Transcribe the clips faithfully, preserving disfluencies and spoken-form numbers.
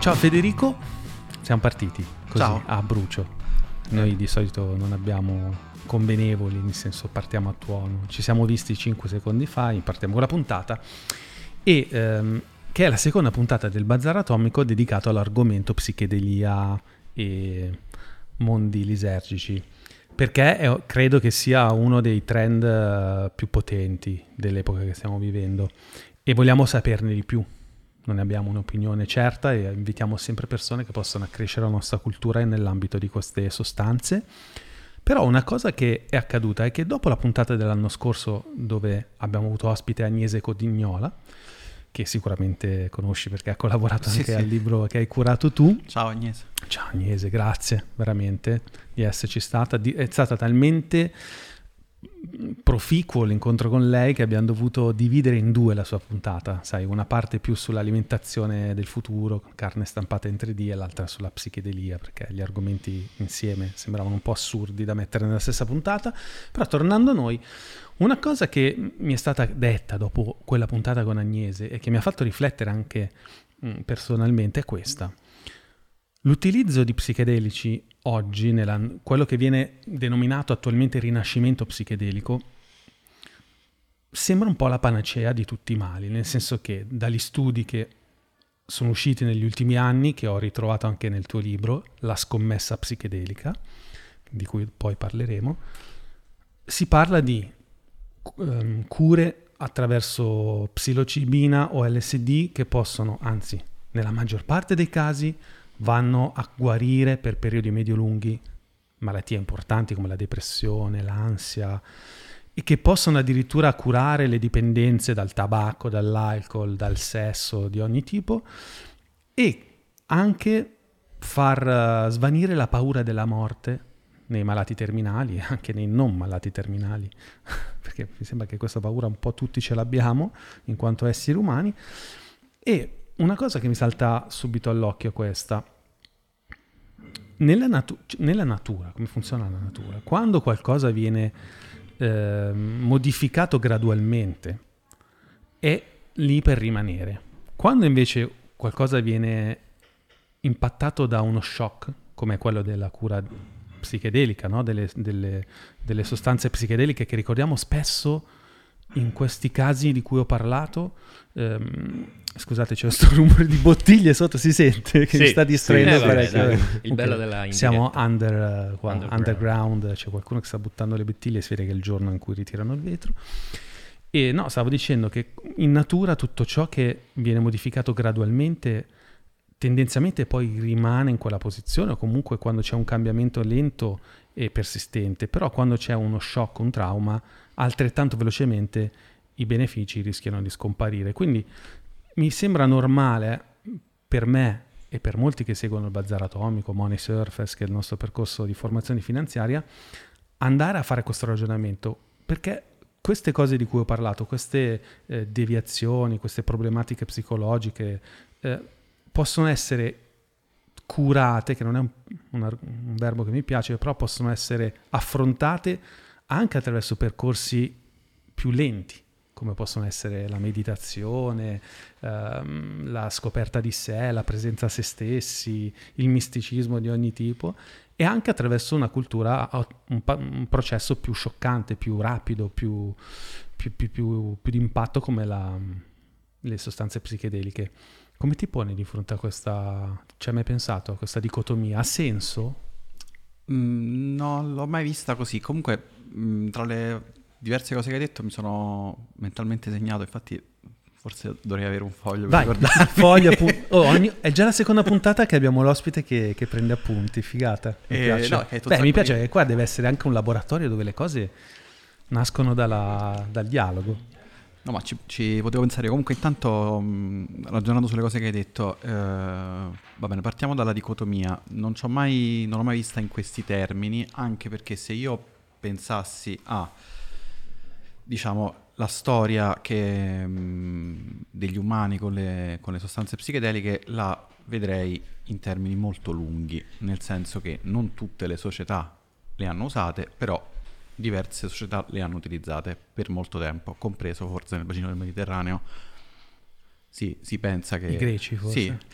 Ciao Federico, siamo partiti così. Ciao. A brucio. Noi di solito non abbiamo convenevoli, nel senso partiamo a tuono. Ci siamo visti cinque secondi fa, partiamo con la puntata e ehm, che è la seconda puntata del Bazar Atomico dedicato all'argomento psichedelia e mondi lisergici, perché è, credo che sia uno dei trend uh, più potenti dell'epoca che stiamo vivendo e vogliamo saperne di più. Non ne abbiamo un'opinione certa e invitiamo sempre persone che possano accrescere la nostra cultura nell'ambito di queste sostanze. Però una cosa che è accaduta è che dopo la puntata dell'anno scorso, dove abbiamo avuto ospite Agnese Codignola, che sicuramente conosci perché ha collaborato sì, anche sì. al libro che hai curato tu. Ciao Agnese. Ciao Agnese, grazie veramente di esserci stata. È stata talmente proficuo l'incontro con lei che abbiamo dovuto dividere in due la sua puntata, sai, una parte più sull'alimentazione del futuro, carne stampata in tre D, e l'altra sulla psichedelia, perché gli argomenti insieme sembravano un po' assurdi da mettere nella stessa puntata. Però tornando a noi, una cosa che mi è stata detta dopo quella puntata con Agnese e che mi ha fatto riflettere anche mh, personalmente è questa: l'utilizzo di psichedelici oggi, nella, quello che viene denominato attualmente rinascimento psichedelico, sembra un po' la panacea di tutti i mali, nel senso che dagli studi che sono usciti negli ultimi anni, che ho ritrovato anche nel tuo libro, La scommessa psichedelica, di cui poi parleremo, si parla di um, cure attraverso psilocibina o L S D che possono, anzi, nella maggior parte dei casi, vanno a guarire per periodi medio-lunghi malattie importanti come la depressione, l'ansia, e che possono addirittura curare le dipendenze dal tabacco, dall'alcol, dal sesso di ogni tipo, e anche far svanire la paura della morte nei malati terminali e anche nei non malati terminali, perché mi sembra che questa paura un po' tutti ce l'abbiamo in quanto esseri umani. E una cosa che mi salta subito all'occhio è questa: nella, natu- nella natura, come funziona la natura? Quando qualcosa viene eh, modificato gradualmente è lì per rimanere. Quando invece qualcosa viene impattato da uno shock, come quello della cura psichedelica, no? delle, delle, delle sostanze psichedeliche che ricordiamo spesso in questi casi di cui ho parlato, ehm, scusate, c'è questo rumore di bottiglie sotto, si sente che sì, mi sta distraendo sì, parecchio. vabbè, dai, il Okay. bello della indiretta. Siamo under, uh, qua, underground. underground, c'è qualcuno che sta buttando le bottiglie, si vede che è il giorno in cui ritirano il vetro. E no, stavo dicendo che in natura tutto ciò che viene modificato gradualmente tendenzialmente poi rimane in quella posizione, o comunque quando c'è un cambiamento lento e persistente, però quando c'è uno shock, un trauma, altrettanto velocemente i benefici rischiano di scomparire. Quindi mi sembra normale per me e per molti che seguono il Bazar Atomico, Money Surface, che è il nostro percorso di formazione finanziaria, andare a fare questo ragionamento, perché queste cose di cui ho parlato, queste eh, deviazioni, queste problematiche psicologiche eh, possono essere curate, che non è un, un, un verbo che mi piace, però possono essere affrontate anche attraverso percorsi più lenti, come possono essere la meditazione, ehm, la scoperta di sé, la presenza a se stessi, il misticismo di ogni tipo, e anche attraverso una cultura, un, un processo più scioccante, più rapido, più, più, più, più, più di impatto come la, le sostanze psichedeliche. Come ti poni di fronte a questa, ci hai mai pensato a questa dicotomia? Ha senso? Mm, non l'ho mai vista così. Comunque, mm, tra le diverse cose che hai detto mi sono mentalmente segnato, infatti forse dovrei avere un foglio per Vai, ricordarmi. foglio, appu- oh, ogni- è già la seconda puntata che abbiamo l'ospite che, che prende appunti, figata. Mi Eh, piace, no, che hai tutto Beh, un mi sacco piace di- che qua deve essere anche un laboratorio dove le cose nascono dalla- dal dialogo. No, ma ci, ci potevo pensare. Comunque intanto, mh, ragionando sulle cose che hai detto, eh, va bene, partiamo dalla dicotomia. Non c'ho mai, non l'ho mai vista in questi termini, anche perché se io pensassi a, diciamo, la storia che, mh, degli umani con le, con le sostanze psichedeliche, la vedrei in termini molto lunghi, nel senso che non tutte le società le hanno usate, però diverse società le hanno utilizzate per molto tempo, compreso forse nel bacino del Mediterraneo. Sì, si pensa che... I greci forse. Sì,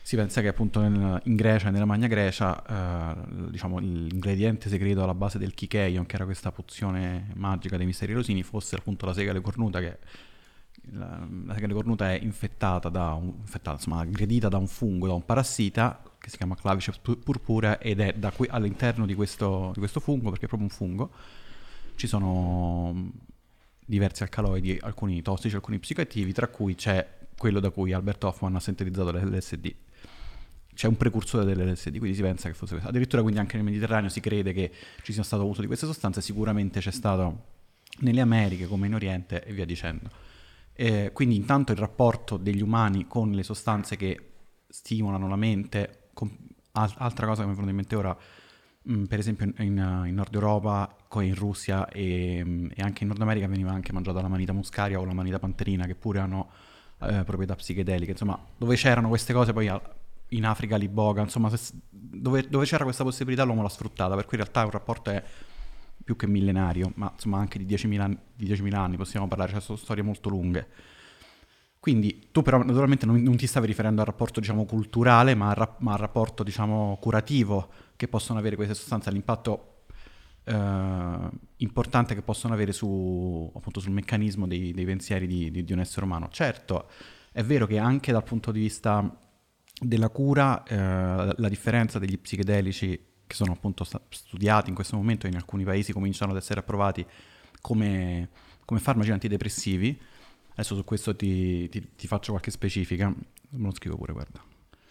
Si pensa che appunto nel, in Grecia, nella Magna Grecia, eh, diciamo l'ingrediente segreto alla base del Kikeion, che era questa pozione magica dei misteri rosini, fosse appunto la segale cornuta, che la, la segale cornuta è infettata da un, infettata, insomma, aggredita da un fungo, da un parassita che si chiama Claviceps purpurea, ed è da qui, all'interno di questo, di questo fungo, perché è proprio un fungo, ci sono diversi alcaloidi, alcuni tossici, alcuni psicoattivi, tra cui c'è quello da cui Albert Hoffman ha sintetizzato l'L S D. C'è un precursore dell'L S D, quindi si pensa che fosse questo. Addirittura quindi anche nel Mediterraneo si crede che ci sia stato uso di queste sostanze, sicuramente c'è stato nelle Americhe come in Oriente e via dicendo. Eh, quindi intanto il rapporto degli umani con le sostanze che stimolano la mente, con, al, altra cosa che mi è venuta in mente ora, mh, per esempio in, in, in Nord Europa, in Russia e, mh, e anche in Nord America veniva anche mangiata la manita muscaria o la manita panterina, che pure hanno eh, proprietà psichedeliche, insomma, dove c'erano queste cose poi in Africa l'iboga, insomma, se, dove, dove c'era questa possibilità l'uomo l'ha sfruttata, per cui in realtà un rapporto è più che millenario, ma insomma anche di diecimila, di diecimila anni possiamo parlare, cioè sono storie molto lunghe. Quindi tu però naturalmente non, non ti stavi riferendo al rapporto, diciamo, culturale, ma al, ma al rapporto, diciamo, curativo che possono avere queste sostanze, all'impatto eh, importante che possono avere su, appunto, sul meccanismo dei, dei pensieri di, di, di un essere umano. Certo, è vero che anche dal punto di vista della cura, eh, la differenza degli psichedelici che sono appunto studiati in questo momento, in alcuni paesi cominciano ad essere approvati come, come farmaci antidepressivi. Adesso su questo ti, ti, ti faccio qualche specifica, me lo scrivo pure, guarda.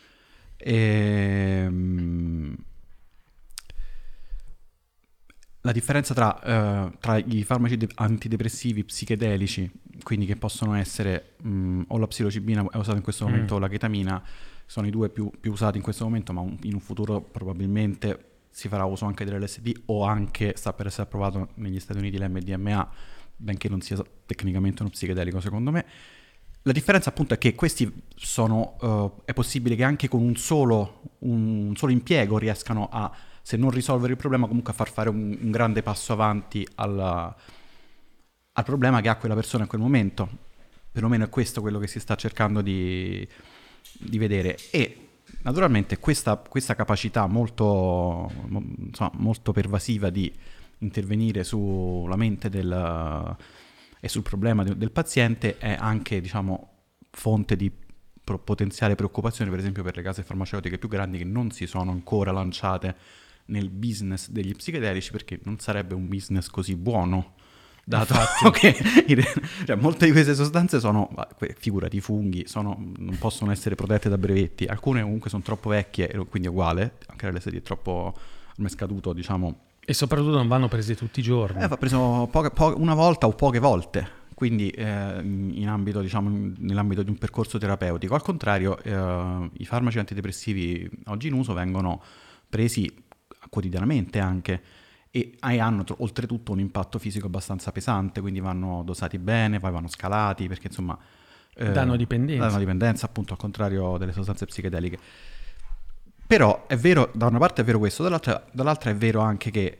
E, la differenza tra, uh, tra i farmaci de- antidepressivi psichedelici, quindi che possono essere mh, o la psilocibina è usata in questo momento, mm. o la chetamina, sono i due più, più usati in questo momento, ma un, in un futuro probabilmente si farà uso anche dell'L S D, o anche sta per essere approvato negli Stati Uniti l'M D M A, benché non sia tecnicamente uno psichedelico secondo me. La differenza appunto è che questi sono, uh, è possibile che anche con un solo, un, un solo impiego riescano a, se non risolvere il problema, comunque a far fare un, un grande passo avanti alla, al problema che ha quella persona in quel momento. Perlomeno è questo quello che si sta cercando di, di vedere. E naturalmente questa, questa capacità molto, insomma, molto pervasiva di intervenire sulla mente del, e sul problema de, del paziente è anche, diciamo, fonte di pro, potenziale preoccupazione, per esempio per le case farmaceutiche più grandi che non si sono ancora lanciate nel business degli psichedelici, perché non sarebbe un business così buono, dato che cioè, molte di queste sostanze sono, figurati, i funghi, sono, non possono essere protette da brevetti, alcune comunque sono troppo vecchie, quindi è uguale, anche l'L S D è troppo ormai scaduto, diciamo. E soprattutto non vanno presi tutti i giorni. Eh, va preso poche, po- una volta o poche volte, quindi eh, in ambito, diciamo, nell'ambito di un percorso terapeutico. Al contrario, eh, i farmaci antidepressivi oggi in uso vengono presi quotidianamente anche e hanno oltretutto un impatto fisico abbastanza pesante, quindi vanno dosati bene, poi vanno scalati, perché insomma eh, danno dipendenza. danno dipendenza, appunto, al contrario delle sostanze psichedeliche. Però è vero, da una parte è vero questo, dall'altra, dall'altra è vero anche che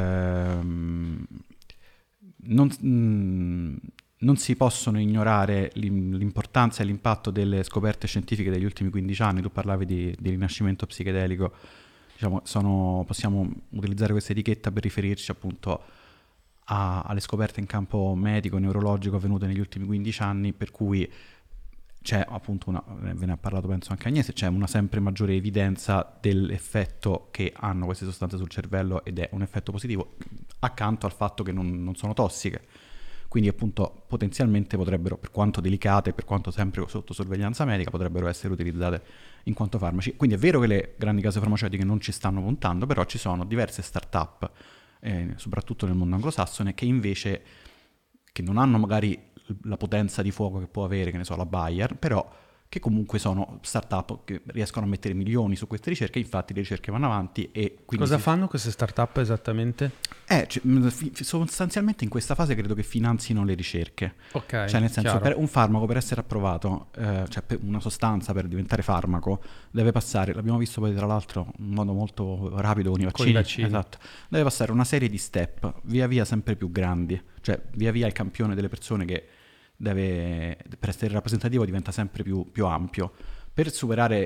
ehm, non, mh, non si possono ignorare l'importanza e l'impatto delle scoperte scientifiche degli ultimi quindici anni. Tu parlavi di, di rinascimento psichedelico, diciamo, sono, possiamo utilizzare questa etichetta per riferirci appunto a, alle scoperte in campo medico, neurologico avvenute negli ultimi quindici anni, per cui c'è appunto una, ve ne ha parlato penso anche Agnese, c'è una sempre maggiore evidenza dell'effetto che hanno queste sostanze sul cervello, ed è un effetto positivo, accanto al fatto che non, non sono tossiche, quindi appunto potenzialmente potrebbero, per quanto delicate, per quanto sempre sotto sorveglianza medica, potrebbero essere utilizzate in quanto farmaci. Quindi è vero che le grandi case farmaceutiche non ci stanno puntando, però ci sono diverse start-up, eh, soprattutto nel mondo anglosassone, che invece, che non hanno magari la potenza di fuoco che può avere, che ne so, la Bayer, però che comunque sono start-up che riescono a mettere milioni su queste ricerche. Infatti le ricerche vanno avanti e quindi cosa si... fanno queste start-up esattamente? Eh, cioè, sostanzialmente in questa fase credo che finanzino le ricerche. Ok, cioè nel senso, chiaro. per un farmaco per essere approvato, eh, cioè per una sostanza per diventare farmaco, deve passare, l'abbiamo visto poi tra l'altro in modo molto rapido con i vaccini, Con i vaccini. Esatto, deve passare una serie di step via via sempre più grandi, cioè via via il campione delle persone che deve, per essere rappresentativo, diventa sempre più, più ampio. Per superare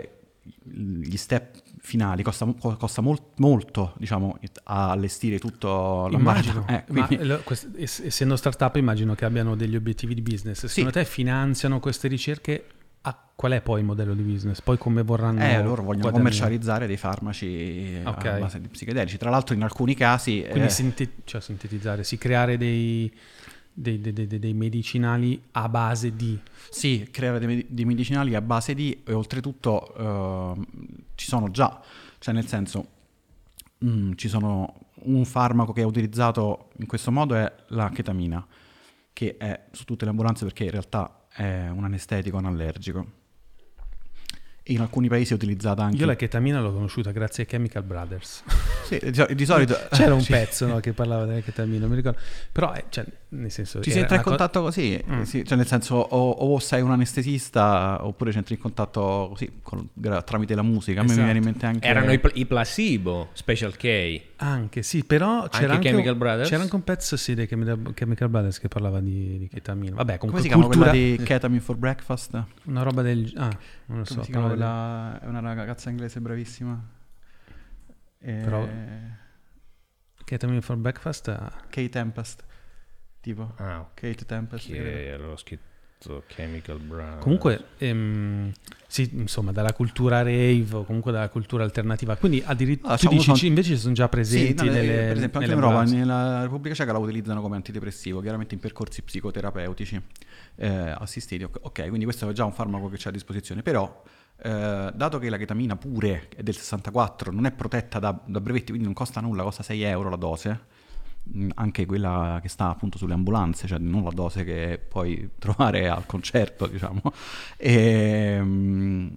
gli step finali costa, costa molt, molto, diciamo, allestire tutto immagino, eh, quindi... ma quest- essendo startup immagino che abbiano degli obiettivi di business. Secondo sì. te finanziano queste ricerche? Ah, qual è poi il modello di business? Poi come vorranno eh, loro vogliono guadagnare? commercializzare dei farmaci okay. a base di psichedelici. Tra l'altro in alcuni casi quindi eh... sinte- cioè sintetizzare, si creare dei Dei, dei, dei, dei medicinali a base di... Sì, creare dei, dei medicinali a base di, e oltretutto eh, ci sono già, cioè nel senso, mh, ci sono un farmaco che è utilizzato in questo modo è la chetamina, che è su tutte le ambulanze perché in realtà è un anestetico anallergico. E in alcuni paesi è utilizzata anche... Io la chetamina l'ho conosciuta grazie ai Chemical Brothers. Sì, di, di solito... C'era un pezzo no, che parlava della chetamina, non mi ricordo. Però, eh, cioè, nel senso... Ci si entra in contatto co- così, mm. sì, cioè nel senso o, o sei un anestesista oppure ci entri in contatto così, con, tramite la musica. A me esatto. mi viene in mente anche... Erano i, i placebo, Special K. Anche, sì, però c'era anche, anche, Chemical Brothers? C'era anche un pezzo, sì, dei Chemical Brothers che parlava di, di chetamina. Vabbè, comunque come si chiama cultura... quella di Ketamine for Breakfast? Una roba del... Ah, non lo so. Come si chiama quella... È una ragazza inglese bravissima. E... Però... Ketamine for Breakfast... Kate Tempest, tipo. Ah, Kate Tempest. Che avevo scritto Chemical Brothers. Comunque, ehm, sì, insomma, dalla cultura rave o comunque dalla cultura alternativa. Quindi addirittura ah, tu dici, sono... invece ci sono già presenti sì, no, delle, per esempio anche in Europa, nella Repubblica Ceca la utilizzano come antidepressivo, chiaramente in percorsi psicoterapeutici eh, assistiti. Ok, quindi questo è già un farmaco che c'è a disposizione, però eh, dato che la chetamina pure è del sessantaquattro, non è protetta da, da brevetti, quindi non costa nulla, costa sei euro la dose, anche quella che sta appunto sulle ambulanze, cioè non la dose che puoi trovare al concerto, diciamo. E, um,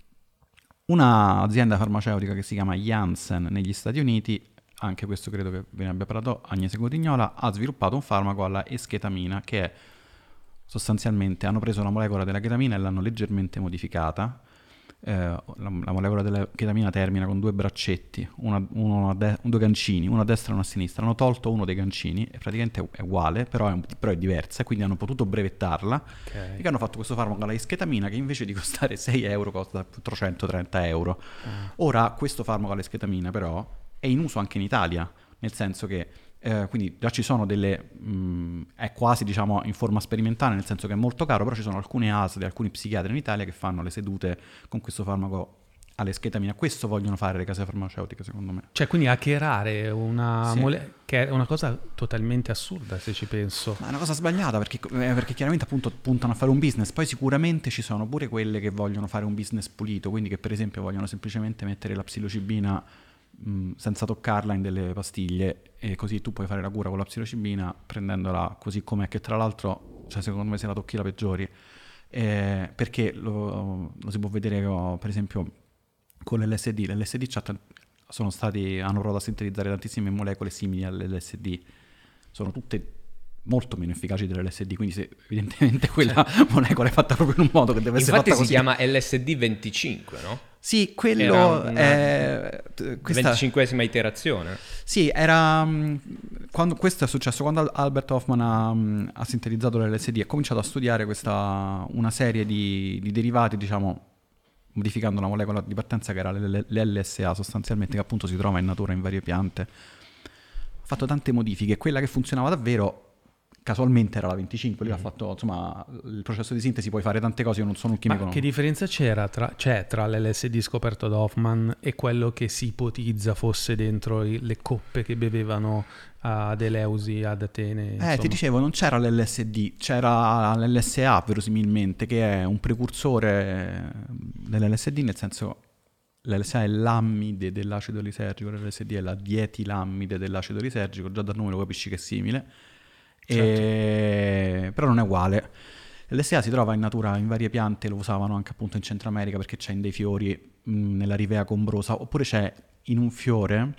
una azienda farmaceutica che si chiama Janssen negli Stati Uniti, anche questo credo che ve ne abbia parlato Agnese Cotignola, ha sviluppato un farmaco alla esketamina che è sostanzialmente, hanno preso la molecola della chetamina e l'hanno leggermente modificata. Eh, la, la molecola della chetamina termina con due braccetti, una, uno a de- due gancini, uno a destra e uno a sinistra. Hanno tolto uno dei gancini e praticamente è uguale, però è, un, però è diversa, e quindi hanno potuto brevettarla. Okay. E hanno fatto questo farmaco alla esketamina che invece di costare sei euro costa quattrocentotrenta euro. Mm. Ora questo farmaco alla esketamina però è in uso anche in Italia, nel senso che Eh, quindi già ci sono delle, mh, è quasi diciamo in forma sperimentale, nel senso che è molto caro, però ci sono alcune A S L e alcuni psichiatri in Italia che fanno le sedute con questo farmaco all'esketamina. Questo vogliono fare le case farmaceutiche, secondo me. Cioè, quindi hackerare una sì. mole- che è una cosa totalmente assurda, se ci penso. Ma è una cosa sbagliata, perché, eh, perché chiaramente appunto puntano a fare un business. Poi sicuramente ci sono pure quelle che vogliono fare un business pulito, quindi che per esempio vogliono semplicemente mettere la psilocibina mh, senza toccarla in delle pastiglie, e così tu puoi fare la cura con la psilocibina prendendola così com'è, che tra l'altro, cioè secondo me se la tocchi la peggiori, eh, perché lo, lo si può vedere oh, per esempio con l'L S D. L'L S D c'ha t- sono stati, hanno provato a sintetizzare tantissime molecole simili all'L S D, sono tutte molto meno efficaci dell'L S D, quindi se evidentemente quella cioè. molecola è fatta proprio in un modo che deve Infatti essere fatta si così. chiama L S D venticinque, no? Sì, quello è questa... venticinquesima iterazione. Sì, era quando questo è successo quando Albert Hoffman ha, ha sintetizzato l'L S D, ha cominciato a studiare questa una serie di, di derivati, diciamo, modificando la molecola di partenza che era l'L S A sostanzialmente, che appunto si trova in natura in varie piante. Ha fatto tante modifiche, quella che funzionava davvero casualmente era la venticinque, lui mm. ha fatto, insomma, il processo di sintesi, puoi fare tante cose, io non sono un chimico. Ma che differenza c'era tra, c'è tra l'L S D scoperto da Hoffman e quello che si ipotizza fosse dentro i, le coppe che bevevano ad Eleusi, ad Atene? Insomma. Eh, ti dicevo, non c'era l'L S D, c'era l'L S A verosimilmente, che è un precursore dell'L S D, nel senso l'L S A è l'ammide dell'acido lisergico, l'L S D è la dietilammide dell'acido lisergico, già dal nome lo capisci che è simile. Certo. E... però non è uguale. L'L S A si trova in natura in varie piante, lo usavano anche appunto in Centro America perché c'è in dei fiori mh, nella rivea combrosa, oppure c'è in un fiore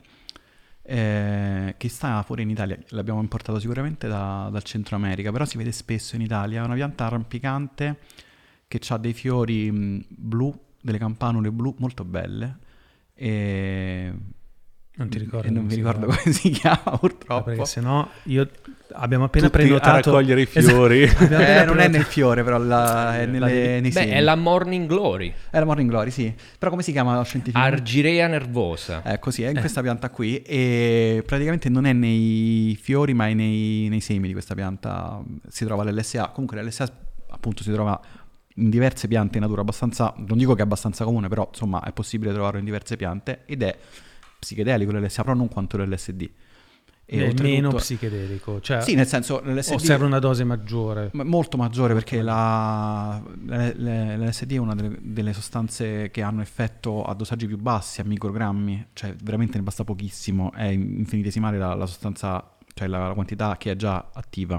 eh, che sta fuori in Italia, l'abbiamo importato sicuramente da, dal Centro America, però si vede spesso in Italia, è una pianta rampicante che ha dei fiori mh, blu, delle campanule blu molto belle, e... Non ti ricordo e non come mi si ricordo chiama. come si chiama purtroppo. Ah, perché sennò io abbiamo appena Tutti prenotato a raccogliere i fiori. Esatto. Abbiamo appena Eh, non è prenotato- nel fiore, però la, è nelle, devi- nei Beh, semi. è la Morning Glory. È la Morning Glory, sì. Però come si chiama scientificamente? Argirea nervosa. Eh, così, è in Eh. questa pianta qui e praticamente non è nei fiori ma è nei, nei semi di questa pianta. Si trova l'L S A, comunque l'L S A appunto si trova in diverse piante in natura abbastanza, non dico che è abbastanza comune, però insomma è possibile trovarlo in diverse piante ed è psichedelico l'L S A, però non quanto l'L S D. E è oltretutto- meno psichedelico, cioè Sì, nel senso l'L S D o serve una dose maggiore. m- molto maggiore perché la, l'L S D è una delle, delle sostanze che hanno effetto a dosaggi più bassi, a microgrammi, cioè veramente ne basta pochissimo, è infinitesimale la, la sostanza, cioè la, la quantità che è già attiva.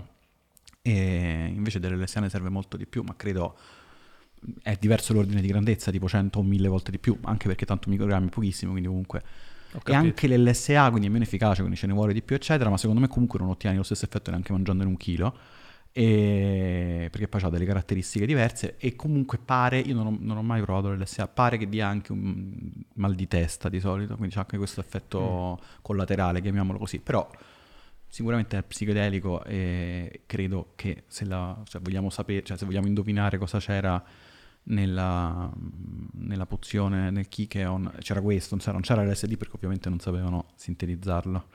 E invece dell'L S A ne serve molto di più, ma credo è diverso l'ordine di grandezza, tipo cento o mille volte di più, anche perché tanto microgrammi pochissimo, quindi comunque. Ho E capito. anche l'L S A quindi è meno efficace, quindi ce ne vuole di più eccetera, ma secondo me comunque non ottieni lo stesso effetto neanche mangiandone un chilo, e... perché poi ha delle caratteristiche diverse e comunque pare, io non ho, non ho mai provato l'L S A, pare che dia anche un mal di testa di solito, quindi c'è anche questo effetto mm. collaterale, chiamiamolo così, però sicuramente è psichedelico e credo che se, la, se vogliamo sapere, cioè se vogliamo indovinare cosa c'era nella, nella pozione, nel Kikeon, c'era questo, non c'era, non c'era l'L S D perché ovviamente non sapevano sintetizzarlo.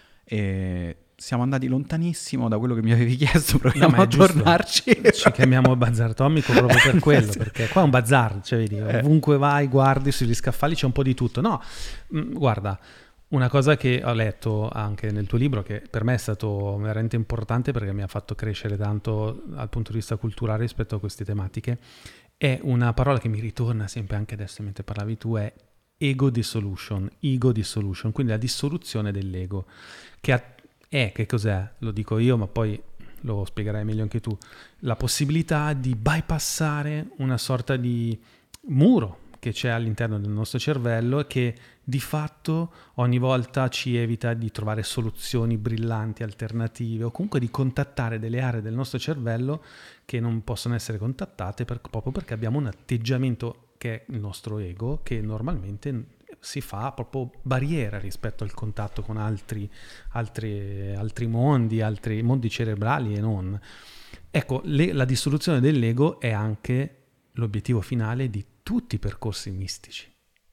E siamo andati lontanissimo da quello che mi avevi chiesto, proviamo No, ma a è giusto. tornarci. Ci chiamiamo Bazar Atomico proprio per quello, perché qua è un bazar, cioè vedi, Eh. ovunque vai, guardi sugli scaffali c'è un po' di tutto. No, mh, guarda, una cosa che ho letto anche nel tuo libro, che per me è stato veramente importante perché mi ha fatto crescere tanto dal punto di vista culturale rispetto a queste tematiche, è una parola che mi ritorna sempre anche adesso mentre parlavi tu, è ego dissolution, ego dissolution, quindi la dissoluzione dell'ego, che ha- è, che cos'è? Lo dico io, ma poi lo spiegherai meglio anche tu, la possibilità di bypassare una sorta di muro che c'è all'interno del nostro cervello e che di fatto ogni volta ci evita di trovare soluzioni brillanti, alternative o comunque di contattare delle aree del nostro cervello che non possono essere contattate per, proprio perché abbiamo un atteggiamento che è il nostro ego, che normalmente si fa proprio barriera rispetto al contatto con altri, altri, altri mondi, altri mondi cerebrali e non. Ecco, le, la dissoluzione dell'ego è anche l'obiettivo finale di tutti i percorsi mistici.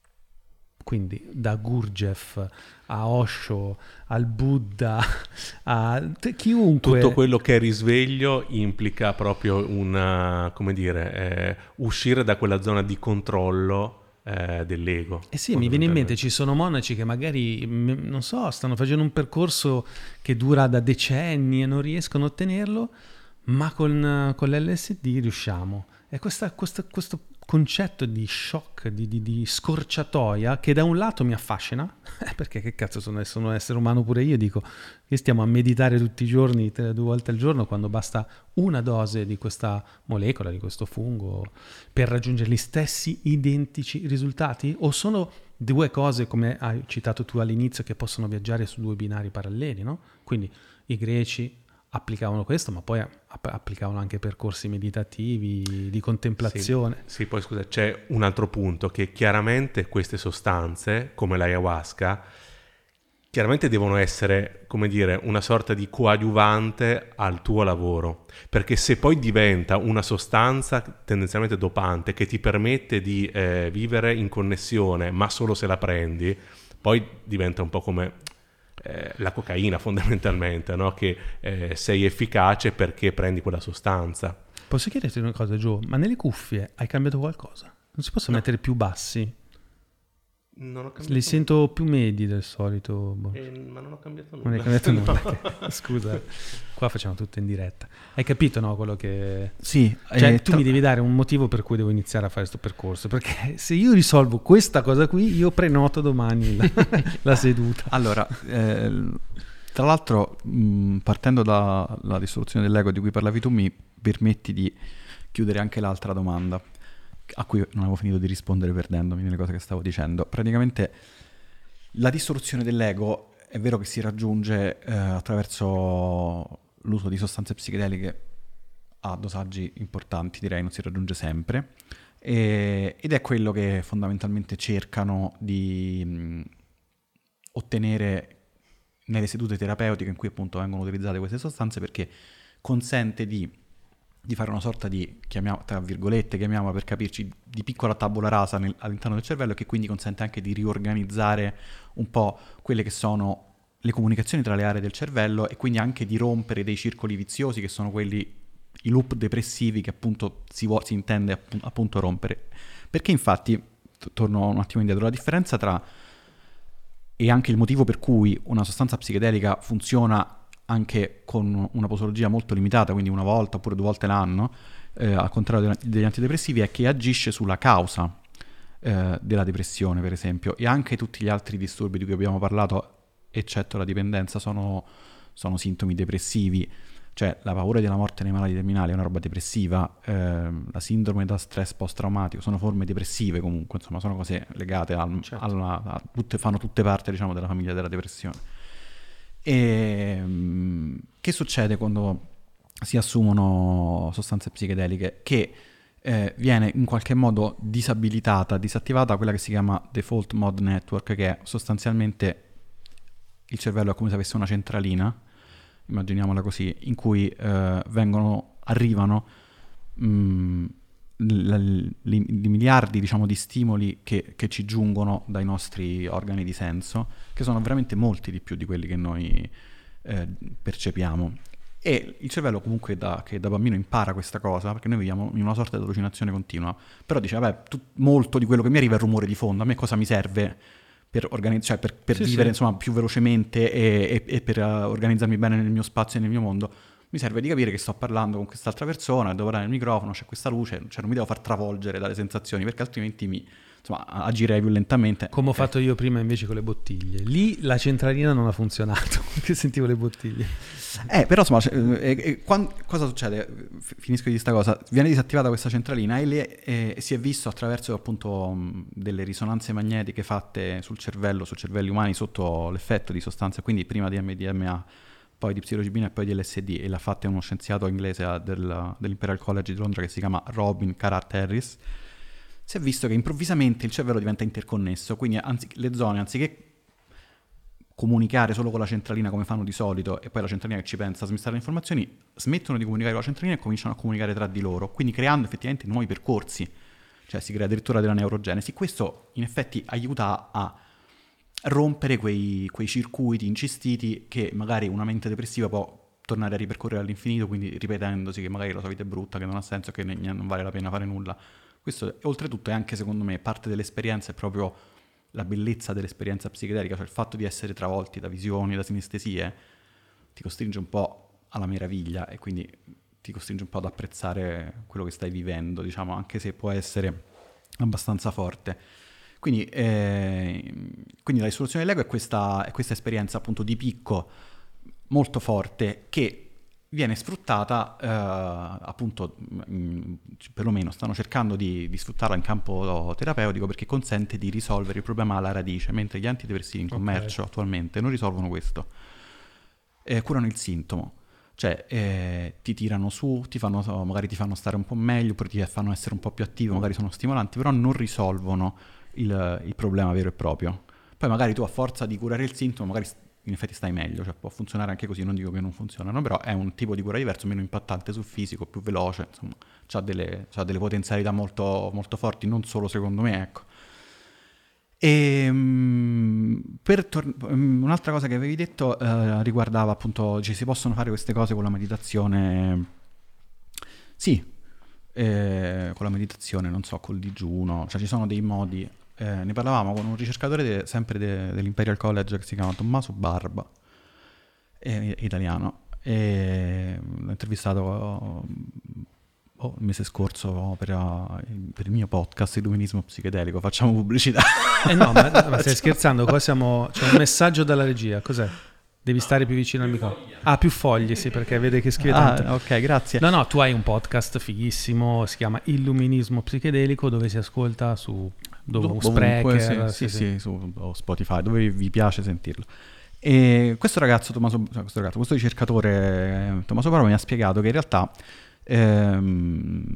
Quindi da Gurdjieff a Osho, al Buddha, a chiunque. Tutto quello che è risveglio implica proprio una, come dire, eh, uscire da quella zona di controllo eh, dell'ego. Eh sì, mi viene in mente, ci sono monaci che magari, m- non so, stanno facendo un percorso che dura da decenni e non riescono a ottenerlo, ma con, con l'L S D riusciamo. E questa, questa, questo concetto di shock, di, di, di scorciatoia, che da un lato mi affascina, perché che cazzo sono, sono un essere umano pure io, dico che stiamo a meditare tutti i giorni, tre, due volte al giorno, quando basta una dose di questa molecola, di questo fungo, per raggiungere gli stessi identici risultati? O sono due cose, come hai citato tu all'inizio, che possono viaggiare su due binari paralleli, no? Quindi i greci applicavano questo, ma poi app- applicavano anche percorsi meditativi, di contemplazione. Sì, sì, poi scusa, c'è un altro punto, che chiaramente queste sostanze, come l'ayahuasca, chiaramente devono essere, come dire, una sorta di coadiuvante al tuo lavoro, perché se poi diventa una sostanza tendenzialmente dopante che ti permette di eh, vivere in connessione, ma solo se la prendi, poi diventa un po' come Eh, la cocaina fondamentalmente, no? Che eh, sei efficace perché prendi quella sostanza. Posso chiederti una cosa, Gio? Ma nelle cuffie hai cambiato qualcosa? Non si possono No. mettere più bassi? Non ho cambiato Li sento più medi del solito. Boh. Eh, ma non ho cambiato nulla. Non hai cambiato nulla. No. Scusa, qua facciamo tutto in diretta. Hai capito, no? Quello che... Sì, Cioè, eh, tu tra- mi devi dare un motivo per cui devo iniziare a fare questo percorso, perché se io risolvo questa cosa qui, io prenoto domani la, la seduta. Allora, eh, tra l'altro, mh, partendo dalla dissoluzione dell'ego di cui parlavi tu, mi permetti di chiudere anche l'altra domanda, a cui non avevo finito di rispondere perdendomi nelle cose che stavo dicendo. Praticamente la dissoluzione dell'ego è vero che si raggiunge eh, attraverso l'uso di sostanze psichedeliche a dosaggi importanti, direi, non si raggiunge sempre, e, ed è quello che fondamentalmente cercano di, ottenere nelle sedute terapeutiche in cui appunto vengono utilizzate queste sostanze, perché consente di, di fare una sorta di, chiamiamo, tra virgolette, chiamiamola per capirci, di piccola tabula rasa nel, all'interno del cervello, e che quindi consente anche di riorganizzare un po' quelle che sono le comunicazioni tra le aree del cervello, e quindi anche di rompere dei circoli viziosi che sono quelli, i loop depressivi che appunto si, vo- si intende app- appunto rompere. Perché infatti, t- torno un attimo indietro, la differenza tra, e anche il motivo per cui una sostanza psichedelica funziona anche con una posologia molto limitata, quindi una volta oppure due volte l'anno, eh, al contrario degli antidepressivi, è che agisce sulla causa eh, della depressione, per esempio, e anche tutti gli altri disturbi di cui abbiamo parlato, eccetto la dipendenza, sono, sono sintomi depressivi. Cioè la paura della morte nei malati terminali è una roba depressiva, ehm, la sindrome da stress post-traumatico sono forme depressive comunque, insomma sono cose legate al, certo. alla, a tutte, fanno tutte parte, diciamo, della famiglia della depressione. E mh, che succede quando si assumono sostanze psichedeliche? Che eh, viene in qualche modo disabilitata, disattivata quella che si chiama default mode network, che è sostanzialmente il cervello è come se avesse una centralina, immaginiamola così, in cui eh, vengono, arrivano mh, i miliardi, diciamo, di stimoli che, che ci giungono dai nostri organi di senso, che sono veramente molti di più di quelli che noi eh, percepiamo. E il cervello comunque da, che da bambino impara questa cosa, perché noi viviamo in una sorta di allucinazione continua, però dice, vabbè, tu, molto di quello che mi arriva è il rumore di fondo, a me cosa mi serve per, organizz- cioè per, per sì, vivere sì. insomma più velocemente e, e, e per uh, organizzarmi bene nel mio spazio e nel mio mondo? Mi serve di capire che sto parlando con quest'altra persona, devo parlare nel microfono, c'è questa luce, cioè non mi devo far travolgere dalle sensazioni, perché altrimenti mi, insomma, agirei più lentamente. Come ho Eh. fatto io prima invece con le bottiglie. Lì la centralina non ha funzionato, perché sentivo le bottiglie. Eh, però insomma, eh, eh, quando, cosa succede? F- finisco di sta cosa. Viene disattivata questa centralina e le, eh, si è visto attraverso appunto mh, delle risonanze magnetiche fatte sul cervello, su cervelli umani sotto l'effetto di sostanze, quindi prima di M D M A, poi di psilocibina e poi di L S D, e l'ha fatta uno scienziato inglese del, dell'Imperial College di Londra che si chiama Robin Carhart-Harris. Si è visto che improvvisamente il cervello diventa interconnesso, quindi anzi, le zone, anziché comunicare solo con la centralina come fanno di solito, e poi la centralina che ci pensa a smistare le informazioni, smettono di comunicare con la centralina e cominciano a comunicare tra di loro, quindi creando effettivamente nuovi percorsi, cioè si crea addirittura della neurogenesi. Questo in effetti aiuta a rompere quei, quei circuiti incistiti che magari una mente depressiva può tornare a ripercorrere all'infinito, quindi ripetendosi che magari la sua vita è brutta, che non ha senso, che ne, non vale la pena fare nulla. Questo oltretutto è anche, secondo me, parte dell'esperienza, è proprio la bellezza dell'esperienza psichedelica, cioè il fatto di essere travolti da visioni, da sinestesie, ti costringe un po' alla meraviglia e quindi ti costringe un po' ad apprezzare quello che stai vivendo, diciamo, anche se può essere abbastanza forte. Quindi, eh, quindi la risoluzione dell'ego è questa, è questa esperienza appunto di picco molto forte che viene sfruttata, eh, appunto, mh, perlomeno stanno cercando di, di sfruttarla in campo terapeutico, perché consente di risolvere il problema alla radice, mentre gli antidepressivi in commercio Okay. attualmente non risolvono questo, eh, curano il sintomo. Cioè eh, ti tirano su, ti fanno, magari ti fanno stare un po' meglio, poi ti fanno essere un po' più attivo, magari sono stimolanti, però non risolvono il, il problema vero e proprio. Poi magari tu, a forza di curare il sintomo, magari in effetti stai meglio, cioè può funzionare anche così, non dico che non funzionano, però è un tipo di cura diverso, meno impattante sul fisico, più veloce, insomma, c'ha delle, c'ha delle potenzialità molto, molto forti, non solo secondo me, ecco. E um, per tor- um, un'altra cosa che avevi detto uh, riguardava appunto, ci si possono fare queste cose con la meditazione? Sì, eh, con la meditazione, non so, col digiuno, cioè ci sono dei modi. Eh, ne parlavamo con un ricercatore de- sempre de- dell'Imperial College che si chiama Tommaso Barba, è, è italiano, e l'ho intervistato oh, il mese scorso per, uh, per il mio podcast Illuminismo Psichedelico. Facciamo pubblicità. Eh no, ma, ma stai scherzando? Qua siamo, c'è un messaggio dalla regia, cos'è? Devi stare più vicino al microfono. Ah, più fogli, sì, perché vede che scrive tanto. Ah, ok, grazie. No, no, tu hai un podcast fighissimo, si chiama Illuminismo Psichedelico, dove si ascolta su dove, Dov- Spreaker, sì, sì, sì, sì. sì, su o Spotify, dove vi piace sentirlo. E questo ragazzo, Tommaso, cioè questo ragazzo, questo ricercatore, eh, Tommaso Barba, mi ha spiegato che in realtà ehm,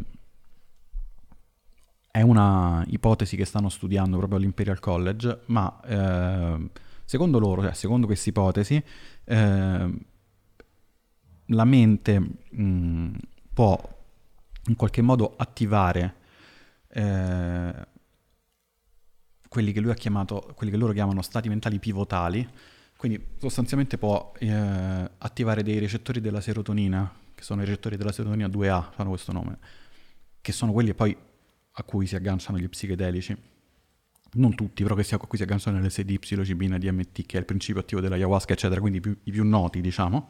è una ipotesi che stanno studiando proprio all'Imperial College, ma ehm, secondo loro, cioè secondo questa ipotesi, eh, la mente mh, può in qualche modo attivare eh, quelli che lui ha chiamato, quelli che loro chiamano stati mentali pivotali, quindi sostanzialmente può eh, attivare dei recettori della serotonina, che sono i recettori della serotonina due A, fanno questo nome, che sono quelli poi a cui si agganciano gli psichedelici. Non tutti, però che si, a cui si agganciano l'L S D, psilocibina, D M T, che è il principio attivo dell'ayahuasca, eccetera, quindi i più, i più noti, diciamo.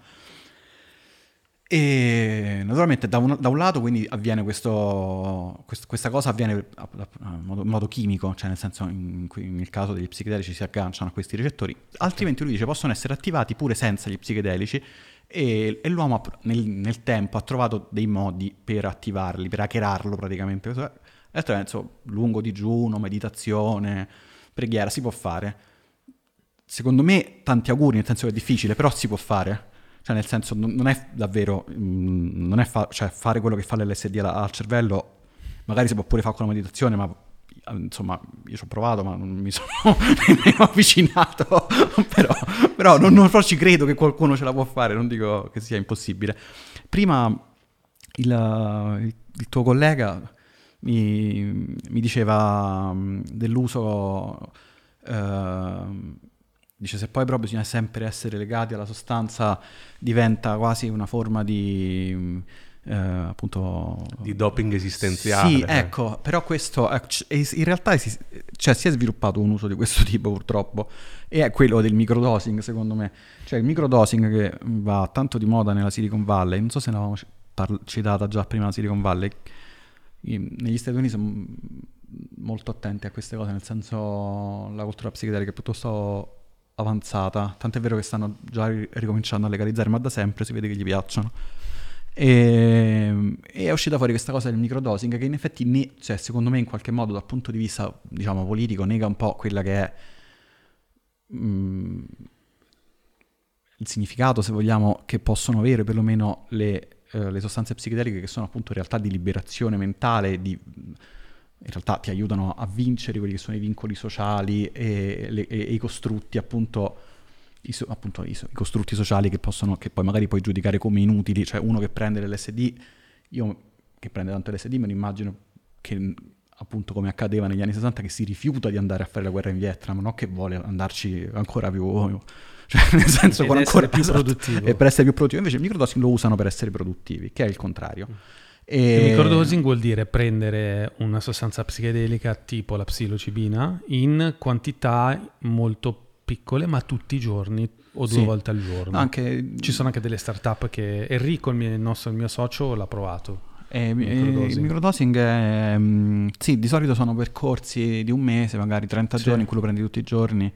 E naturalmente da un, da un lato quindi avviene questo, quest, questa cosa avviene a, a, a modo, in modo chimico, cioè nel senso in, in, nel caso degli psichedelici si agganciano a questi recettori, altrimenti lui dice possono essere attivati pure senza gli psichedelici e, e l'uomo nel, nel tempo ha trovato dei modi per attivarli, per hackerarlo praticamente. E attraverso lungo digiuno, meditazione, preghiera, si può fare. Secondo me tanti auguri, nel senso che è difficile, però si può fare. Cioè nel senso non è davvero, mh, non è fa- cioè fare quello che fa l'L S D al, al cervello, magari si può pure fare con la meditazione, ma insomma io ci ho provato ma non mi sono nemmeno avvicinato, però, però non, non ci credo che qualcuno ce la può fare, non dico che sia impossibile. Prima il, il, il tuo collega mi, mi diceva mh, dell'uso... Uh, dice se poi però bisogna sempre essere legati alla sostanza diventa quasi una forma di eh, appunto di doping esistenziale. Sì, ecco, però questo in realtà si, cioè, si è sviluppato un uso di questo tipo purtroppo e è quello del microdosing secondo me, cioè il microdosing che va tanto di moda nella Silicon Valley, non so se ne avevamo parla- citata già prima la Silicon Valley. Negli Stati Uniti sono molto attenti a queste cose, nel senso la cultura psichedelica è piuttosto avanzata, tant'è vero che stanno già ricominciando a legalizzare, ma da sempre si vede che gli piacciono. E, e è uscita fuori questa cosa del microdosing che in effetti, ne, cioè, secondo me in qualche modo dal punto di vista diciamo politico nega un po' quella che è mh, il significato, se vogliamo, che possono avere perlomeno le, eh, le sostanze psichedeliche, che sono appunto in realtà di liberazione mentale, di in realtà ti aiutano a vincere quelli che sono i vincoli sociali e, le, e, e i costrutti appunto, i, appunto i, i costrutti sociali che possono, che poi magari puoi giudicare come inutili, cioè uno che prende l'L S D, io che prende tanto l'L S D me lo immagino che appunto come accadeva negli anni sessanta che si rifiuta di andare a fare la guerra in Vietnam, non che vuole andarci ancora più, cioè nel senso Ed con ancora più esatto, produttivo e per essere più produttivo, invece il microdosing lo usano per essere produttivi, che è il contrario. E... Il microdosing vuol dire prendere una sostanza psichedelica tipo la psilocibina in quantità molto piccole, ma tutti i giorni o due sì. volte al giorno. Anche... Ci sono anche delle start-up che Enrico, il mio, il nostro, il mio socio, l'ha provato. Eh, il microdosing. Il microdosing è, mh, sì, di solito sono percorsi di un mese, magari trenta sì. giorni in cui lo prendi tutti i giorni.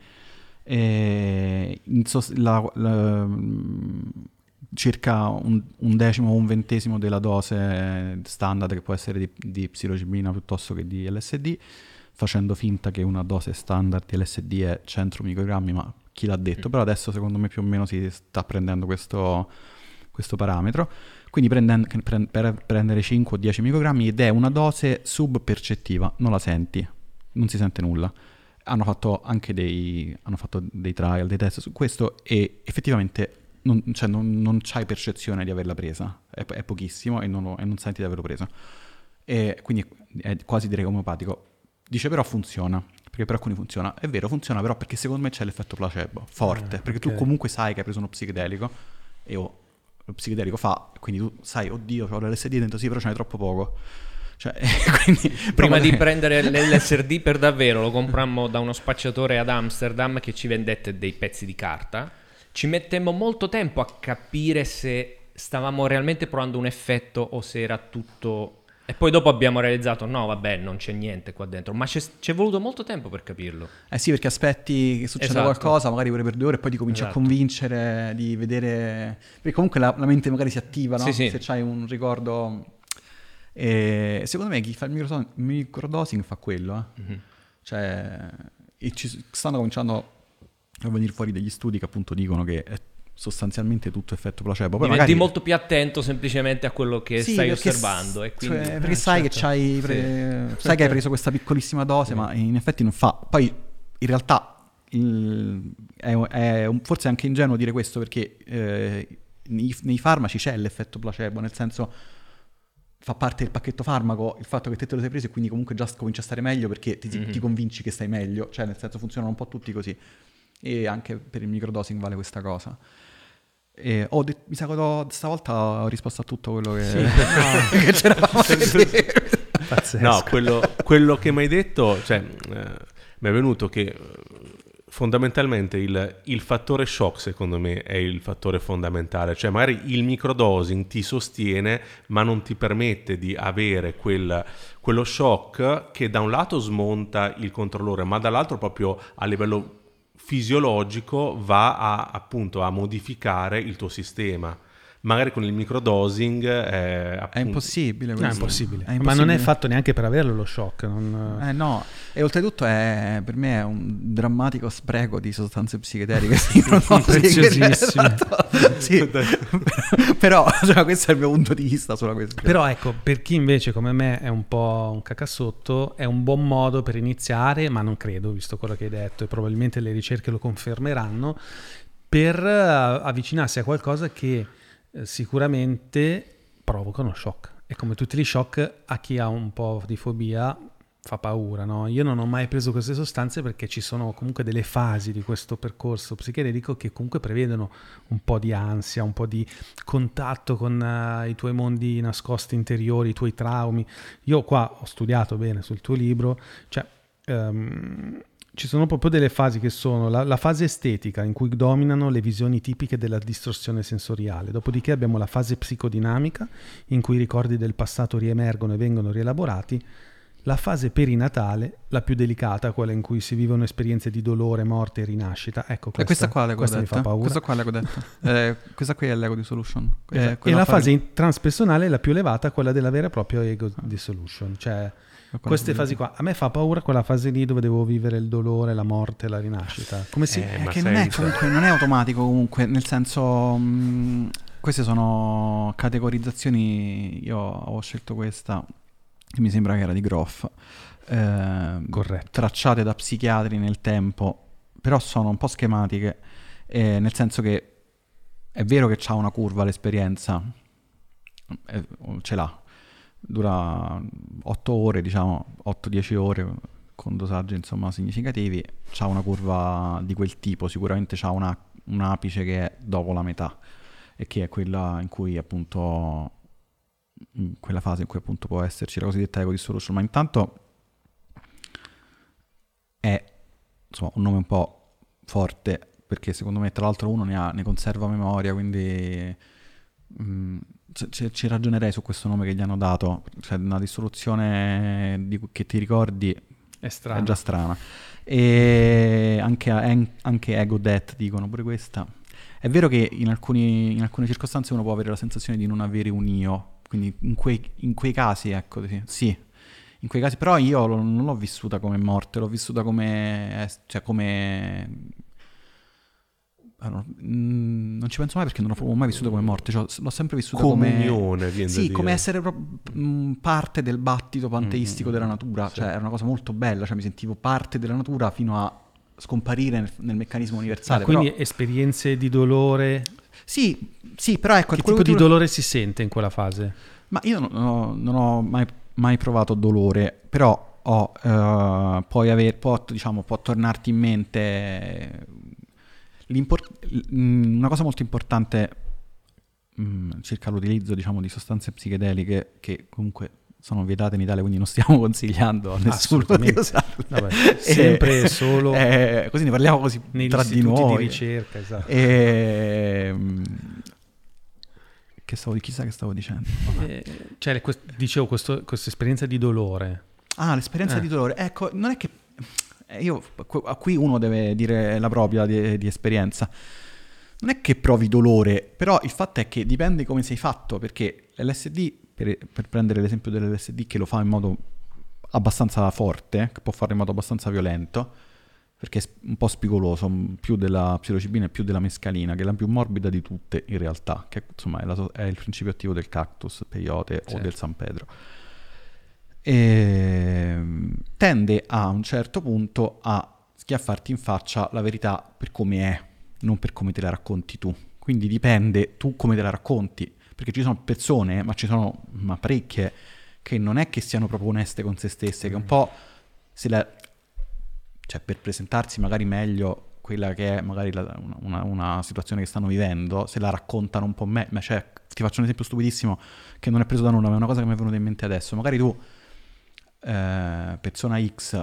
E in sos- la, la, circa un, un decimo o un ventesimo della dose standard che può essere di, di psilocibina piuttosto che di L S D, facendo finta che una dose standard di L S D è cento microgrammi, ma chi l'ha detto? Mm. Però adesso secondo me più o meno si sta prendendo questo, questo parametro, quindi prenden, per prendere cinque o dieci microgrammi, ed è una dose subpercettiva, non la senti, non si sente nulla. Hanno fatto anche dei, hanno fatto dei trial, dei test su questo e effettivamente non, cioè non, non c'hai percezione di averla presa, è, è pochissimo e non, lo, e non senti di averlo preso. E quindi è quasi direi omeopatico. Dice però funziona, perché per alcuni funziona. È vero, funziona però perché secondo me c'è l'effetto placebo, forte, ah, perché okay. tu comunque sai che hai preso uno psichedelico e oh, lo psichedelico fa, quindi tu sai, oddio, ho l'L S D dentro, sì, però ce n'è troppo poco. Cioè, quindi, prima di magari... prendere l'L S D per davvero lo comprammo da uno spacciatore ad Amsterdam che ci vendette dei pezzi di carta. Ci mettemmo molto tempo a capire se stavamo realmente provando un effetto o se era tutto, e poi dopo abbiamo realizzato no vabbè non c'è niente qua dentro, ma c'è, c'è voluto molto tempo per capirlo. Eh sì, perché aspetti che succeda esatto. qualcosa magari pure per due ore e poi ti cominci esatto. a convincere di vedere, perché comunque la, la mente magari si attiva, no? Sì, sì. Se c'hai un ricordo. E secondo me chi fa il microdosing, microdosing fa quello, eh? Mm-hmm. Cioè, e ci stanno cominciando a venire fuori degli studi che appunto dicono che è sostanzialmente tutto effetto placebo. Poi diventi magari... molto più attento semplicemente a quello che sì, stai perché osservando, e quindi... cioè, perché eh, sai certo. che c'hai pre... sì. sai che hai preso questa piccolissima dose, sì. ma in effetti non fa. Poi in realtà il, è, è un, forse è anche ingenuo dire questo, perché eh, nei, nei farmaci c'è l'effetto placebo, nel senso fa parte del pacchetto farmaco il fatto che te te lo sei preso e quindi comunque già cominci a stare meglio perché ti, mm-hmm. ti convinci che stai meglio, cioè nel senso funzionano un po' tutti così, e anche per il microdosing vale questa cosa. E oh, de- mi sa che ho, stavolta ho risposto a tutto quello che, sì. no. che c'eravamo Pazzesco. No, quello, quello che mi hai detto, cioè, eh, mi è venuto che eh, fondamentalmente il, il fattore shock secondo me è il fattore fondamentale, cioè magari il microdosing ti sostiene ma non ti permette di avere quel, quello shock che da un lato smonta il controllore ma dall'altro proprio a livello fisiologico va a, appunto a modificare il tuo sistema. Magari con il microdosing è, appunto... è impossibile questo. No, è impossibile. È impossibile, ma non è fatto neanche per averlo lo shock. Non... Eh no, e oltretutto è, per me è un drammatico spreco di sostanze psichedeliche. Preziosissime. Sì, però cioè, questo è il mio punto di vista sulla questione. Però ecco, per chi invece come me è un po' un cacassotto, è un buon modo per iniziare, ma non credo, visto quello che hai detto, e probabilmente le ricerche lo confermeranno, per uh, avvicinarsi a qualcosa che uh, sicuramente provoca uno shock. E come tutti gli shock, a chi ha un po' di fobia fa paura, no? Io non ho mai preso queste sostanze perché ci sono comunque delle fasi di questo percorso psichedelico che comunque prevedono un po' di ansia, un po' di contatto con uh, i tuoi mondi nascosti interiori, i tuoi traumi. Io qua ho studiato bene sul tuo libro, cioè um, ci sono proprio delle fasi che sono la, la fase estetica in cui dominano le visioni tipiche della distorsione sensoriale, dopodiché abbiamo la fase psicodinamica in cui i ricordi del passato riemergono e vengono rielaborati, la fase perinatale, la più delicata, quella in cui si vivono esperienze di dolore, morte e rinascita. Ecco, questa, e questa qua l'ego questa mi detta. fa paura. Questa qua l'ego detta. eh, questa qui è l'ego dissolution. Eh, e la fase in- transpersonale, la più elevata, quella della vera e propria ego dissolution. Cioè, queste fasi qua. A me fa paura quella fase lì dove devo vivere il dolore, la morte, la rinascita. Come si... Eh, è ma che non è, senza. comunque, non è automatico comunque, nel senso... Mh, queste sono categorizzazioni, io ho scelto questa, che mi sembra che era di Groff. Eh, Corretto. Tracciate da psichiatri nel tempo, però sono un po' schematiche, eh, nel senso che è vero che c'ha una curva l'esperienza, eh, ce l'ha, dura otto ore, diciamo otto dieci ore con dosaggi insomma significativi, c'ha una curva di quel tipo, sicuramente c'ha una, un apice che è dopo la metà e che è quella in cui appunto in quella fase in cui appunto può esserci la cosiddetta ego dissolution, ma intanto è insomma un nome un po' forte perché secondo me tra l'altro uno ne, ha, ne conserva memoria, quindi mh, c- ci ragionerei su questo nome che gli hanno dato, cioè una dissoluzione di, che ti ricordi È strano. è già strana, e anche, anche ego death dicono pure questa. È vero che in, alcuni, in alcune circostanze uno può avere la sensazione di non avere un io, quindi in quei, in quei casi, ecco, sì, sì, in quei casi, però io lo, non l'ho vissuta come morte, l'ho vissuta come, cioè come, allora, mh, non ci penso mai perché non l'ho mai vissuta come morte, cioè, l'ho sempre vissuta comunione, come, viene sì, da come dire. essere proprio mh, parte del battito panteistico Mm-hmm. della natura, Sì. cioè era una cosa molto bella, cioè mi sentivo parte della natura fino a scomparire nel, nel meccanismo universale. Ah, quindi però, esperienze di dolore. sì, sì, però ecco... Che quello tipo che di tu- dolore si sente in quella fase? Ma io non ho, non ho mai, mai provato dolore, però ho, eh, puoi aver, può, diciamo, può tornarti in mente l'import- l- una cosa molto importante mh, circa l'utilizzo, diciamo, di sostanze psichedeliche che comunque sono vietate in Italia, quindi non stiamo consigliando a nessuno di Assolutamente. usarle. Vabbè, sempre e solo eh, così ne parliamo così negli tra di istituti noi. di ricerca, esatto. E, che stavo, chissà che stavo dicendo. Eh, cioè, que- dicevo, questo, questa esperienza di dolore. Ah, l'esperienza Eh. di dolore. Ecco, non è che eh, io a qui uno deve dire la propria di, di esperienza. Non è che provi dolore, però il fatto è che dipende come sei fatto, perché l'L S D, per, per prendere l'esempio dell'L S D che lo fa in modo abbastanza forte, che può farlo in modo abbastanza violento, perché è un po' spigoloso, più della psilocibina e più della mescalina, che è la più morbida di tutte in realtà, che insomma è, la, è il principio attivo del cactus, peyote Certo. o del San Pedro. E tende a un certo punto a schiaffarti in faccia la verità per come è, non per come te la racconti tu. Quindi dipende tu come te la racconti, perché ci sono persone, ma ci sono ma parecchie, che non è che siano proprio oneste con se stesse, che un po' se la, cioè per presentarsi magari meglio quella che è magari la, una, una situazione che stanno vivendo, se la raccontano un po' meglio. Cioè, ti faccio un esempio stupidissimo che non è preso da nulla, ma è una cosa che mi è venuta in mente adesso. Magari tu, eh, persona X,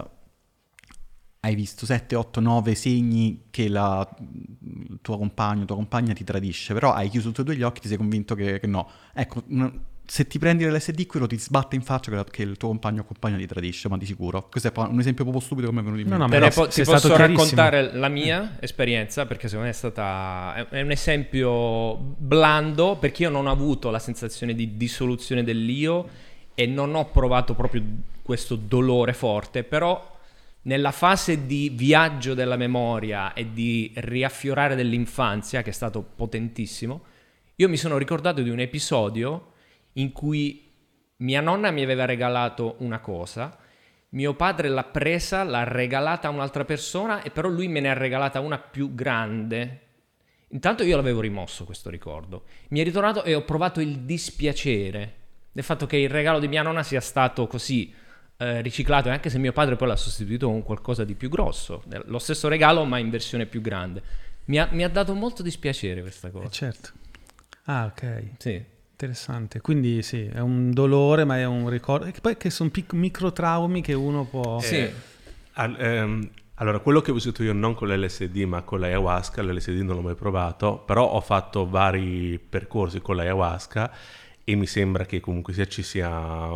hai visto sette, otto, nove segni che la, il tuo compagno, tua compagna ti tradisce, però hai chiuso tutti e due gli occhi, ti sei convinto che, che no. Ecco, una, se ti prendi l'L S D, quello ti sbatte in faccia che, che il tuo compagno o compagna ti tradisce, ma di sicuro. Questo è un esempio proprio stupido che mi è venuto in mente. No, no, Te però ne po- sei ti posso stato raccontare la mia esperienza, perché secondo me è stata è, è un esempio blando, perché io non ho avuto la sensazione di dissoluzione dell'io e non ho provato proprio questo dolore forte, però nella fase di viaggio della memoria e di riaffiorare dell'infanzia, che è stato potentissimo, io mi sono ricordato di un episodio in cui mia nonna mi aveva regalato una cosa, mio padre l'ha presa, l'ha regalata a un'altra persona, e però lui me ne ha regalata una più grande. Intanto io l'avevo rimosso questo ricordo, mi è ritornato e ho provato il dispiacere del fatto che il regalo di mia nonna sia stato così eh, riciclato, e anche se mio padre poi l'ha sostituito con qualcosa di più grosso, lo stesso regalo ma in versione più grande. Mi ha, mi ha dato molto dispiacere questa cosa. Eh certo. Ah, ok. Sì. Interessante. Quindi sì, è un dolore, ma è un ricordo. E poi che sono pic- micro traumi che uno può... Sì. Eh, al- ehm, allora, quello che ho vissuto io non con l'L S D ma con l'ayahuasca, l'L S D non l'ho mai provato, però ho fatto vari percorsi con l'ayahuasca e mi sembra che comunque sia, ci sia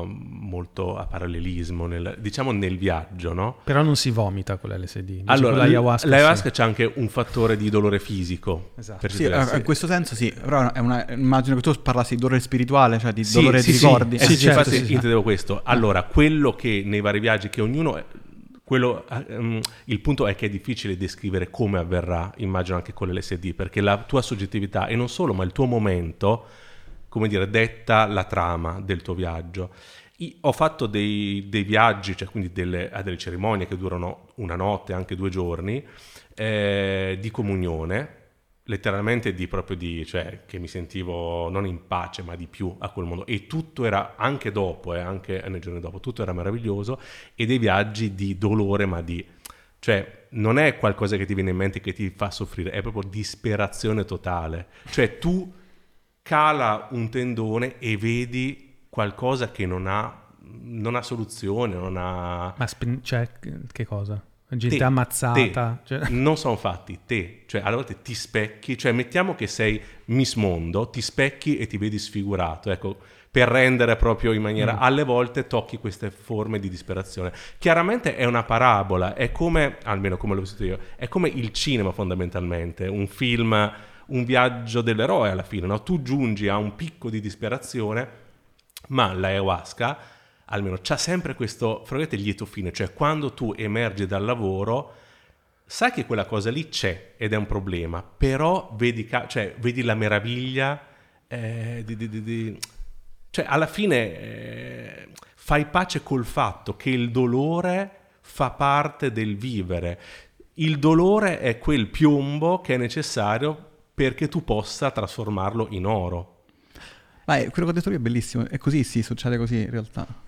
molto a parallelismo, nel, diciamo nel viaggio, no? Però non si vomita con l'L S D. Invece Allora, con l'ayahuasca, l'ayahuasca sì. c'è anche un fattore di dolore fisico. Esatto. per Sì, certi versi. in questo senso sì, però è una, immagino che tu parlassi di dolore spirituale, cioè di Sì, dolore sì, di sì. ricordi. Eh, Sì, sì, certo, infatti sì, sì. intendevo questo. Allora, quello che nei vari viaggi che ognuno... Quello, um, il punto è che è difficile descrivere come avverrà, immagino anche con l'L S D, perché la tua soggettività, e non solo, ma il tuo momento, come dire, detta la trama del tuo viaggio. Io ho fatto dei, dei viaggi, cioè quindi delle, a delle cerimonie che durano una notte, anche due giorni, eh, di comunione, letteralmente di proprio di, cioè che mi sentivo non in pace ma di più a quel mondo, e tutto era anche dopo, eh, anche nei giorni dopo, tutto era meraviglioso, e dei viaggi di dolore ma di, cioè non è qualcosa che ti viene in mente che ti fa soffrire, è proprio disperazione totale, cioè tu cala un tendone e vedi qualcosa che non ha, non ha soluzione, non ha... Ma sp- cioè, che cosa? Gente Te, ammazzata? te. Cioè... Non sono fatti, te. Cioè, alle volte ti specchi, cioè mettiamo che sei Miss Mondo, ti specchi e ti vedi sfigurato, ecco, per rendere proprio in maniera... Mm. Alle volte tocchi queste forme di disperazione. Chiaramente è una parabola, è come, almeno come l'ho visto io, è come il cinema fondamentalmente, un film, un viaggio dell'eroe alla fine, no? Tu giungi a un picco di disperazione, ma l'ayahuasca... almeno c'ha sempre questo, fra virgolette, lieto fine, cioè quando tu emergi dal lavoro sai che quella cosa lì c'è ed è un problema, però vedi, cioè, vedi la meraviglia, eh, di, di, di, di, cioè alla fine eh, fai pace col fatto che il dolore fa parte del vivere, il dolore è quel piombo che è necessario perché tu possa trasformarlo in oro. Ma è, quello che ho detto io è bellissimo, è così, sì, succede così in realtà.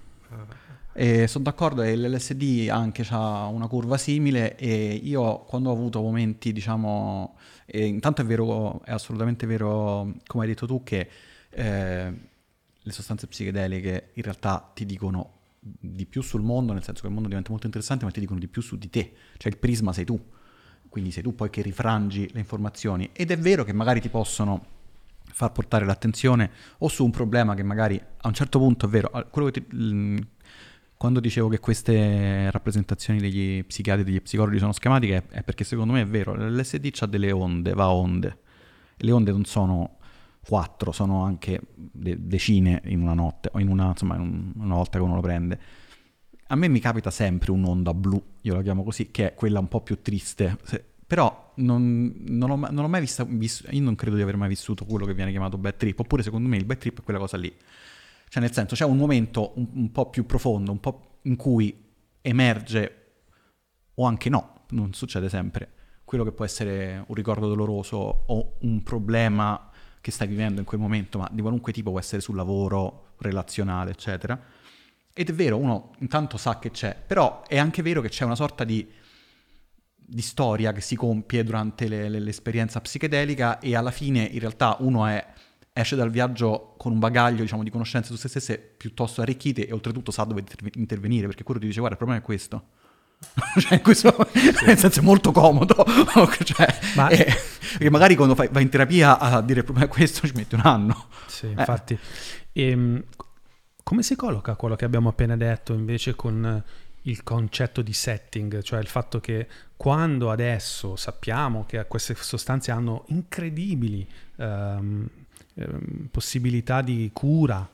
E sono d'accordo, e l'L S D anche ha una curva simile, e io quando ho avuto momenti, diciamo, e intanto è vero, è assolutamente vero, come hai detto tu, che eh, le sostanze psichedeliche in realtà ti dicono di più sul mondo, nel senso che il mondo diventa molto interessante, ma ti dicono di più su di te, cioè il prisma sei tu, quindi sei tu poi che rifrangi le informazioni, ed è vero che magari ti possono far portare l'attenzione o su un problema che magari a un certo punto è vero, quello che ti, l, quando dicevo che queste rappresentazioni degli psichiatri, degli psicologi sono schematiche, è, è perché secondo me è vero, l'L S D ha delle onde, va a onde, e le onde non sono quattro, sono anche de- decine in una notte, o in una, insomma, in un, una volta che uno lo prende. A me mi capita sempre un'onda blu, io la chiamo così, che è quella un po' più triste, se, però non, non, ho, non ho mai vista, visto, io non credo di aver mai vissuto quello che viene chiamato bad trip, oppure secondo me il bad trip è quella cosa lì. Cioè nel senso c'è un momento un, un po' più profondo, un po' in cui emerge, o anche no, non succede sempre, quello che può essere un ricordo doloroso o un problema che stai vivendo in quel momento, ma di qualunque tipo, può essere sul lavoro, relazionale, eccetera. Ed è vero, uno intanto sa che c'è, però è anche vero che c'è una sorta di, di storia che si compie durante le, le, l'esperienza psichedelica, e alla fine in realtà uno è, esce dal viaggio con un bagaglio, diciamo, di conoscenze su se stesse piuttosto arricchite, e oltretutto sa dove intervenire, perché quello ti dice: guarda, il problema è questo. Cioè, questo, sì. Nel senso, è molto comodo. Cioè, ma... è, perché magari quando fai, vai in terapia a dire il problema è questo ci metti un anno. Sì, infatti. Eh. E, come si colloca quello che abbiamo appena detto invece con il concetto di setting, cioè il fatto che quando adesso sappiamo che queste sostanze hanno incredibili um, um, possibilità di cura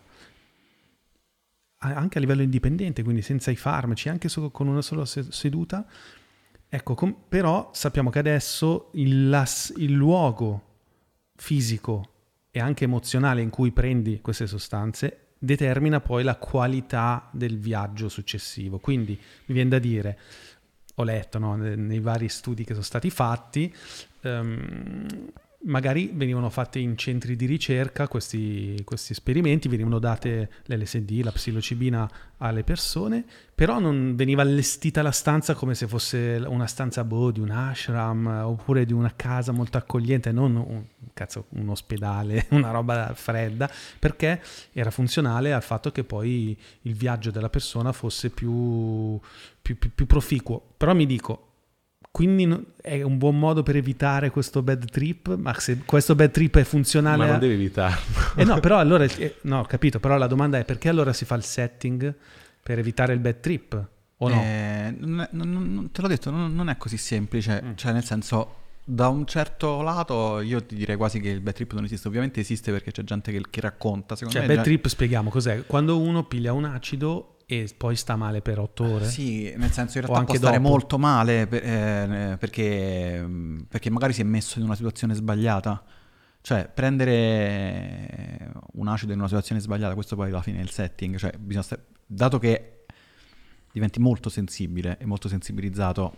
anche a livello indipendente, quindi senza i farmaci, anche solo con una sola seduta, ecco, com- però sappiamo che adesso il, las- il luogo fisico e anche emozionale in cui prendi queste sostanze determina poi la qualità del viaggio successivo. Quindi mi viene da dire, ho letto, no, nei vari studi che sono stati fatti, um, magari venivano fatti in centri di ricerca questi, questi esperimenti, venivano date l'L S D, la psilocibina alle persone, però non veniva allestita la stanza come se fosse una stanza boh, di un ashram oppure di una casa molto accogliente, non un, cazzo, un ospedale, una roba fredda, perché era funzionale al fatto che poi il viaggio della persona fosse più, più, più, più proficuo. Però mi dico, quindi è un buon modo per evitare questo bad trip, ma se questo bad trip è funzionale... Ma non a... devi evitarlo. Eh no, però allora... Eh, no, ho capito, però la domanda è: perché allora si fa il setting per evitare il bad trip? O no? Eh, non, non, non, te l'ho detto, non, non è così semplice. Mm. Cioè, nel senso, da un certo lato io ti direi quasi che il bad trip non esiste. Ovviamente esiste perché c'è gente che, che racconta. Secondo cioè, me bad già... trip, spieghiamo cos'è. Quando uno piglia un acido e poi sta male per otto ore? Sì, nel senso, in realtà può stare dopo. molto male per, eh, perché, perché magari si è messo in una situazione sbagliata. Cioè, prendere un acido in una situazione sbagliata, questo poi alla fine è il setting. Cioè, bisogna stare... dato che diventi molto sensibile e molto sensibilizzato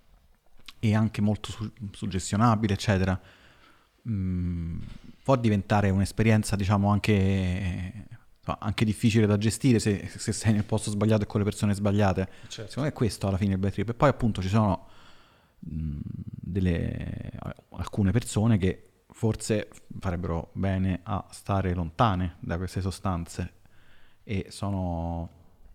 e anche molto su- suggestionabile, eccetera, mh, può diventare un'esperienza, diciamo, anche... anche difficile da gestire se, se sei nel posto sbagliato e con le persone sbagliate. Certo. Secondo me è questo alla fine il bad trip. E poi appunto ci sono mh, delle, alcune persone che forse farebbero bene a stare lontane da queste sostanze, e sono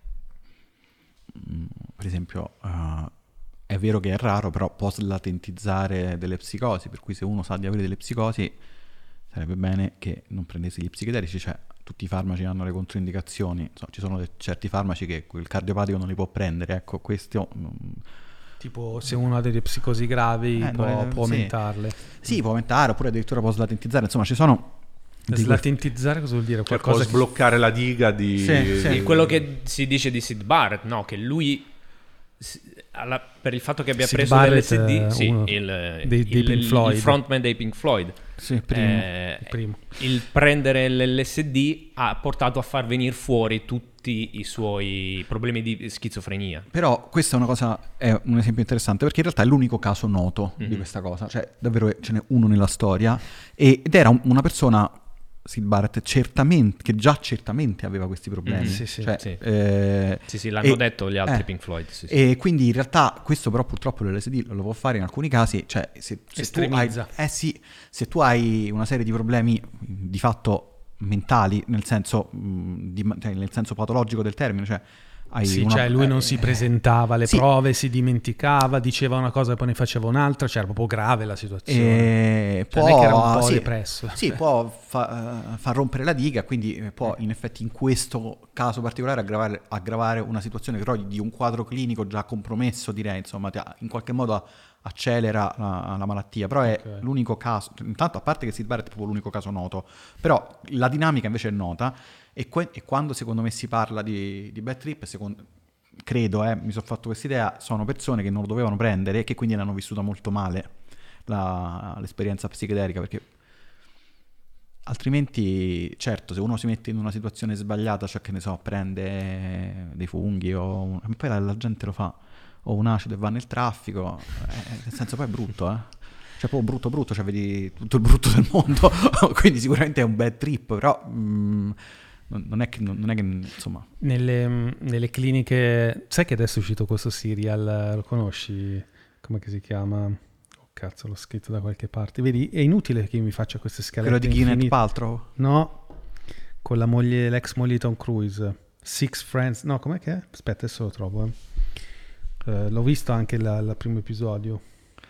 mh, per esempio uh, è vero che è raro, però post-latentizzare delle psicosi, per cui se uno sa di avere delle psicosi sarebbe bene che non prendesse gli psichedelici. Cioè, tutti i farmaci hanno le controindicazioni, insomma, ci sono certi farmaci che il cardiopatico non li può prendere, ecco, questo... Tipo, se uno ha delle psicosi gravi eh, può, può sì. aumentarle. Sì, può aumentare, oppure addirittura può slatentizzare, insomma, ci sono... Slatentizzare cosa vuol dire? Cioè, Qualcosa può sbloccare che... la diga di... Sì, sì. È quello che si dice di Syd Barrett, no? Che lui... Alla, per il fatto che abbia Syd preso l'L S D, sì, il, dei, dei il, Pink Floyd. il frontman dei Pink Floyd, sì, il primo, eh, il primo. Il prendere l'L S D ha portato a far venire fuori tutti i suoi problemi di schizofrenia. Però questa è una cosa, è un esempio interessante, perché in realtà è l'unico caso noto mm-hmm. di questa cosa, cioè davvero ce n'è uno nella storia, ed era un, una persona, Syd Barrett, certamente, che già certamente aveva questi problemi. Mm, sì, sì, cioè, sì. Eh, sì, sì, l'hanno e, detto gli altri eh, Pink Floyd. Sì, sì. E quindi in realtà questo però purtroppo l'L S D lo può fare in alcuni casi, cioè se, se tu hai, eh sì, se tu hai una serie di problemi di fatto mentali, nel senso, mh, di, cioè, nel senso patologico del termine, cioè hai sì, una, cioè lui non eh, si presentava alle sì. prove, si dimenticava, diceva una cosa e poi ne faceva un'altra, cioè era proprio grave la situazione. E cioè, può, non è che era un po' sì, depresso. Sì, può fa, uh, far rompere la diga, quindi può in effetti in questo caso particolare aggravare, aggravare una situazione però di un quadro clinico già compromesso, direi, insomma, in qualche modo accelera la, la malattia, però è okay. l'unico caso, intanto a parte che Syd Barrett è proprio l'unico caso noto, però la dinamica invece è nota. E, que- e quando secondo me si parla di, di bad trip, secondo, credo, eh, mi sono fatto questa idea, sono persone che non lo dovevano prendere e che quindi l'hanno vissuta molto male la, l'esperienza psichedelica, perché altrimenti, certo, se uno si mette in una situazione sbagliata, cioè che ne so, prende dei funghi o... poi la, la gente lo fa, o un acido e va nel traffico, eh, nel senso poi è brutto, eh. Cioè proprio brutto brutto, cioè vedi tutto il brutto del mondo, quindi sicuramente è un bad trip, però mh, non, è che, non è che, insomma... Nelle, nelle cliniche, sai che adesso è uscito questo serial, lo conosci? Come che si chiama? Oh cazzo, l'ho scritto da qualche parte. Vedi, è inutile che mi faccia queste scalette Quello di Gwyneth infinite. Paltrow? No, con la moglie, l'ex moglie di Tom Cruise. Six Friends, no, com'è che è? Aspetta, adesso lo trovo, eh. Uh, l'ho visto anche il primo episodio.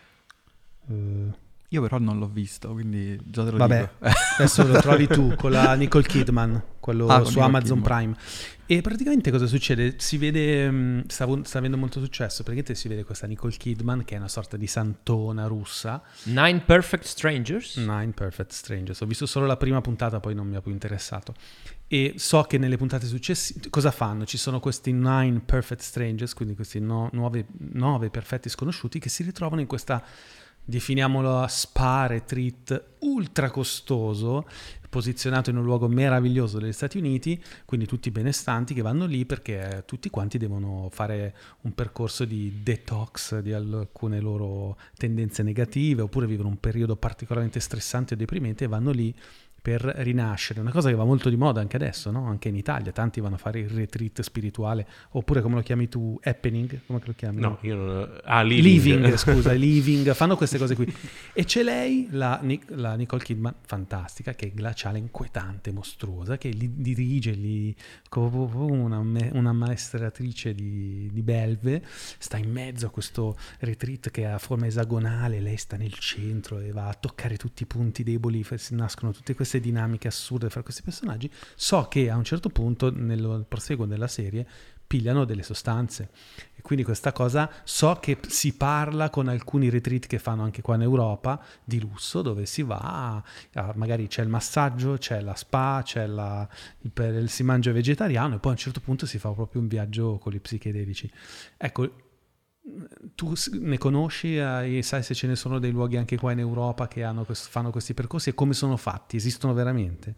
Uh, Io però non l'ho visto, quindi già te lo vabbè, dico. adesso lo trovi tu con la Nicole Kidman, quello Ah, su Nicole Amazon Kidman. Prime. E praticamente cosa succede? Si vede, mh, sta, sta avendo molto successo, praticamente si vede questa Nicole Kidman che è una sorta di santona russa. Nine Perfect Strangers? Nine Perfect Strangers. Ho visto solo la prima puntata, poi non mi ha più interessato. E so che nelle puntate successive cosa fanno? Ci sono questi Nine Perfect Strangers, quindi questi no, nuove, nove perfetti sconosciuti che si ritrovano in questa, definiamolo, spa retreat ultra costoso, posizionato in un luogo meraviglioso degli Stati Uniti, quindi tutti benestanti che vanno lì perché tutti quanti devono fare un percorso di detox di alcune loro tendenze negative, oppure vivono un periodo particolarmente stressante o deprimente e vanno lì per rinascere, una cosa che va molto di moda anche adesso, no? Anche in Italia, tanti vanno a fare il retreat spirituale, oppure come lo chiami tu, happening, come lo chiami? No, io non... Ah, living. Living, scusa, living, fanno queste cose qui. E c'è lei, la, la Nicole Kidman, fantastica, che è glaciale, inquietante, mostruosa, che li dirige li, come una, una maestratrice di, di belve, sta in mezzo a questo retreat che ha forma esagonale, lei sta nel centro e va a toccare tutti i punti deboli, si nascono tutte queste dinamiche assurde fra questi personaggi. So che a un certo punto nel proseguo della serie pigliano delle sostanze e quindi questa cosa, so che si parla con alcuni retreat che fanno anche qua in Europa di lusso, dove si va a, a, magari c'è il massaggio, c'è la spa, c'è la, il, il, si mangia vegetariano e poi a un certo punto si fa proprio un viaggio con gli psichedelici. Ecco, tu ne conosci, eh, sai se ce ne sono dei luoghi anche qua in Europa che hanno quest- fanno questi percorsi e come sono fatti? Esistono veramente?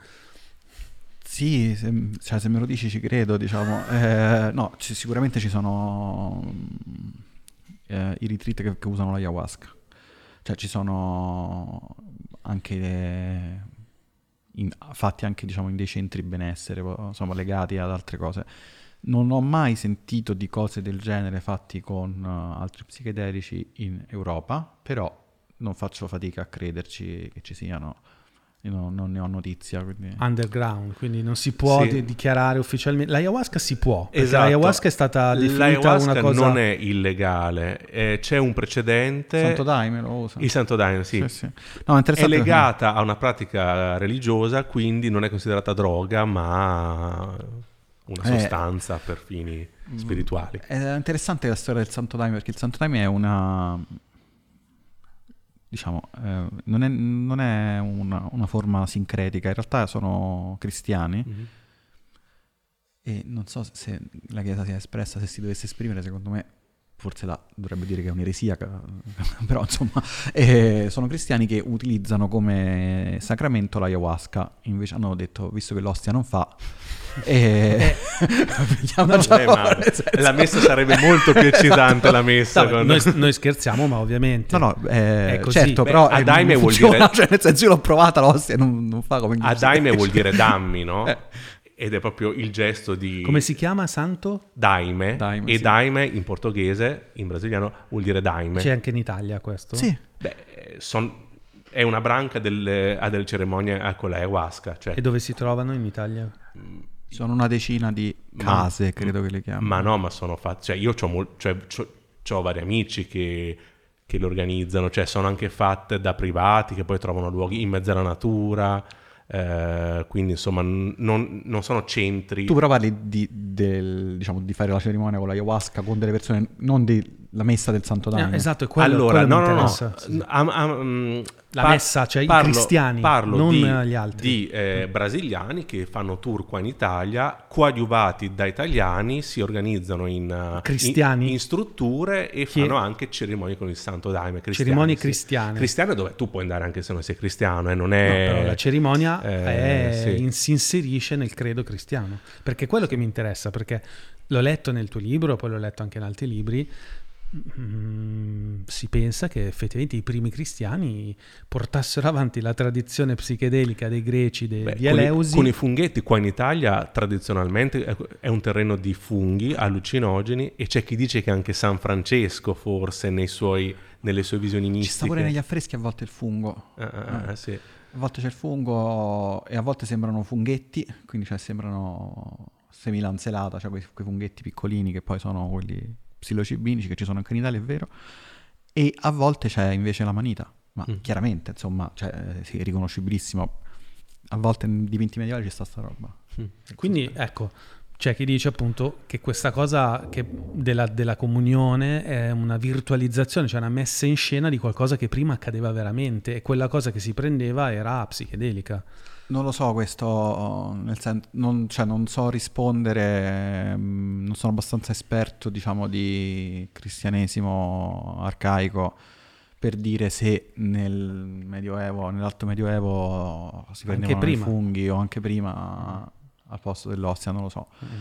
Sì, se, cioè, se me lo dici ci credo, diciamo. Eh, no, ci, sicuramente ci sono eh, i retreat che, che usano l'ayahuasca. Cioè ci sono anche in, fatti anche, diciamo, in dei centri benessere, insomma, legati ad altre cose. Non ho mai sentito di cose del genere fatti con uh, altri psichedelici in Europa, però non faccio fatica a crederci che ci siano. Io non, non ne ho notizia. Quindi... Underground, quindi non si può Sì. di- dichiarare ufficialmente. L'ayahuasca si può, perché Esatto. l'ayahuasca è stata definita L'ayahuasca una cosa... non è illegale, eh, c'è un precedente. Santo Daime lo usa. Il Santo Daime, sì. Sì, sì. No, è È interessante. legata a una pratica religiosa, quindi non è considerata droga, ma una Eh, sostanza per fini spirituali. È interessante la storia del Santo Daime, perché il Santo Daime è una... diciamo, eh, non è, non è una, una forma sincretica, in realtà sono cristiani. Mhm. E non so se la Chiesa sia espressa, se si dovesse esprimere, secondo me forse la, dovrebbe dire che è un'eresia, però insomma eh, sono cristiani che utilizzano come sacramento l'ayahuasca, invece hanno detto, visto che l'ostia non fa, eh, No, eh, ma la messa sarebbe molto più eccitante, la messa. No, con- noi, noi scherziamo, ma ovviamente No, no, eh, È così. certo, Beh, però a eh, Daime non vuol funziona, dire- cioè nel senso io l'ho provata l'ostia, non, non fa come A daime vuol dire dammi, no? Eh. Ed è proprio il gesto di... come si chiama Santo? Daime, Daime, e sì. daime in portoghese, in brasiliano, vuol dire daime. C'è anche in Italia questo? Sì, Beh, eh, son- è una branca delle, a delle cerimonie a- con l'ayahuasca. Cioè, E dove si trovano in Italia? sono una decina di case, credo che le chiamano. Ma no, ma sono fatti... Cioè, io ho cioè, c'ho- c'ho vari amici che, che le organizzano, cioè sono anche fatte da privati che poi trovano luoghi in mezzo alla natura, eh, quindi insomma n- non, non sono centri... Tu però parli di, del, diciamo, di fare la cerimonia con l'ayahuasca con delle persone, non della messa del Santo Daime. No, esatto, è quello, allora, quello no, mi no, no, interessa. Sì. Am- am- La par- messa, cioè i parlo- cristiani, parlo non di, gli altri. di eh, brasiliani che fanno tour qua in Italia, coadiuvati da italiani, si organizzano in, uh, Cristiani? in, in strutture e Che- fanno anche cerimonie con il Santo Daime. Cristiani, Cerimonie sì. cristiane. Cristiane dove tu puoi andare anche se non sei cristiano, eh, non No, è... però la cerimonia eh, è- sì. in- si inserisce nel credo cristiano, perché è quello che mi interessa, perché l'ho letto nel tuo libro, poi l'ho letto anche in altri libri, Mm, si pensa che effettivamente i primi cristiani portassero avanti la tradizione psichedelica dei greci, dei, Beh, di con, i, Eleusi. con i funghetti qua in Italia tradizionalmente è, è un terreno di funghi allucinogeni, e c'è chi dice che anche San Francesco forse nei suoi, nelle sue visioni mistiche. Ci sta pure negli affreschi a volte il fungo. Ah, ah, Eh. sì. A volte c'è il fungo e a volte sembrano funghetti, quindi cioè sembrano semilanzelata, cioè quei, quei funghetti piccolini che poi sono quelli psilocibinici, che ci sono anche in Italia, è vero. E a volte c'è invece l'amanita, ma Mm. chiaramente, insomma, cioè, sì, è riconoscibilissimo. A volte nei dipinti medievali c'è sta sta roba. Mm. Quindi ecco, c'è chi dice appunto che questa cosa che della, della comunione è una virtualizzazione, cioè una messa in scena di qualcosa che prima accadeva veramente, e quella cosa che si prendeva era psichedelica. Non lo so questo, nel senso, non, cioè, non so rispondere, mm, non sono abbastanza esperto, diciamo, di cristianesimo arcaico per dire se nel Medioevo, nell'Alto Medioevo si prendevano i prima. funghi o anche prima al posto dell'ostia, non lo so. Mm.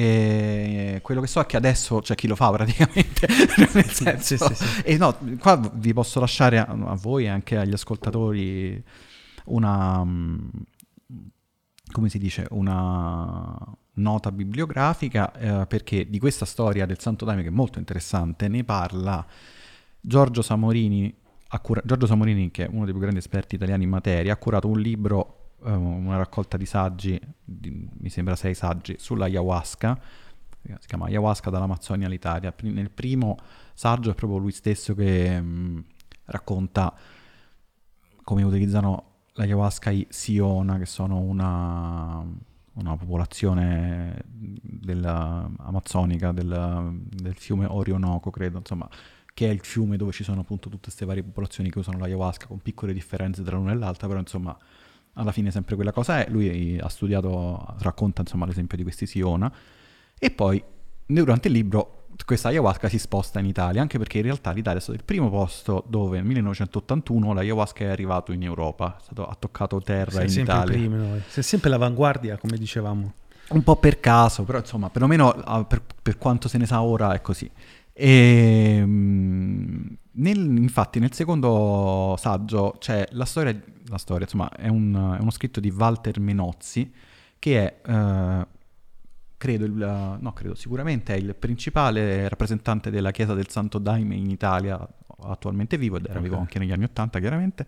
E quello che so è che adesso c'è chi lo fa praticamente, nel senso, Sì, sì, sì. e no, qua vi posso lasciare a, a voi e anche agli ascoltatori una, mm, come si dice, una nota bibliografica, eh, perché di questa storia del Santo Daime, che è molto interessante, ne parla Giorgio Samorini. ha cura- Giorgio Samorini, che è uno dei più grandi esperti italiani in materia, ha curato un libro, eh, una raccolta di saggi, di- mi sembra sei saggi, sull'ayahuasca, si chiama Ayahuasca dall'Amazzonia all'Italia. Pri- Nel primo saggio è proprio lui stesso che mh, racconta come utilizzano l'ayahuasca i Siona, che sono una, una popolazione della- amazzonica del, del fiume Orinoco, credo, insomma, che è il fiume dove ci sono appunto tutte queste varie popolazioni che usano l'ayahuasca, con piccole differenze tra l'una e l'altra, però insomma alla fine sempre quella cosa è. Lui ha studiato, racconta insomma l'esempio di questi Siona, e poi durante il libro questa ayahuasca si sposta in Italia, anche perché in realtà l'Italia è stato il primo posto dove nel millenovecentottantuno l'ayahuasca è arrivato in Europa, è stato, ha toccato terra Siamo in sempre i Italia. primi noi. Siamo sempre l'avanguardia, come dicevamo. Un po' per caso, però insomma, perlomeno ah, per, per quanto se ne sa ora è così. E, mm, nel- infatti nel secondo saggio c'è la storia, la storia insomma, è, un- è uno scritto di Walter Menozzi, che è, eh, credo, il, no, credo, sicuramente è il principale rappresentante della Chiesa del Santo Daime in Italia, attualmente vivo, ed era vivo Ok. anche negli anni Ottanta, chiaramente.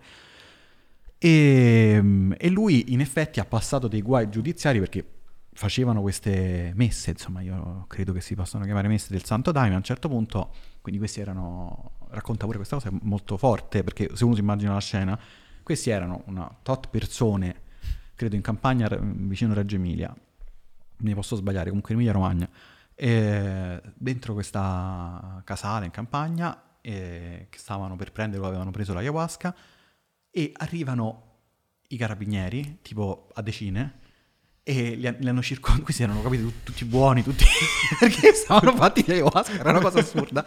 E, mm, e lui in effetti ha passato dei guai giudiziari perché facevano queste messe, insomma, io credo che si possano chiamare messe del Santo Daime a un certo punto, quindi questi erano, racconta pure questa cosa, è molto forte, perché se uno si immagina la scena, questi erano una tot persone, credo in campagna r- vicino a Reggio Emilia, ne posso sbagliare, comunque in Emilia Romagna, e dentro questa casale in campagna, e che stavano per prenderlo, avevano preso l'ayahuasca, e arrivano i carabinieri, tipo a decine, e li, ha- li hanno circondato. Questi erano, capito, tut- tutti buoni, tutti perché stavano fatti di ayahuasca, era una cosa assurda,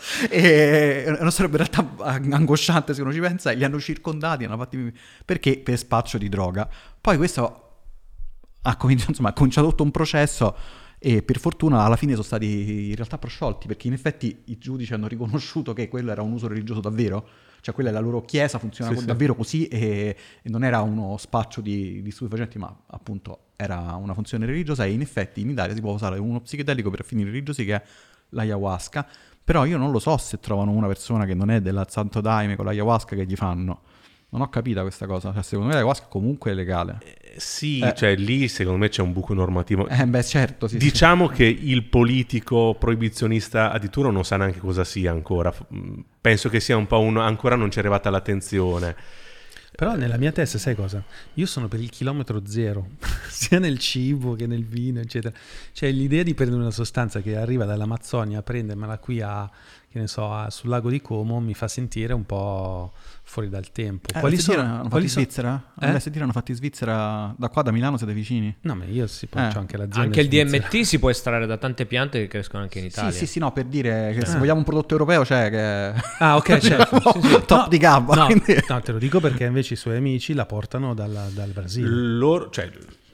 e è una storia in realtà angosciante se uno ci pensa. E li hanno circondati, hanno fatti, perché per spaccio di droga. Poi questo ha cominciato, insomma, ha cominciato tutto un processo, e per fortuna alla fine sono stati in realtà prosciolti, perché in effetti i giudici hanno riconosciuto che quello era un uso religioso davvero, cioè quella è la loro chiesa, funzionava Sì, sì. davvero così, e, e non era uno spaccio di, di stupefacenti, ma appunto era una funzione religiosa. E in effetti in Italia si può usare uno psichedelico per fini religiosi, che è l'ayahuasca, però io non lo so se trovano una persona che non è della Santo Daime con l'ayahuasca che gli fanno. Non ho capito questa cosa, cioè secondo me l'ayahuasca comunque è legale. Eh, sì, Eh. cioè lì secondo me c'è un buco normativo. Eh beh certo, sì, sì. Diciamo che il politico proibizionista addirittura non sa neanche cosa sia ancora. F- mh, Penso che sia un po' un... ancora non ci è arrivata l'attenzione. Però nella mia testa, sai cosa? Io sono per il chilometro zero, sia nel cibo che nel vino, eccetera. Cioè l'idea di prendere una sostanza che arriva dall'Amazzonia, prendermela qui a, che ne so, a- sul lago di Como, mi fa sentire un po' fuori dal tempo. Eh, Quali l'S D sono? hanno fatti Quali in sono- Svizzera? Eh? L'S D l'hanno fatti in Svizzera, da qua da Milano siete vicini? No, ma io si può, Eh. c'ho anche l'azienda. Anche il in Svizzera. D M T si può estrarre da tante piante che crescono anche in Italia. Sì, sì, sì, no, per dire che se Ah. vogliamo un prodotto europeo c'è che... Ah, ok, certo. Sì, sì. Top No, di gamba. No, quindi- no, te lo dico perché invece i suoi amici la portano dalla- dal Brasile. Loro, cioè, Che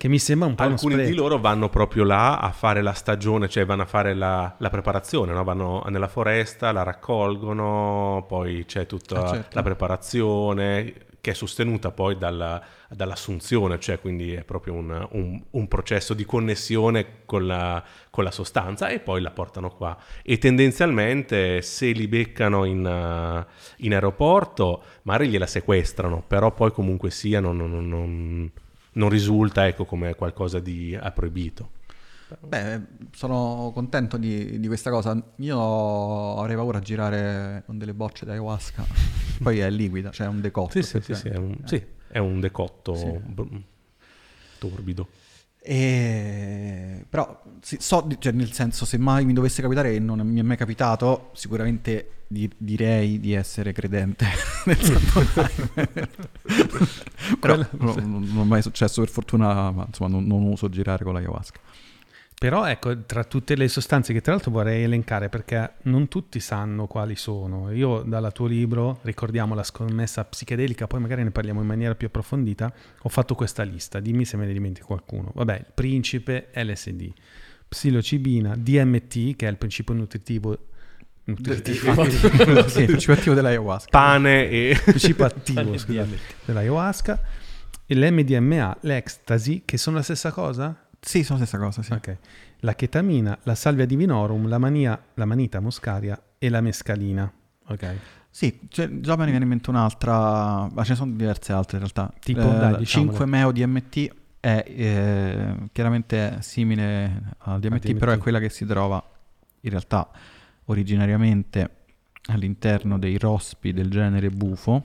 Che mi sembra un po' alcuni uno di spreco. loro vanno proprio là a fare la stagione, cioè vanno a fare la, la preparazione, no? Vanno nella foresta, la raccolgono, poi c'è tutta Ah, certo. la preparazione che è sostenuta poi dalla, dall'assunzione, cioè quindi è proprio un, un- un processo di connessione con la, con la sostanza e poi la portano qua. E tendenzialmente se li beccano in, eh, in aeroporto magari gliela sequestrano, però poi comunque sia non, non- non- non risulta, ecco, come qualcosa di ah, proibito. Beh, sono contento di, di questa cosa. Io avrei paura a girare con delle bocce di ayahuasca. Poi è liquida, cioè è un decotto. Sì, sì, sì, sì, è un, sì, è un decotto b- torbido. E... Però sì, so, di- cioè, nel senso, se mai mi dovesse capitare, e non mi è mai capitato, sicuramente di- direi di essere credente nel Santo Daime. Però Quello- non, non è mai successo per fortuna, ma insomma non, non uso girare con l'ayahuasca. Però ecco, tra tutte le sostanze che tra l'altro vorrei elencare, perché non tutti sanno quali sono. Io dal tuo libro, ricordiamo la scommessa psichedelica, poi magari ne parliamo in maniera più approfondita, ho fatto questa lista, dimmi se me ne dimentico qualcuno. Vabbè, il principe, L S D, psilocibina, D M T, che è il principio nutritivo, nutritivo Sì, il principio attivo dell'ayahuasca. Pane e... principio attivo scusa, dell'ayahuasca, e l'M D M A, l'ecstasy, che sono la stessa cosa? Sì, sono la stessa cosa, sì. Ok. La chetamina, la salvia divinorum, la, mania, la manita muscaria e la mescalina. Ok. Sì, cioè, già me ne viene in mente un'altra, ma ce ne sono diverse altre in realtà. Tipo, dai, diciamole. cinque meo D M T è eh, chiaramente simile al D M T, D M T. però è quella che si trova in realtà originariamente all'interno dei rospi del genere bufo,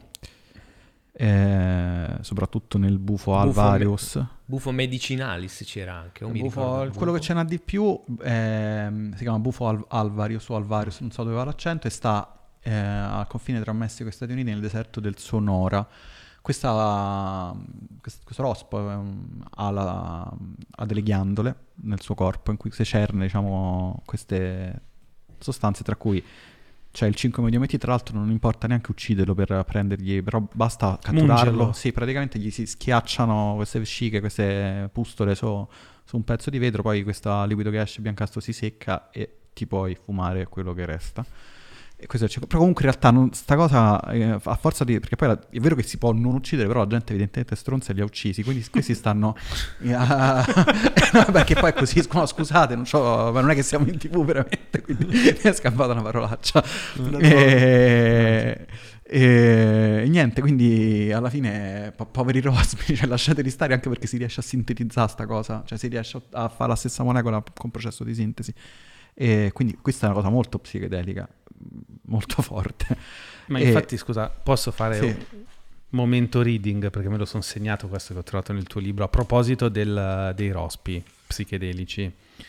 eh, soprattutto nel bufo Bufo alvarius. Bufo medicinalis c'era anche, o mi Bufo- ricordo. quello che ce n'ha di più ehm, si chiama bufo al- alvarius o alvarius, non so dove va l'accento, e sta eh, al confine tra Messico e Stati Uniti nel deserto del Sonora. Questa, quest- questo rospo ehm, ha, la- ha delle ghiandole nel suo corpo in cui secerne, diciamo, queste sostanze, tra cui c'è il cinque meo D M T. Tra l'altro non importa neanche ucciderlo per prendergli, però basta catturarlo. Mungerlo. Sì, praticamente gli si schiacciano queste vesciche, queste pustole su, su un pezzo di vetro, poi questo liquido che esce biancastro si secca e ti puoi fumare quello che resta. E questo è il cinque- però comunque in realtà non, sta cosa eh, a forza di, perché poi la- è vero che si può non uccidere, però la gente evidentemente è stronza e li ha uccisi, quindi questi stanno ah, no, perché poi è così, no, scusate, non, c'ho- ma non è che siamo in TV veramente, quindi mi è scappata una parolaccia. E, e niente, quindi alla fine po- poveri rospi, cioè lasciateli stare, anche perché si riesce a sintetizzare sta cosa, cioè si riesce a, a fare la stessa molecola con processo di sintesi. E quindi questa è una cosa molto psichedelica, molto forte. Ma E- infatti, scusa, posso fare Sì. un momento reading, perché me lo sono segnato questo che ho trovato nel tuo libro, a proposito del- dei rospi psichedelici.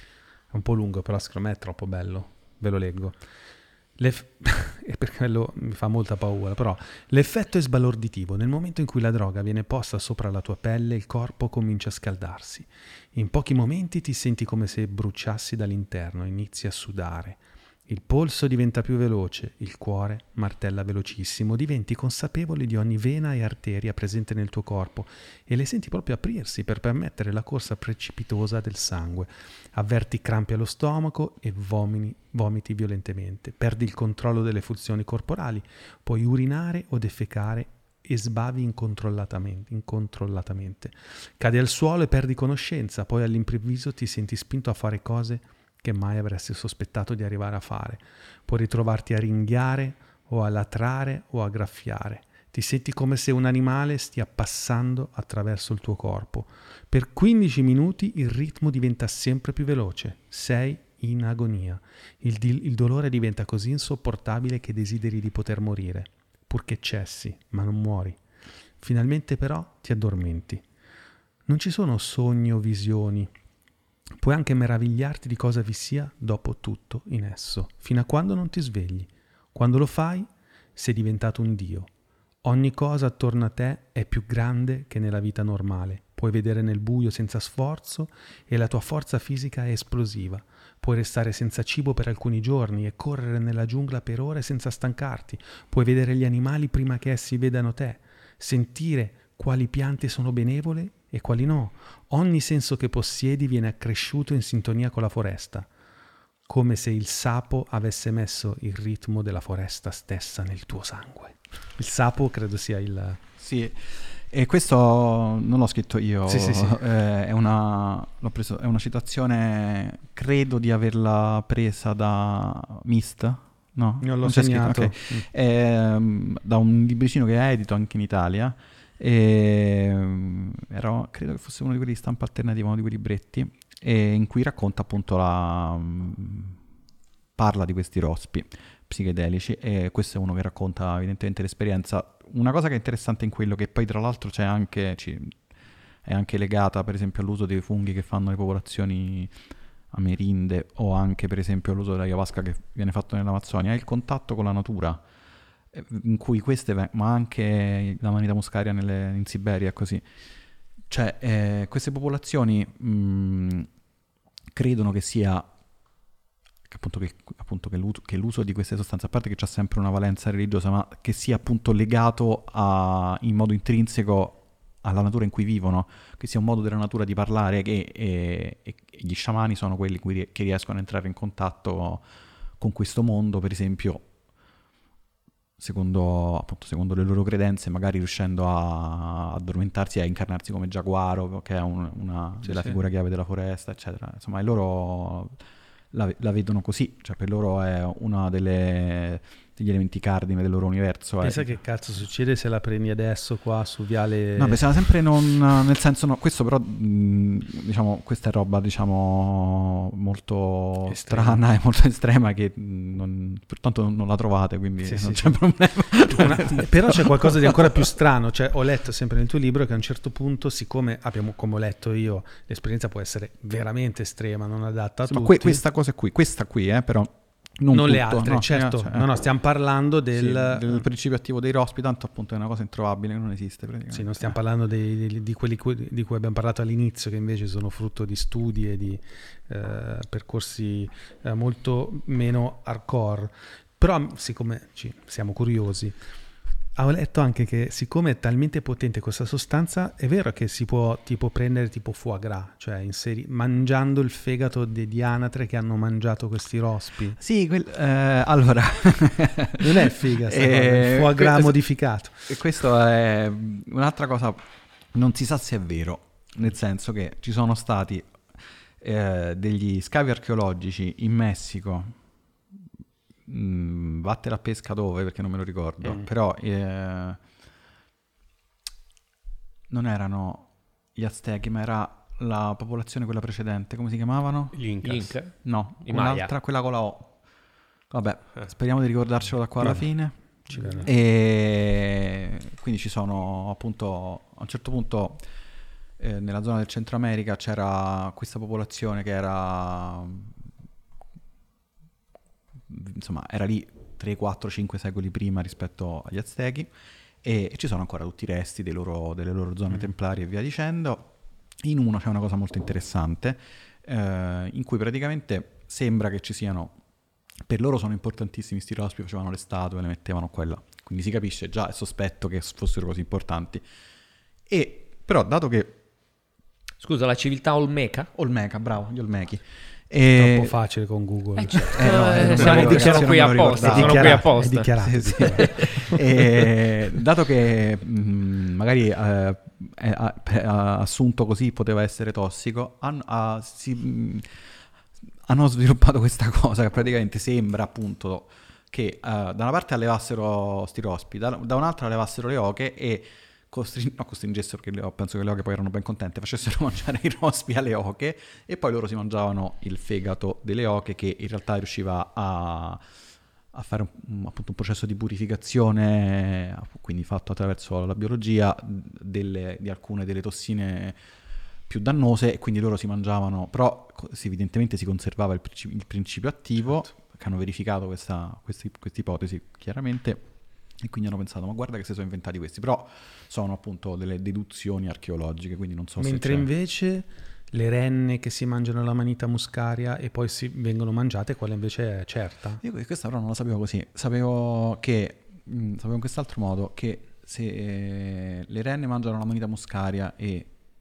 È un po' lungo, però secondo me è troppo bello. Ve lo leggo. L'eff- e perché quello mi fa molta paura, però l'effetto è sbalorditivo. Nel momento in cui la droga viene posta sopra la tua pelle, il corpo comincia a scaldarsi. In pochi momenti ti senti come se bruciassi dall'interno, inizi a sudare. Il polso diventa più veloce, il cuore martella velocissimo, diventi consapevole di ogni vena e arteria presente nel tuo corpo e le senti proprio aprirsi per permettere la corsa precipitosa del sangue. Avverti crampi allo stomaco e vomini, vomiti violentemente. Perdi il controllo delle funzioni corporali, puoi urinare o defecare e sbavi incontrollatamente, incontrollatamente. Cadi al suolo e perdi conoscenza, poi all'improvviso ti senti spinto a fare cose che mai avresti sospettato di arrivare a fare. Puoi ritrovarti a ringhiare o a latrare o a graffiare. Ti senti come se un animale stia passando attraverso il tuo corpo. Per quindici minuti il ritmo diventa sempre più veloce. Sei in agonia. Il, di- il dolore diventa così insopportabile che desideri di poter morire, purché cessi, ma non muori. Finalmente però ti addormenti. Non ci sono sogni o visioni. Puoi anche meravigliarti di cosa vi sia dopo tutto in esso, fino a quando non ti svegli. Quando lo fai, sei diventato un dio. Ogni cosa attorno a te è più grande che nella vita normale. Puoi vedere nel buio senza sforzo e la tua forza fisica è esplosiva. Puoi restare senza cibo per alcuni giorni e correre nella giungla per ore senza stancarti. Puoi vedere gli animali prima che essi vedano te, sentire quali piante sono benevole e quali no. Ogni senso che possiedi viene accresciuto in sintonia con la foresta, come se il sapo avesse messo il ritmo della foresta stessa nel tuo sangue. Il sapo credo sia il... Sì, e questo non l'ho scritto io, Sì, sì, sì. eh, è, una, l'ho preso, è una citazione, credo di averla presa da Mist, no? Non l'ho c'è segnato. scritto, ok. Ehm, da un libricino che è edito anche in Italia, e, era, credo che fosse uno di quelli di stampa alternativa, uno di quei libretti, e in cui racconta appunto la... parla di questi rospi psichedelici, e questo è uno che racconta evidentemente l'esperienza. Una cosa che è interessante in quello, che poi tra l'altro c'è anche, ci, è anche legata per esempio all'uso dei funghi che fanno le popolazioni amerindee, o anche per esempio all'uso dell'ayahuasca che viene fatto nell'Amazzonia, è il contatto con la natura, in cui queste, ma anche la manita muscaria nelle, in Siberia e così, cioè eh, queste popolazioni mh, credono che sia che appunto, che, appunto che, l'uso, che l'uso di queste sostanze, a parte che c'ha sempre una valenza religiosa, ma che sia appunto legato a, in modo intrinseco alla natura in cui vivono, che sia un modo della natura di parlare, che e, e gli sciamani sono quelli che riescono a entrare in contatto con questo mondo, per esempio secondo, appunto, secondo le loro credenze, magari riuscendo a addormentarsi e a incarnarsi come giaguaro, che è un, una sì, della sì. figura chiave della foresta, eccetera. Insomma, e loro la, la vedono così, cioè per loro è una delle, degli elementi cardine del loro universo. Pensa è... che cazzo succede se la prendi adesso qua su Viale... No, pensava sempre non, nel senso, no, questo però, mh, diciamo, questa è roba, diciamo, molto Estrema. strana e molto estrema, che mh, non, pertanto non, non la trovate, quindi Sì, non sì, c'è sì. problema. Una- però c'è qualcosa di ancora più strano, cioè ho letto sempre nel tuo libro che a un certo punto, siccome abbiamo, come ho letto io, l'esperienza può essere veramente estrema, non adatta a Insomma, tutti, que- questa cosa qui, questa qui, eh, però non, non le tutto, altre, no, certo, cioè, no, no, stiamo parlando del... sì, del principio attivo dei rospi, tanto appunto è una cosa introvabile, che non esiste praticamente. Sì, non stiamo parlando dei- di, di quelli cui- di cui abbiamo parlato all'inizio, che invece sono frutto di studi e di eh, percorsi eh, molto meno hardcore. Però, siccome ci siamo curiosi, ho letto anche che siccome è talmente potente questa sostanza, è vero che si può tipo prendere tipo foie gras, cioè inseri- mangiando il fegato di anatre che hanno mangiato questi rospi. Sì, quel- eh, allora... Non è figa sta Eh, cosa, il foie gras que- modificato. E questo è un'altra cosa, non si sa se è vero, nel senso che ci sono stati eh, degli scavi archeologici in Messico, mh, vattene a pesca dove, perché non me lo ricordo, Mm. però eh, non erano gli Aztechi, ma era la popolazione quella precedente, come si chiamavano? Gli Incas. Gli Inca? No, I un'altra, Maya. quella con la O. Vabbè, Eh. speriamo di ricordarcelo da qua alla Vabbè. fine. Ci verrà. E quindi ci sono appunto a un certo punto eh, nella zona del Centro America c'era questa popolazione che era insomma era lì tre, quattro, cinque secoli prima rispetto agli Aztechi, e ci sono ancora tutti i resti dei loro, delle loro zone Mm. templari e via dicendo. In uno c'è una cosa molto interessante eh, in cui praticamente sembra che ci siano, per loro sono importantissimi sti rospi, facevano le statue, le mettevano qua e là, quindi si capisce già, è sospetto che fossero così importanti. E però dato che Scusa, la civiltà olmeca? Olmeca, bravo, gli Olmechi, Troppo e... facile con Google. Eh, certo, Eh, no, eh, non siamo, me lo siamo ricordo, qui non me lo apposta. ricordavo. Sono qui È apposta. dichiarato. Sì, sì. E dato che mh, magari eh, è, ha- è assunto così poteva essere tossico, han- ha- si, mh, hanno sviluppato questa cosa che praticamente sembra appunto che eh, da una parte allevassero sti rospi, da, da un'altra allevassero le oche e costring- no, costringessero, che le, o- penso che le oche poi erano ben contente, facessero mangiare i rospi alle oche, e poi loro si mangiavano il fegato delle oche, che in realtà riusciva a, a fare un, un- appunto un processo di purificazione, quindi fatto attraverso la biologia, delle- di alcune delle tossine più dannose, e quindi loro si mangiavano, però co- si- evidentemente si conservava il, princi- il principio attivo, che hanno verificato questa questa ipotesi chiaramente, e quindi hanno pensato, ma guarda che si sono inventati questi, però sono appunto delle deduzioni archeologiche, quindi non so Mentre se c'è... invece le renne che si mangiano la manita muscaria e poi si vengono mangiate, quella invece è certa. Io questa però non la sapevo così, sapevo che, mh, sapevo in quest'altro modo, che se eh, le renne mangiano la manita muscaria e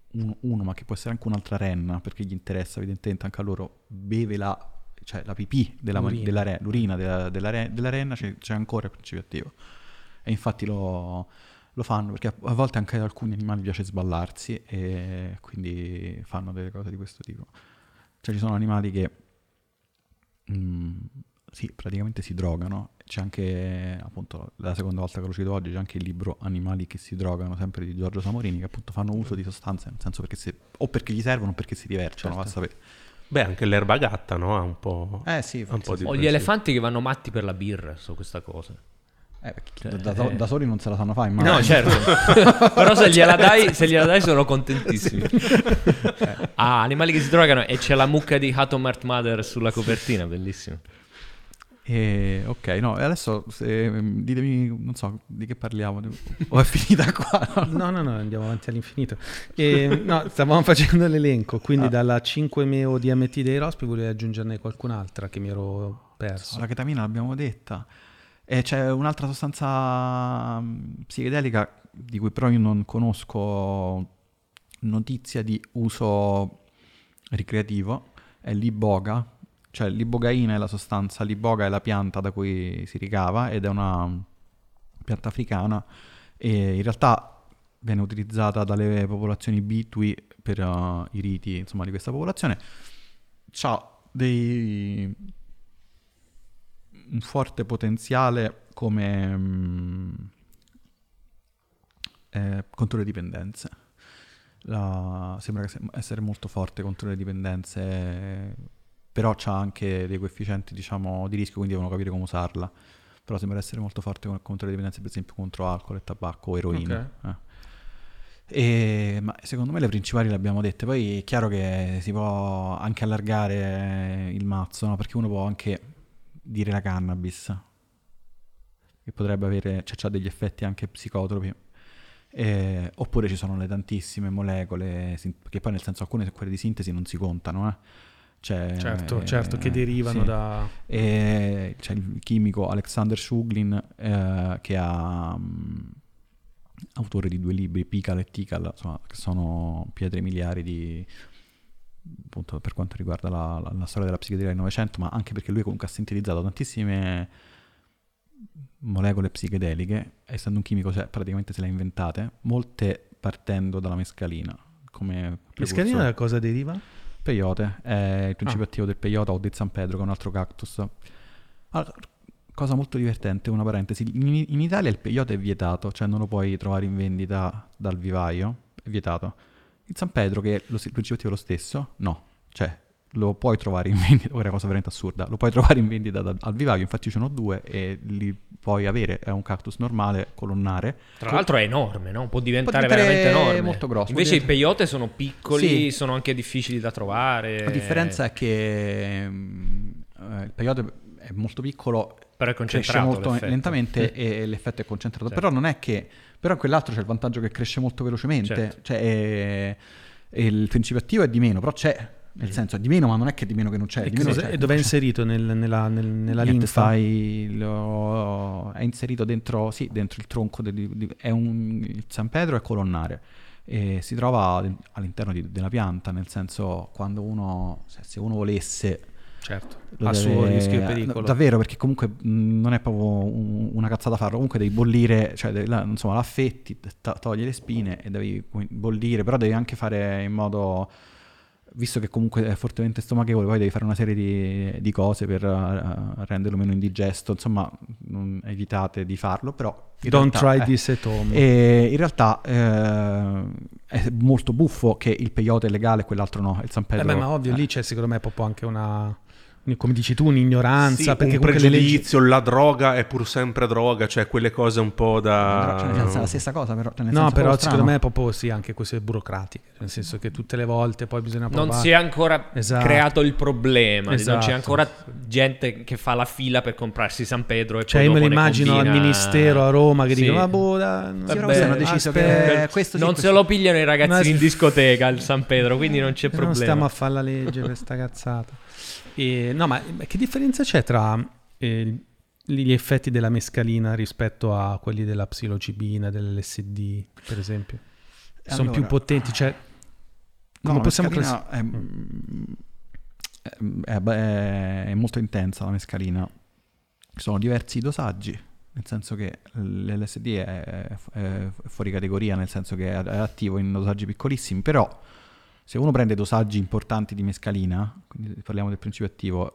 uno, uno, ma che può essere anche un'altra renna, perché gli interessa evidentemente anche a loro, beve la, cioè la pipì della, L'urina. della re, l'urina della, della, re, della renna, c'è, c'è ancora il principio attivo. E infatti lo, lo fanno, perché a, a volte anche ad alcuni animali piace sballarsi e quindi fanno delle cose di questo tipo. Cioè ci sono animali che mh, sì, praticamente si drogano. C'è anche, appunto, la seconda volta che l'ho citato oggi, c'è anche il libro Animali che si drogano, sempre di Giorgio Samorini, che appunto fanno uso di sostanze, nel senso perché se, o perché gli servono o perché si divertono, Certo. va a sapere. Beh, anche l'erba gatta, no? Ha un po'... Eh sì, ha un po' di O gli questo. elefanti che vanno matti per la birra su questa cosa. Eh, perché Cioè, da, da- eh. da soli non se la sanno fare, ma No, certo. Però se gliela dai, se gliela dai sono contentissimi. Ah, animali che si drogano e c'è la mucca di Atom Heart Mother sulla copertina, bellissimo. E, ok, no, e adesso se, ditemi, non so, di che parliamo, o è finita qua? No, no, no, andiamo avanti all'infinito. E, no, stavamo facendo l'elenco, quindi Ah. dalla cinque meo D M T dei rospi volevi aggiungerne qualcun'altra che mi ero perso. La ketamina l'abbiamo detta. E c'è un'altra sostanza mh, psichedelica di cui però io non conosco notizia di uso ricreativo, è l'iboga. Cioè l'ibogaina è la sostanza, l'iboga è la pianta da cui si ricava ed è una pianta africana e in realtà viene utilizzata dalle popolazioni Bitui per uh, i riti, insomma, di questa popolazione. C'ha dei un forte potenziale come mh, eh, contro le dipendenze. La, sembra che se- essere molto forte contro le dipendenze, però c'ha anche dei coefficienti, diciamo, di rischio, quindi devono capire come usarla. Però sembra essere molto forte con- contro le dipendenze, per esempio contro alcol e tabacco o eroina. Eh. E, ma secondo me le principali le abbiamo dette. Poi è chiaro che si può anche allargare il mazzo, no? Perché uno può anche dire la cannabis, che potrebbe avere, cioè c'ha degli effetti anche psicotropi. Eh, oppure ci sono le tantissime molecole, sin- che poi nel senso alcune quelle di sintesi non si contano, eh. Cioè, Certo, eh, certo, che derivano sì. da... E c'è il chimico Alexander Shuglin eh, che ha mh, autore di due libri, Pikal e Tikal, insomma, che sono pietre miliari di, appunto, per quanto riguarda la, la, la storia della psichedelia del Novecento, ma anche perché lui comunque ha sintetizzato tantissime molecole psichedeliche, essendo un chimico, cioè, praticamente se le ha inventate, molte partendo dalla mescalina. Come Mescalina da cosa deriva? peyote, è il principio Ah. attivo del peyote o del San Pedro, che è un altro cactus. Allora, cosa molto divertente, una parentesi, in, in Italia il peyote è vietato, cioè non lo puoi trovare in vendita dal vivaio, è vietato. Il San Pedro, che è lo, il principio attivo è lo stesso, no, cioè lo puoi trovare in vendita, ora è una cosa veramente assurda, lo puoi trovare in vendita da, al vivaio, infatti ce ne ho due e li puoi avere, è un cactus normale, colonnare. Tra l'altro è enorme, no? Può diventare, diventare veramente enorme. molto grosso. Invece Può i peyote sono piccoli, Sì. sono anche difficili da trovare. La differenza è che mm, eh, il peyote è molto piccolo, Però è cresce concentrato molto l'effetto. lentamente e l'effetto è concentrato. Certo. Però non è che... Però in quell'altro c'è il vantaggio che cresce molto velocemente. Certo. Cioè è- e il principio attivo è di meno, però c'è. Nel senso è di meno, ma non è che di meno che non c'è. E, di meno cosa- c'è. e dove è inserito? Nel- nella nel- nella Niente, linfa? fai- lo- è inserito dentro, sì, dentro il tronco. del- di- è un, il San Pedro è colonnare e si trova all'interno di- della pianta, nel senso quando uno, se, se uno volesse... Certo, lo a deve- suo rischio e pericolo. Davvero, perché comunque mh, non è proprio un- una cazzata farlo, comunque devi bollire, cioè devi, la- insomma l'affetti, ta- togli le spine e devi bollire, però devi anche fare in modo... Visto che comunque è fortemente stomachevole, poi devi fare una serie di, di cose per uh, renderlo meno indigesto. Insomma, non evitate di farlo, però... in Don't realtà, try eh, this at home. E in realtà eh, è molto buffo che il peyote è legale e quell'altro no, il San Eh Pedro... beh, ma ovvio, eh. lì c'è secondo me proprio anche una... come dici tu, un'ignoranza. Sì, perché un comunque le leggi- pregiudizio, la droga è pur sempre droga, cioè quelle cose un po' Però, cioè, nel senso, è da... la stessa cosa, però... cioè, nel No, senso, però proprio secondo me strano. è proprio sì, anche queste burocratiche, nel senso che tutte le volte poi bisogna provare. Non si è ancora Esatto. creato il problema, Esatto. non c'è ancora gente che fa la fila per comprarsi San Pedro e Cioè poi io me lo dopo ne immagino combina- al ministero a Roma che Sì. dicono ma boh, da... Sì, però Vabbè, hanno deciso aspetta, che questo sì, non questo- se lo pigliano i ragazzi Ma- in discoteca il San Pedro, quindi non c'è non problema. stiamo a fare la legge per sta cazzata. E, no, ma ma che differenza c'è tra eh, gli effetti della mescalina rispetto a quelli della psilocibina, dell'L S D, per esempio? Sono Allora- più potenti, cioè Come no, possiamo mescalina è, è, è, è molto intensa la mescalina. Ci sono diversi dosaggi, nel senso che l'L S D è, è, è fuori categoria, nel senso che è attivo in dosaggi piccolissimi, però se uno prende dosaggi importanti di mescalina, quindi parliamo del principio attivo,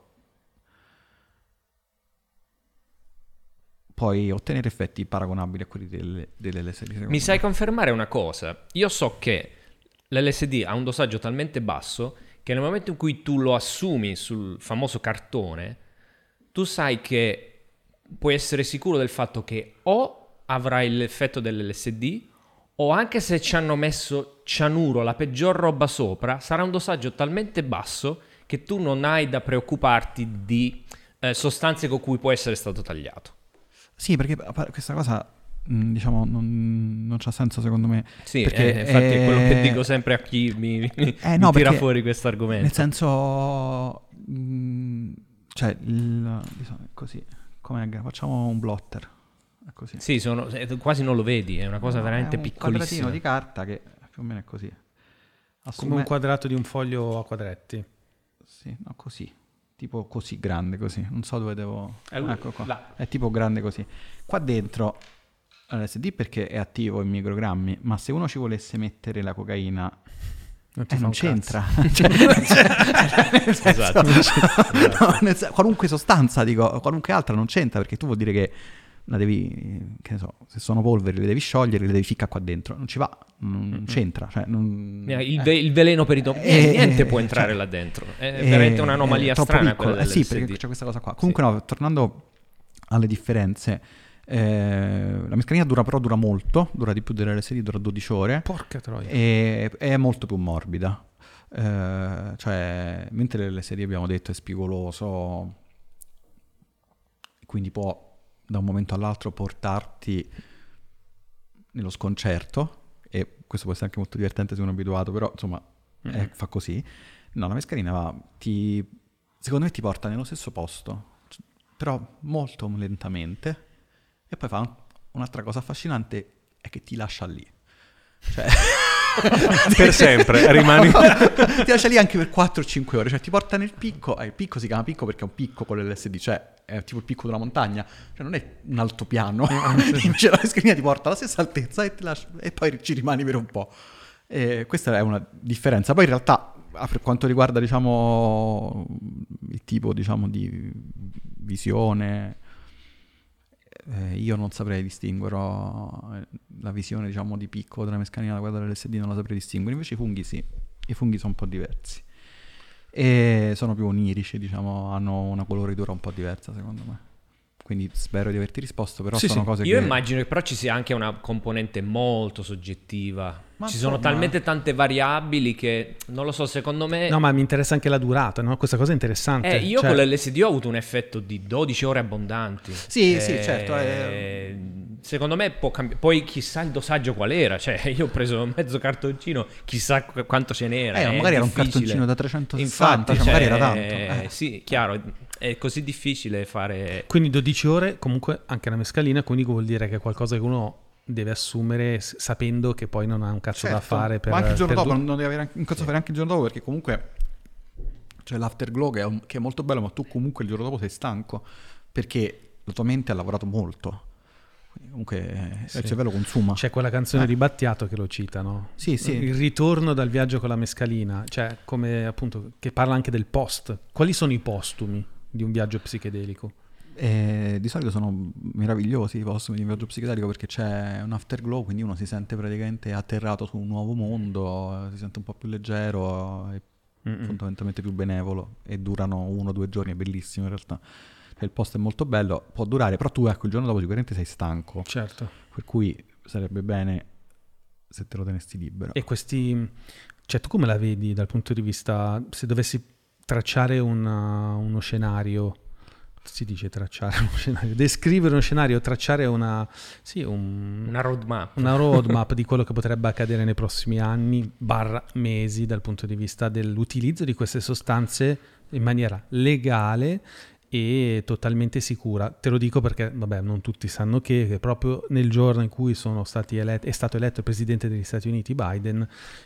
puoi ottenere effetti paragonabili a quelli del, dell'L S D. Mi sai confermare una cosa? Io so che l'L S D ha un dosaggio talmente basso che nel momento in cui tu lo assumi sul famoso cartone, tu sai che puoi essere sicuro del fatto che o avrai l'effetto dell'L S D o anche se ci hanno messo cianuro, la peggior roba sopra, sarà un dosaggio talmente basso che tu non hai da preoccuparti di eh, sostanze con cui può essere stato tagliato. Sì, perché questa cosa, diciamo, non, non c'ha senso secondo me. Sì, perché eh, infatti è quello che è... dico sempre a chi mi, mi, eh, no, mi tira perché, fuori questo argomento. Nel senso, mh, cioè, il, così, come facciamo un blotter. Così. Sì, sono, quasi non lo vedi, è una cosa no, veramente è un piccolissima. quadratino di carta che più o meno è così. Assume... Come un quadrato di un foglio a quadretti. Sì, no, così. Tipo così grande così. Non so dove devo... È, ecco qua. là. È tipo grande così. Qua dentro l'L S D perché è attivo in microgrammi, ma se uno ci volesse mettere la cocaina... Non, eh, non c'entra. Cioè, nel senso, esatto. no, nel senso, qualunque sostanza, dico, qualunque altra non c'entra, perché tu vuol dire che la devi, che ne so, se sono polveri le devi sciogliere, le devi ficcare qua dentro. Non ci va, non mm-hmm. c'entra. Cioè, non, il, ve- il veleno per i topi, eh, niente può entrare cioè, là dentro. È eh, veramente un'anomalia è strana quella eh, sì, perché c'è questa cosa qua. Comunque sì. No, tornando alle differenze, eh, la mescalina dura però dura molto, dura di più dell'L S D, dura dodici ore. Porca troia. E è molto più morbida. Eh, cioè, mentre l'L S D abbiamo detto è spigoloso, quindi può da un momento all'altro portarti nello sconcerto, e questo può essere anche molto divertente se uno è abituato, però insomma mm-hmm. eh, fa così. No, la mescalina va, ti, secondo me ti porta nello stesso posto, però molto lentamente, e poi fa un, un'altra cosa affascinante, è che ti lascia lì. Cioè... per sempre rimani ti lascia lì anche per quattro o cinque ore, cioè ti porta nel picco. Eh, il picco si chiama picco perché è un picco con l'L S D, cioè è tipo il picco di una montagna, cioè non è un altopiano. Invece la mescalina ti porta alla stessa altezza e, ti lascia, e poi ci rimani per un po'. E questa è una differenza. Poi in realtà per quanto riguarda diciamo il tipo diciamo di visione, Eh, io non saprei distinguere la visione diciamo di picco della mescalina da quella dell'L S D, non la saprei distinguere. Invece i funghi sì, i funghi sono un po' diversi e sono più onirici, diciamo, hanno una coloritura un po' diversa secondo me. Quindi spero di averti risposto, però sì, sono sì. cose Io che... immagino che però ci sia anche una componente molto soggettiva. Ma ci sono talmente tante variabili che, non lo so, secondo me... No, ma mi interessa anche la durata, no? Questa cosa è interessante. Eh, io cioè... con l'L S D ho avuto un effetto di dodici ore abbondanti. Sì, eh, sì, certo. Eh... Secondo me può cambiare. Poi chissà il dosaggio qual era. Cioè, io ho preso mezzo cartoncino, chissà quanto ce n'era. Eh, magari era un cartoncino da trecentosessanta, Infatti, cioè, magari era tanto. Eh, sì, chiaro. È così difficile fare... Quindi dodici ore, comunque anche la mescalina, quindi vuol dire che è qualcosa che uno deve assumere sapendo che poi non ha un cazzo certo, da fare per... ma anche il giorno dopo, du- non devi avere un cazzo da fare anche il giorno dopo, perché comunque c'è l'afterglow che è, un, che è molto bello, ma tu comunque il giorno dopo sei stanco, perché la tua mente ha lavorato molto. Comunque sì. Il cervello consuma. C'è quella canzone eh. di Battiato che lo cita, no? Sì, sì. Il ritorno dal viaggio con la mescalina, cioè come appunto che parla anche del post. Quali sono i postumi di un viaggio psichedelico? Eh, di solito sono meravigliosi i postumi di un viaggio psichedelico, perché c'è un afterglow, quindi uno si sente praticamente atterrato su un nuovo mondo, si sente un po' più leggero e Mm-mm. fondamentalmente più benevolo, e durano uno o due giorni, è bellissimo in realtà. Il post è molto bello, può durare, però tu ecco il giorno dopo sicuramente sei stanco, certo, per cui sarebbe bene se te lo tenessi libero. E questi, cioè tu come la vedi dal punto di vista, se dovessi tracciare una, uno scenario, si dice tracciare uno scenario, descrivere uno scenario, tracciare una, sì, un, una roadmap, una roadmap di quello che potrebbe accadere nei prossimi anni, barra mesi, dal punto di vista dell'utilizzo di queste sostanze in maniera legale e totalmente sicura. Te lo dico perché, vabbè, non tutti sanno che, che proprio nel giorno in cui sono stati eletti, è stato eletto il presidente degli Stati Uniti Biden,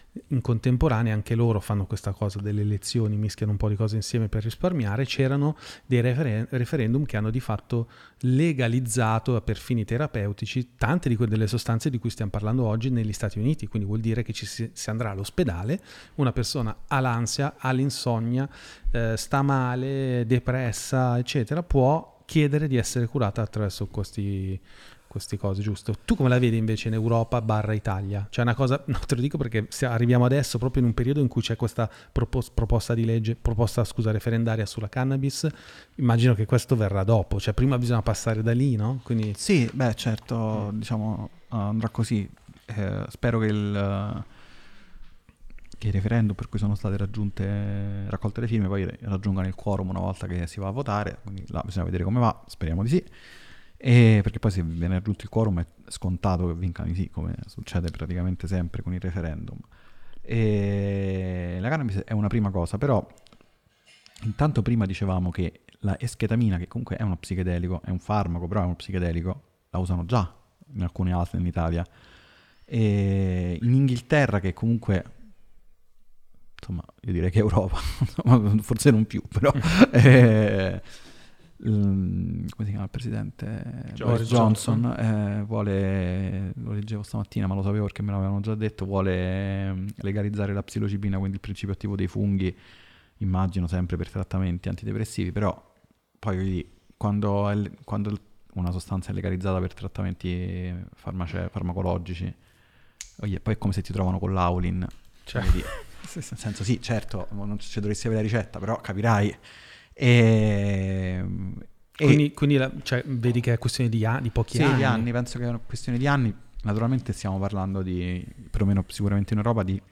in contemporanea anche loro fanno questa cosa delle elezioni, mischiano un po' di cose insieme per risparmiare. C'erano dei referen- referendum che hanno di fatto legalizzato per fini terapeutici tante di quelle sostanze di cui stiamo parlando oggi negli Stati Uniti, quindi vuol dire che ci si, si andrà all'ospedale, una persona ha l'ansia, ha l'insonnia, eh, sta male, depressa, eccetera, può chiedere di essere curata attraverso questi queste cose, giusto? Tu come la vedi invece in Europa barra Italia? C'è una cosa, no, te lo dico perché se arriviamo adesso proprio in un periodo in cui c'è questa propos- proposta di legge, proposta scusa referendaria sulla cannabis, immagino che questo verrà dopo, cioè prima bisogna passare da lì, no? Quindi... Sì, beh certo, diciamo andrà così. Eh, spero che il, che il referendum per cui sono state raggiunte raccolte le firme poi raggiungano il quorum una volta che si va a votare, quindi là bisogna vedere come va, speriamo di sì. E perché poi se viene raggiunto il quorum è scontato che vincano i sì, come succede praticamente sempre con il referendum. E la cannabis è una prima cosa, però intanto prima dicevamo che la esketamina, che comunque è uno psichedelico, è un farmaco, però è uno psichedelico, la usano già in alcune altre in Italia. E in Inghilterra, che comunque, insomma, io direi che Europa, forse non più, però... eh, come si chiama il presidente? Boris Johnson, Johnson. Eh, vuole, lo leggevo stamattina ma lo sapevo perché me l'avevano già detto, vuole legalizzare la psilocibina, quindi il principio attivo dei funghi, immagino sempre per trattamenti antidepressivi, però poi vedi, quando, è, quando una sostanza è legalizzata per trattamenti farmace, farmacologici, poi è come se ti trovano con l'Aulin, cioè, vedi, nel senso sì, certo, non ci dovresti avere la ricetta, però capirai. E, quindi, e, quindi la, cioè, vedi che è questione di, di pochi sì, anni. Di anni, penso che è una questione di anni. Naturalmente stiamo parlando di, perlomeno sicuramente in Europa, di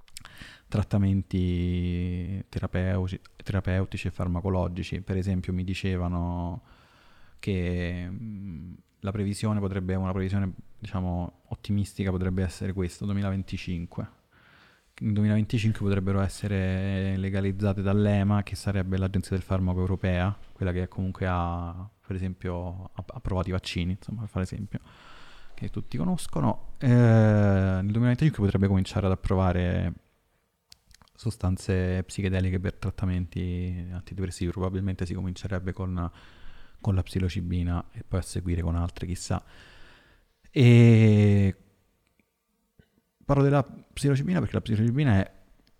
trattamenti terapeutici, terapeutici e farmacologici. Per esempio mi dicevano che mh, la previsione potrebbe, una previsione diciamo ottimistica potrebbe essere questo, duemilaventicinque. Nel duemilaventicinque potrebbero essere legalizzate dall'E M A, che sarebbe l'Agenzia del Farmaco Europea, quella che comunque ha, per esempio, ha approvato i vaccini, insomma, per fare esempio, che tutti conoscono. Eh, nel duemilaventicinque potrebbe cominciare ad approvare sostanze psichedeliche per trattamenti antidepressivi, probabilmente si comincerebbe con, con la psilocibina e poi a seguire con altre, chissà. E... parlo della psilocibina perché la psilocibina è,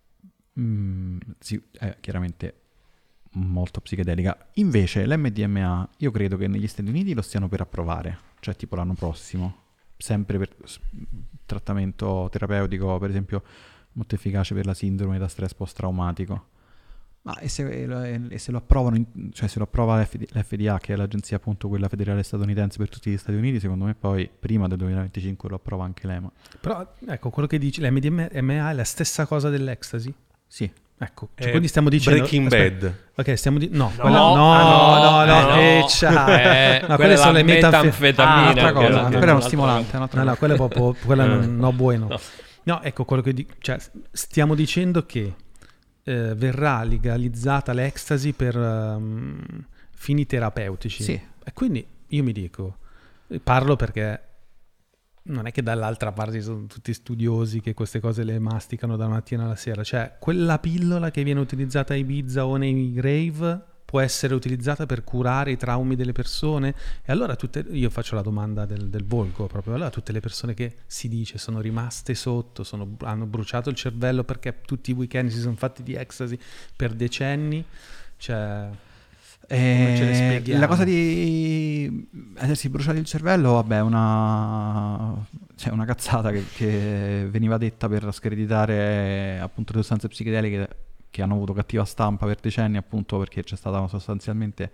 mm, sì, è chiaramente molto psichedelica. Invece l'M D M A io credo che negli Stati Uniti lo stiano per approvare, cioè tipo l'anno prossimo, sempre per trattamento terapeutico, per esempio molto efficace per la sindrome da stress post-traumatico. Ma e se, e se lo approvano, in, cioè se lo approva l'F D A, che è l'agenzia appunto quella federale statunitense per tutti gli Stati Uniti, secondo me poi prima del duemilaventicinque lo approva anche l'E M A. Però ecco, quello che dici, l'M D M A è la stessa cosa dell'ecstasy? Sì. Ecco, cioè, quindi stiamo dicendo Breaking aspetta, Bad. Ok, stiamo di no, no, quella, no, ah, no, no, no, no, eh, no. ciao. Eh, no, quelle sono le metanfetamine. Ah, un'altra cosa, quella, no, quella è uno stimolante, no, no, quella è proprio quella non, no bueno. No. no, ecco quello che dico, cioè stiamo dicendo che eh, verrà legalizzata l'ecstasy per um, fini terapeutici. Sì. E quindi io mi dico, parlo perché non è che dall'altra parte sono tutti studiosi che queste cose le masticano dalla mattina alla sera, cioè quella pillola che viene utilizzata a Ibiza o nei rave può essere utilizzata per curare i traumi delle persone, e allora tutte, io faccio la domanda del, del volgo proprio, allora tutte le persone che si dice sono rimaste sotto, sono, hanno bruciato il cervello perché tutti i weekend si sono fatti di ecstasy per decenni, cioè... Eh, ce le spieghiamo? La cosa di essersi bruciato il cervello, vabbè, è una, cioè una cazzata che, che veniva detta per screditare appunto le sostanze psichedeliche che hanno avuto cattiva stampa per decenni, appunto perché c'è stata sostanzialmente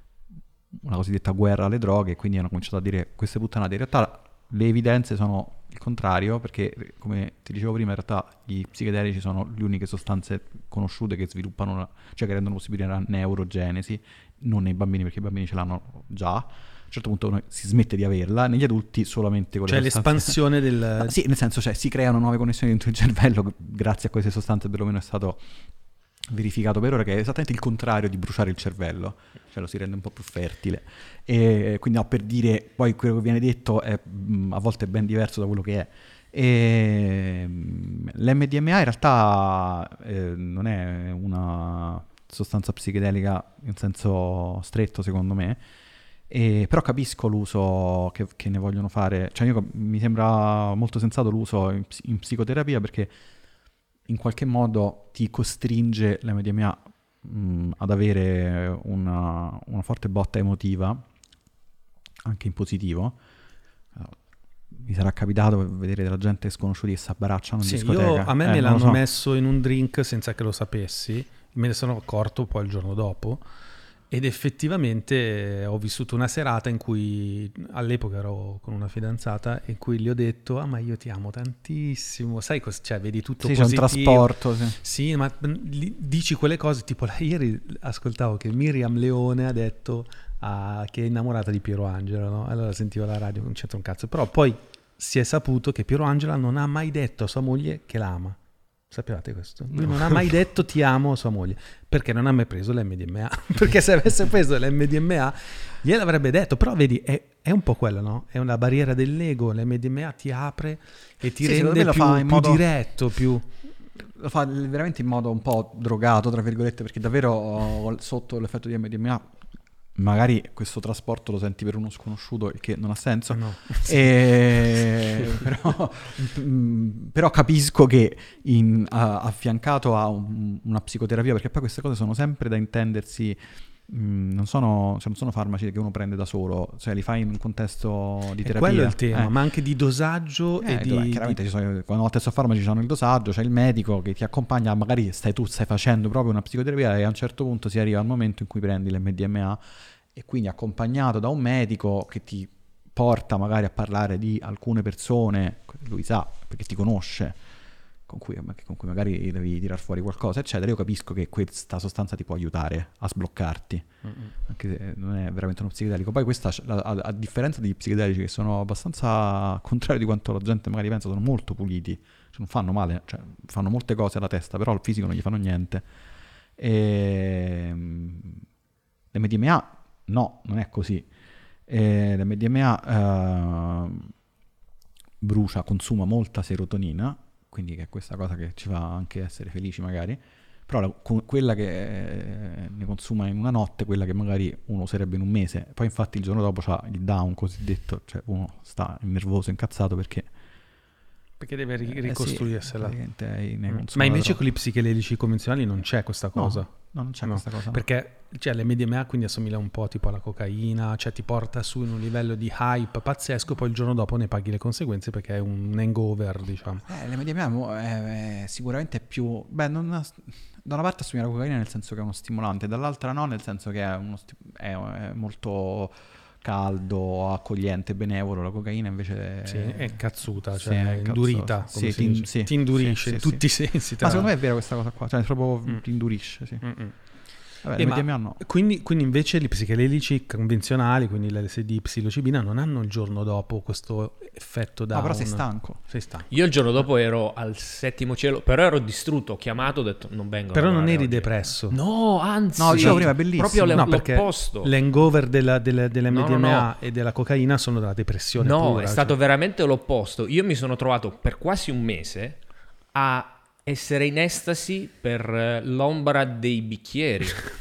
una cosiddetta guerra alle droghe, e quindi hanno cominciato a dire queste puttanate. In realtà le evidenze sono il contrario, perché come ti dicevo prima, in realtà gli psichedelici sono le uniche sostanze conosciute che sviluppano, una, cioè che rendono possibile la neurogenesi, non nei bambini perché i bambini ce l'hanno già, a un certo punto si smette di averla, negli adulti solamente con cioè le sostanze... l'espansione del... Ma sì, nel senso, cioè si creano nuove connessioni dentro il cervello grazie a queste sostanze, perlomeno è stato verificato per ora, che è esattamente il contrario di bruciare il cervello, cioè lo si rende un po' più fertile, e quindi no, per dire, poi quello che viene detto è mh, a volte ben diverso da quello che è, E l'M D M A in realtà eh, non è una sostanza psichedelica in senso stretto, secondo me, e però capisco l'uso che, che ne vogliono fare. Cioè io, mi sembra molto sensato l'uso in, in psicoterapia, perché in qualche modo ti costringe l'M D M A mh, ad avere una, una forte botta emotiva, anche in positivo. Mi sarà capitato vedere della gente sconosciuti che si abbracciano in Sì, discoteca. io, a me eh, me non l'hanno lo so. messo in un drink senza che lo sapessi, me ne sono accorto poi il giorno dopo, ed effettivamente ho vissuto una serata in cui all'epoca ero con una fidanzata, in cui gli ho detto: ah, ma io ti amo tantissimo, sai cos- cioè vedi tutto Sì, c'è un positivo. trasporto, sì. Sì, ma li- dici quelle cose, tipo la- ieri ascoltavo che Miriam Leone ha detto ah, che è innamorata di Piero Angela, no? Allora sentivo la radio, non c'entra un cazzo, però poi si è saputo che Piero Angela non ha mai detto a sua moglie che la ama. Sapevate questo? Lui non ha mai detto ti amo a sua moglie, perché non ha mai preso l'M D M A. Perché se avesse preso l'M D M A gliel'avrebbe detto. Però vedi, è, è un po' quello, no? È una barriera dell'ego. L'M D M A ti apre e ti Sì, secondo me rende lo più, fa in più modo- diretto, più... Lo fa veramente in modo un po' drogato, tra virgolette, perché davvero oh, sotto l'effetto di M D M A magari questo trasporto lo senti per uno sconosciuto, il che non ha senso. No. E... però, mh, però capisco che in, a- affiancato a un- una psicoterapia, perché poi queste cose sono sempre da intendersi, mh, non sono, cioè non sono farmaci che uno prende da solo, cioè li fai in un contesto di E terapia. quello è il tema, Eh. ma anche di dosaggio Eh, e di... dov'è? Chiaramente di- ci sono, quando a testo farmaci c'hanno il dosaggio, c'è il medico che ti accompagna, magari stai tu stai facendo proprio una psicoterapia e a un certo punto si arriva al momento in cui prendi l'M D M A e quindi accompagnato da un medico che ti porta magari a parlare di alcune persone, lui sa perché ti conosce, con cui, con cui magari devi tirar fuori qualcosa, eccetera. Io capisco che questa sostanza ti può aiutare a sbloccarti, anche se non è veramente uno psichedelico. Poi questa, a, a differenza di psichedelici che sono abbastanza, al contrario di quanto la gente magari pensa, sono molto puliti, cioè non fanno male, cioè fanno molte cose alla testa, però al fisico non gli fanno niente. E l'M D M A no, non è così. E l'M D M A eh, brucia, consuma molta serotonina, quindi che è questa cosa che ci fa anche essere felici magari, però la- cu- quella che eh, ne consuma in una notte, quella che magari uno userebbe in un mese, poi infatti il giorno dopo c'ha il down cosiddetto, cioè uno sta nervoso, incazzato perché Perché deve ri- eh, ricostruirsela. sì, praticamente ne Mm. consuma Ma invece troppo. con gli psichedelici convenzionali non c'è questa No, cosa. no, non c'è No, questa cosa, no. Perché cioè, l'M D M A quindi assomiglia un po' tipo alla cocaina, cioè ti porta su in un livello di hype pazzesco, poi il giorno dopo ne paghi le conseguenze perché è un hangover, diciamo. Eh, l'M D M A è, mo- è- è sicuramente più... Beh, non ha- da una parte assomiglia alla cocaina nel senso che è uno stimolante, dall'altra no, nel senso che è, uno sti- è, è molto caldo, accogliente, benevolo. La cocaina invece Sì, è cazzuta, sì, cioè è indurita, cazzosa. come Sì, si ti- dice. sì, ti indurisce sì, in sì, tutti sì. i sensi. Ma tra secondo me è vera questa cosa qua, cioè proprio Mm. ti indurisce, sì. Mm-mm. Vabbè, Eh, l'M ma D M A no. quindi, quindi invece gli psichedelici convenzionali, quindi l'L S D, psilocibina, non hanno il giorno dopo questo effetto da No, però sei stanco. Sei stanco. Io il giorno dopo ero al settimo cielo, però ero distrutto, ho chiamato, ho detto non vengo a Però non lavorare eri oggi. depresso. No, anzi. No, dicevo prima, è bellissimo. Proprio le- No, perché l'opposto. l'hangover della, della, dell'M D M A No, no, no. e della cocaina sono della depressione No, pura, è stato cioè. veramente l'opposto. Io mi sono trovato per quasi un mese a essere in estasi per eh, l'ombra dei bicchieri.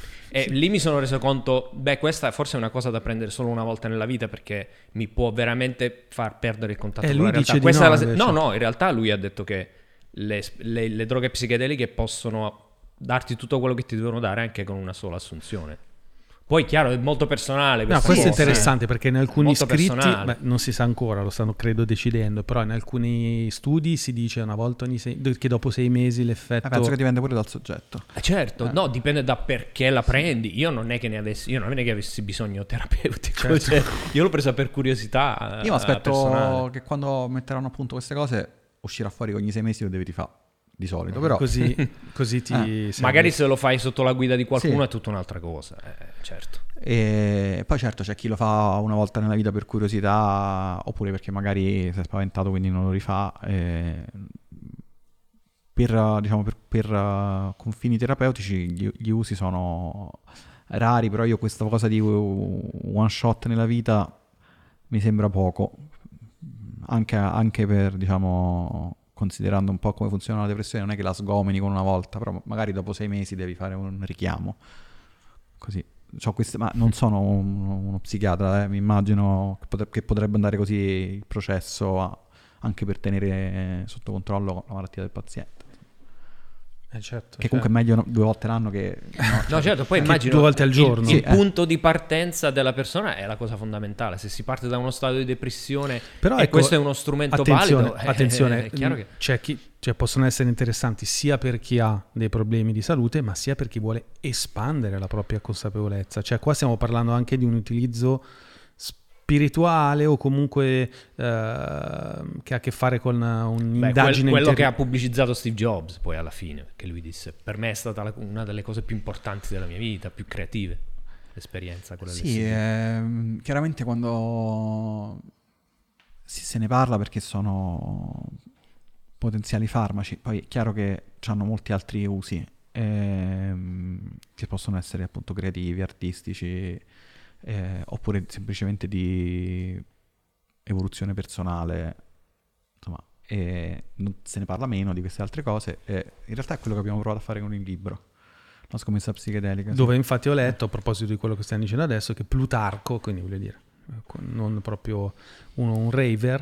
E lì mi sono reso conto, beh, questa forse è una cosa da prendere solo una volta nella vita perché mi può veramente far perdere il contatto Eh, con lui la realtà. dice di Questa no, è la- invece. no, no, in realtà lui ha detto che le, le- le droghe psichedeliche possono darti tutto quello che ti devono dare anche con una sola assunzione. Poi, chiaro, è molto personale. No, questa questo è cosa, interessante eh. perché in alcuni Molto scritti, personale. beh, non si sa ancora, lo stanno credo decidendo, però in alcuni studi si dice una volta ogni sei, che dopo sei mesi l'effetto... Eh, penso che dipende pure dal soggetto. Eh, Certo, Eh. no, dipende da perché la prendi. Io non è che ne avessi, io non è che avessi bisogno terapeutico, Certo. cioè, io l'ho presa per curiosità. Io mi eh, aspetto personale. che quando metteranno a punto queste cose uscirà fuori che ogni sei mesi lo devi rifare, di solito, però... Così, così ti... Eh. serve. Magari se lo fai sotto la guida di qualcuno Sì. è tutta un'altra cosa, eh, certo. E poi certo c'è chi lo fa una volta nella vita per curiosità oppure perché magari si è spaventato quindi non lo rifà. E per, diciamo, per, per uh, confini terapeutici gli, gli usi sono rari, però io questa cosa di one shot nella vita mi sembra poco. anche, anche per, diciamo, considerando un po' come funziona la depressione, non è che la sgomeni con una volta, però magari dopo sei mesi devi fare un richiamo, così. C'ho queste, ma non sono un, uno psichiatra, eh, mi immagino che, potre, che potrebbe andare così il processo a, anche per tenere sotto controllo la malattia del paziente. Eh certo, che comunque certo. è meglio no, due volte l'anno che... No, cioè, No, certo, poi che immagino due volte al giorno. il, Sì, il eh. punto di partenza della persona è la cosa fondamentale. Se si parte da uno stato di depressione Però e ecco, questo è uno strumento attenzione, valido, eh, attenzione, è chiaro che... c'è chi, cioè possono essere interessanti sia per chi ha dei problemi di salute, ma sia per chi vuole espandere la propria consapevolezza. Cioè qua stiamo parlando anche di un utilizzo spirituale o comunque eh, che ha a che fare con un'indagine Beh, quel, quello interi- che ha pubblicizzato Steve Jobs poi alla fine, perché lui disse: per me è stata la- una delle cose più importanti della mia vita, più creative, l'esperienza quella sì, ehm, chiaramente quando si, se ne parla perché sono potenziali farmaci, poi è chiaro che hanno molti altri usi, ehm, che possono essere appunto creativi, artistici, eh, oppure semplicemente di evoluzione personale, insomma, e non se ne parla meno di queste altre cose, e in realtà è quello che abbiamo provato a fare con il libro, la scommessa psicedelica. dove sì. infatti ho letto, a proposito di quello che stiamo dicendo adesso, che Plutarco, quindi voglio dire, non proprio uno, un raver,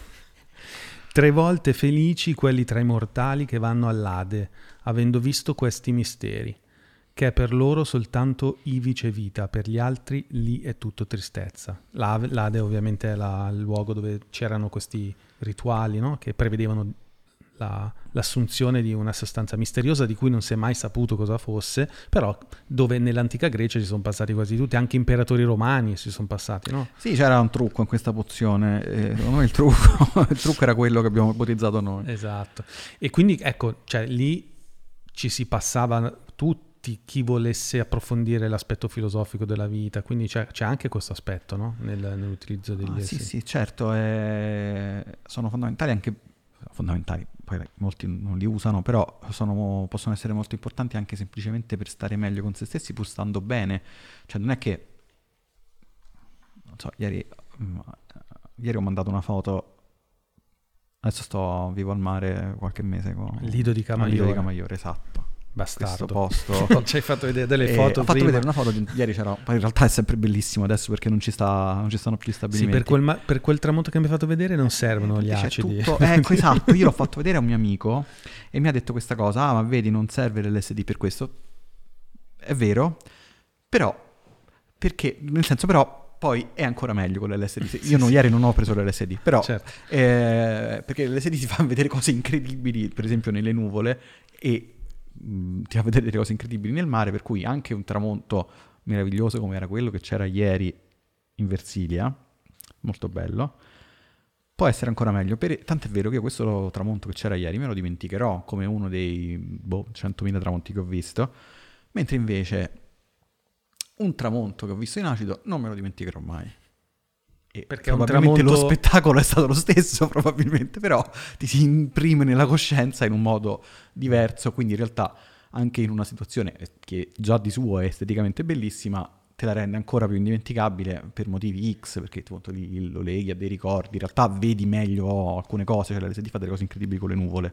tre volte felici quelli tra i mortali che vanno all'Ade, avendo visto questi misteri, che è per loro soltanto ivi c'è vita, per gli altri lì è tutto tristezza. La- L'Ade ovviamente è la- il luogo dove c'erano questi rituali, no? Che prevedevano la- l'assunzione di una sostanza misteriosa di cui non si è mai saputo cosa fosse, però dove nell'antica Grecia ci sono passati quasi tutti, anche imperatori romani si sono passati, no? Sì, c'era un trucco in questa pozione, eh, secondo me il trucco, il trucco era quello che abbiamo ipotizzato noi. Esatto. E quindi ecco, cioè lì ci si passava tutti, chi volesse approfondire l'aspetto filosofico della vita, quindi c'è, c'è anche questo aspetto, no? Nel- nell'utilizzo degli Ah, sì, esseri. sì, certo, eh, sono fondamentali anche, fondamentali, poi molti non li usano, però sono, possono essere molto importanti anche semplicemente per stare meglio con se stessi, pur stando bene. Cioè non è che, non so, ieri, mm, ieri ho mandato una foto, adesso sto vivo al mare qualche mese con Lido di no, Camaiore. Lido di Camaiore, esatto. Bastardo. Questo posto. Ci hai fatto vedere delle E foto ho fatto prima. vedere una foto di ieri, c'era, poi in realtà è sempre bellissimo adesso perché non ci sta, non ci stanno più gli Sì, stabilimenti. per quel, ma- per quel tramonto che mi hai fatto vedere non servono gli Perché c'è acidi. tutto- ecco, esatto, io l'ho fatto vedere a un mio amico e mi ha detto questa cosa: ah, ma vedi, non serve l'L S D per questo. È vero, però, perché, nel senso, però, poi è ancora meglio con l'L S D. Io non, ieri non ho preso l'L S D, però, Certo. eh, perché l'L S D ti fa vedere cose incredibili, per esempio nelle nuvole, e mh, ti fa vedere delle cose incredibili nel mare, per cui anche un tramonto meraviglioso come era quello che c'era ieri in Versilia, molto bello, può essere ancora meglio. Per, tant'è vero che io questo tramonto che c'era ieri me lo dimenticherò come uno dei boh, centomila tramonti che ho visto, mentre invece un tramonto che ho visto in acido non me lo dimenticherò mai. E Perché è un probabilmente tramonto- lo spettacolo è stato lo stesso, probabilmente, però ti si imprime nella coscienza in un modo diverso, quindi in realtà anche in una situazione che già di suo è esteticamente bellissima, te la rende ancora più indimenticabile per motivi X, perché appunto lì lo leghi a dei ricordi, in realtà vedi meglio alcune cose, cioè l'L S D fa delle cose incredibili con le nuvole.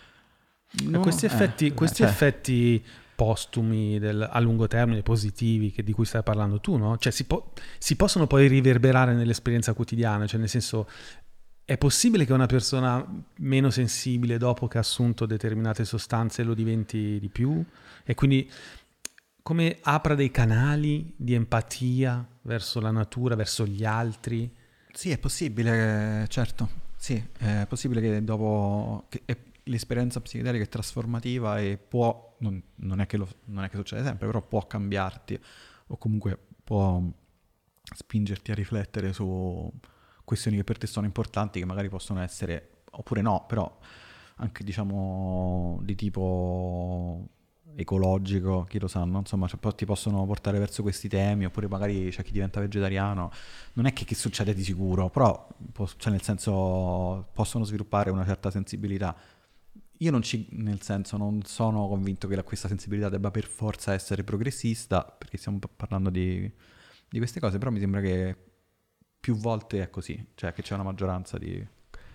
E No, questi eh, effetti, eh, questi cioè, effetti postumi del- a lungo termine positivi che, di cui stai parlando tu, no? Cioè si, po- si possono poi riverberare nell'esperienza quotidiana, cioè nel senso è possibile che una persona meno sensibile dopo che ha assunto determinate sostanze lo diventi di più e quindi come apra dei canali di empatia verso la natura, verso gli altri. Sì, è possibile, certo. Sì, è possibile che dopo che è- l'esperienza psichedelica è trasformativa e può, non, non è che lo- non è che succede sempre, però può cambiarti o comunque può spingerti a riflettere su questioni che per te sono importanti, che magari possono essere, oppure no, però anche diciamo di tipo ecologico, chi lo sa, no? Insomma, cioè, poi ti possono portare verso questi temi, oppure magari c'è chi diventa vegetariano. Non è che, che succede di sicuro, però può- cioè nel senso possono sviluppare una certa sensibilità. Io non ci, nel senso, non sono convinto che la- questa sensibilità debba per forza essere progressista, perché stiamo pa- parlando di, di queste cose, però mi sembra che più volte è così, cioè che c'è una maggioranza di...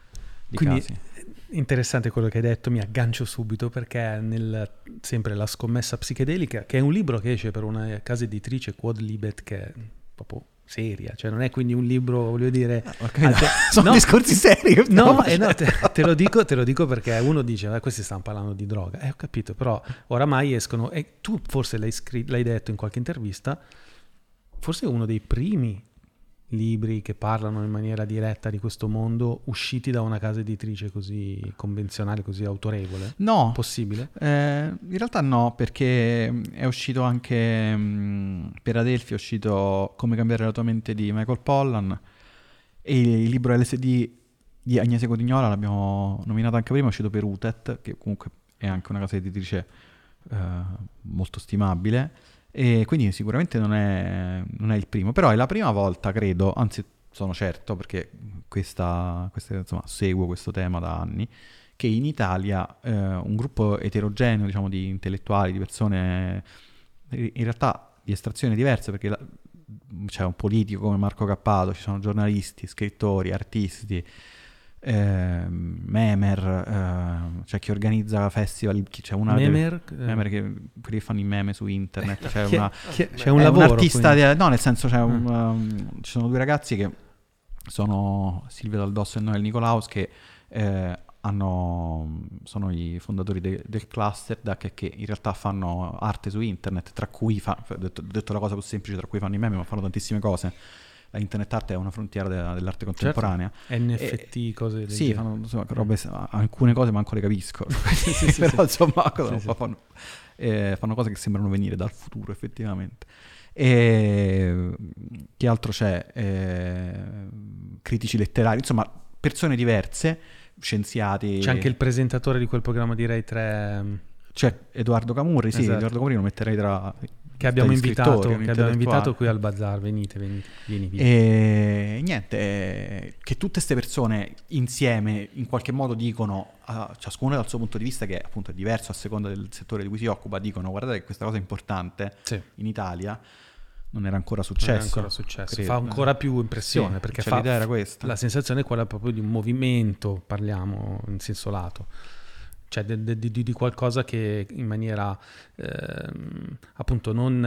di Quindi, casi. interessante quello che hai detto, mi aggancio subito perché nel sempre La scommessa psichedelica, che è un libro che esce per una casa editrice, Quodlibet, che è proprio seria, cioè non è quindi un libro, voglio dire, Okay, alte- sono no, discorsi seri che stiamo no, eh, no facendo. te, te lo dico, te lo dico perché uno dice, eh, questi stanno parlando di droga, eh, ho capito, però oramai escono, e tu forse l'hai, scritto, l'hai detto in qualche intervista, forse è uno dei primi libri che parlano in maniera diretta di questo mondo usciti da una casa editrice così convenzionale, così autorevole? No, Possibile? eh, in realtà no, perché mm, è uscito anche mh, per Adelphi, è uscito Come cambiare la tua mente di Michael Pollan, e il libro L S D di Agnese Cotignola, l'abbiamo nominato anche prima, è uscito per Utet, che comunque è anche una casa editrice eh, molto stimabile, e quindi sicuramente non è, non è il primo, però è la prima volta, credo, anzi sono certo, perché questa, questa, insomma, seguo questo tema da anni, che in Italia eh, un gruppo eterogeneo, diciamo, di intellettuali, di persone in realtà di estrazione diversa, perché la- c'è un politico come Marco Cappato, ci sono giornalisti, scrittori, artisti, ehm, memer, ehm, c'è chi organizza festival, chi- c'è una delle- Memer? eh, memer che, quelli che fanno i meme su internet, c'è chi- una chi- c'è un è lavoro. un artista, quindi. di- no, nel senso c'è un, Ah. um, ci sono due ragazzi che sono Silvio Daldosso e Noel Nicolaus, che eh, hanno, sono i fondatori de- del cluster D A C, che in realtà fanno arte su internet, tra cui fa, ho detto, ho detto la cosa più semplice, tra cui fanno i meme, ma fanno tantissime cose. La internet art è una frontiera de- dell'arte contemporanea. N F T, cose del Sì, genere. fanno insomma, robe, alcune cose manco le capisco, sì, sì, però sì. insomma cosa- Sì, sì. Fanno, eh, fanno cose che sembrano venire dal futuro effettivamente. E che altro c'è? Eh, critici letterari, insomma persone diverse, scienziati. C'è anche il presentatore di quel programma di Rai tre mm, C'è Edoardo Camurri, sì, Esatto. Edoardo Camurri lo metterei tra che abbiamo tra gli invitato, scrittori, un che abbiamo invitato intellettuale. qui al Bazar. Venite, venite, vieni, vieni. E niente, eh, che tutte queste persone insieme in qualche modo dicono, a ciascuno dal suo punto di vista, che appunto è diverso a seconda del settore di cui si occupa, dicono guardate che questa cosa è importante Sì. in Italia, non era ancora Non successo. è ancora successo. credo. Fa ancora più impressione Sì, perché cioè, fa, l'idea era questa. la sensazione è quella proprio di un movimento, parliamo in senso lato, cioè de- de- di, di qualcosa che in maniera ehm, appunto non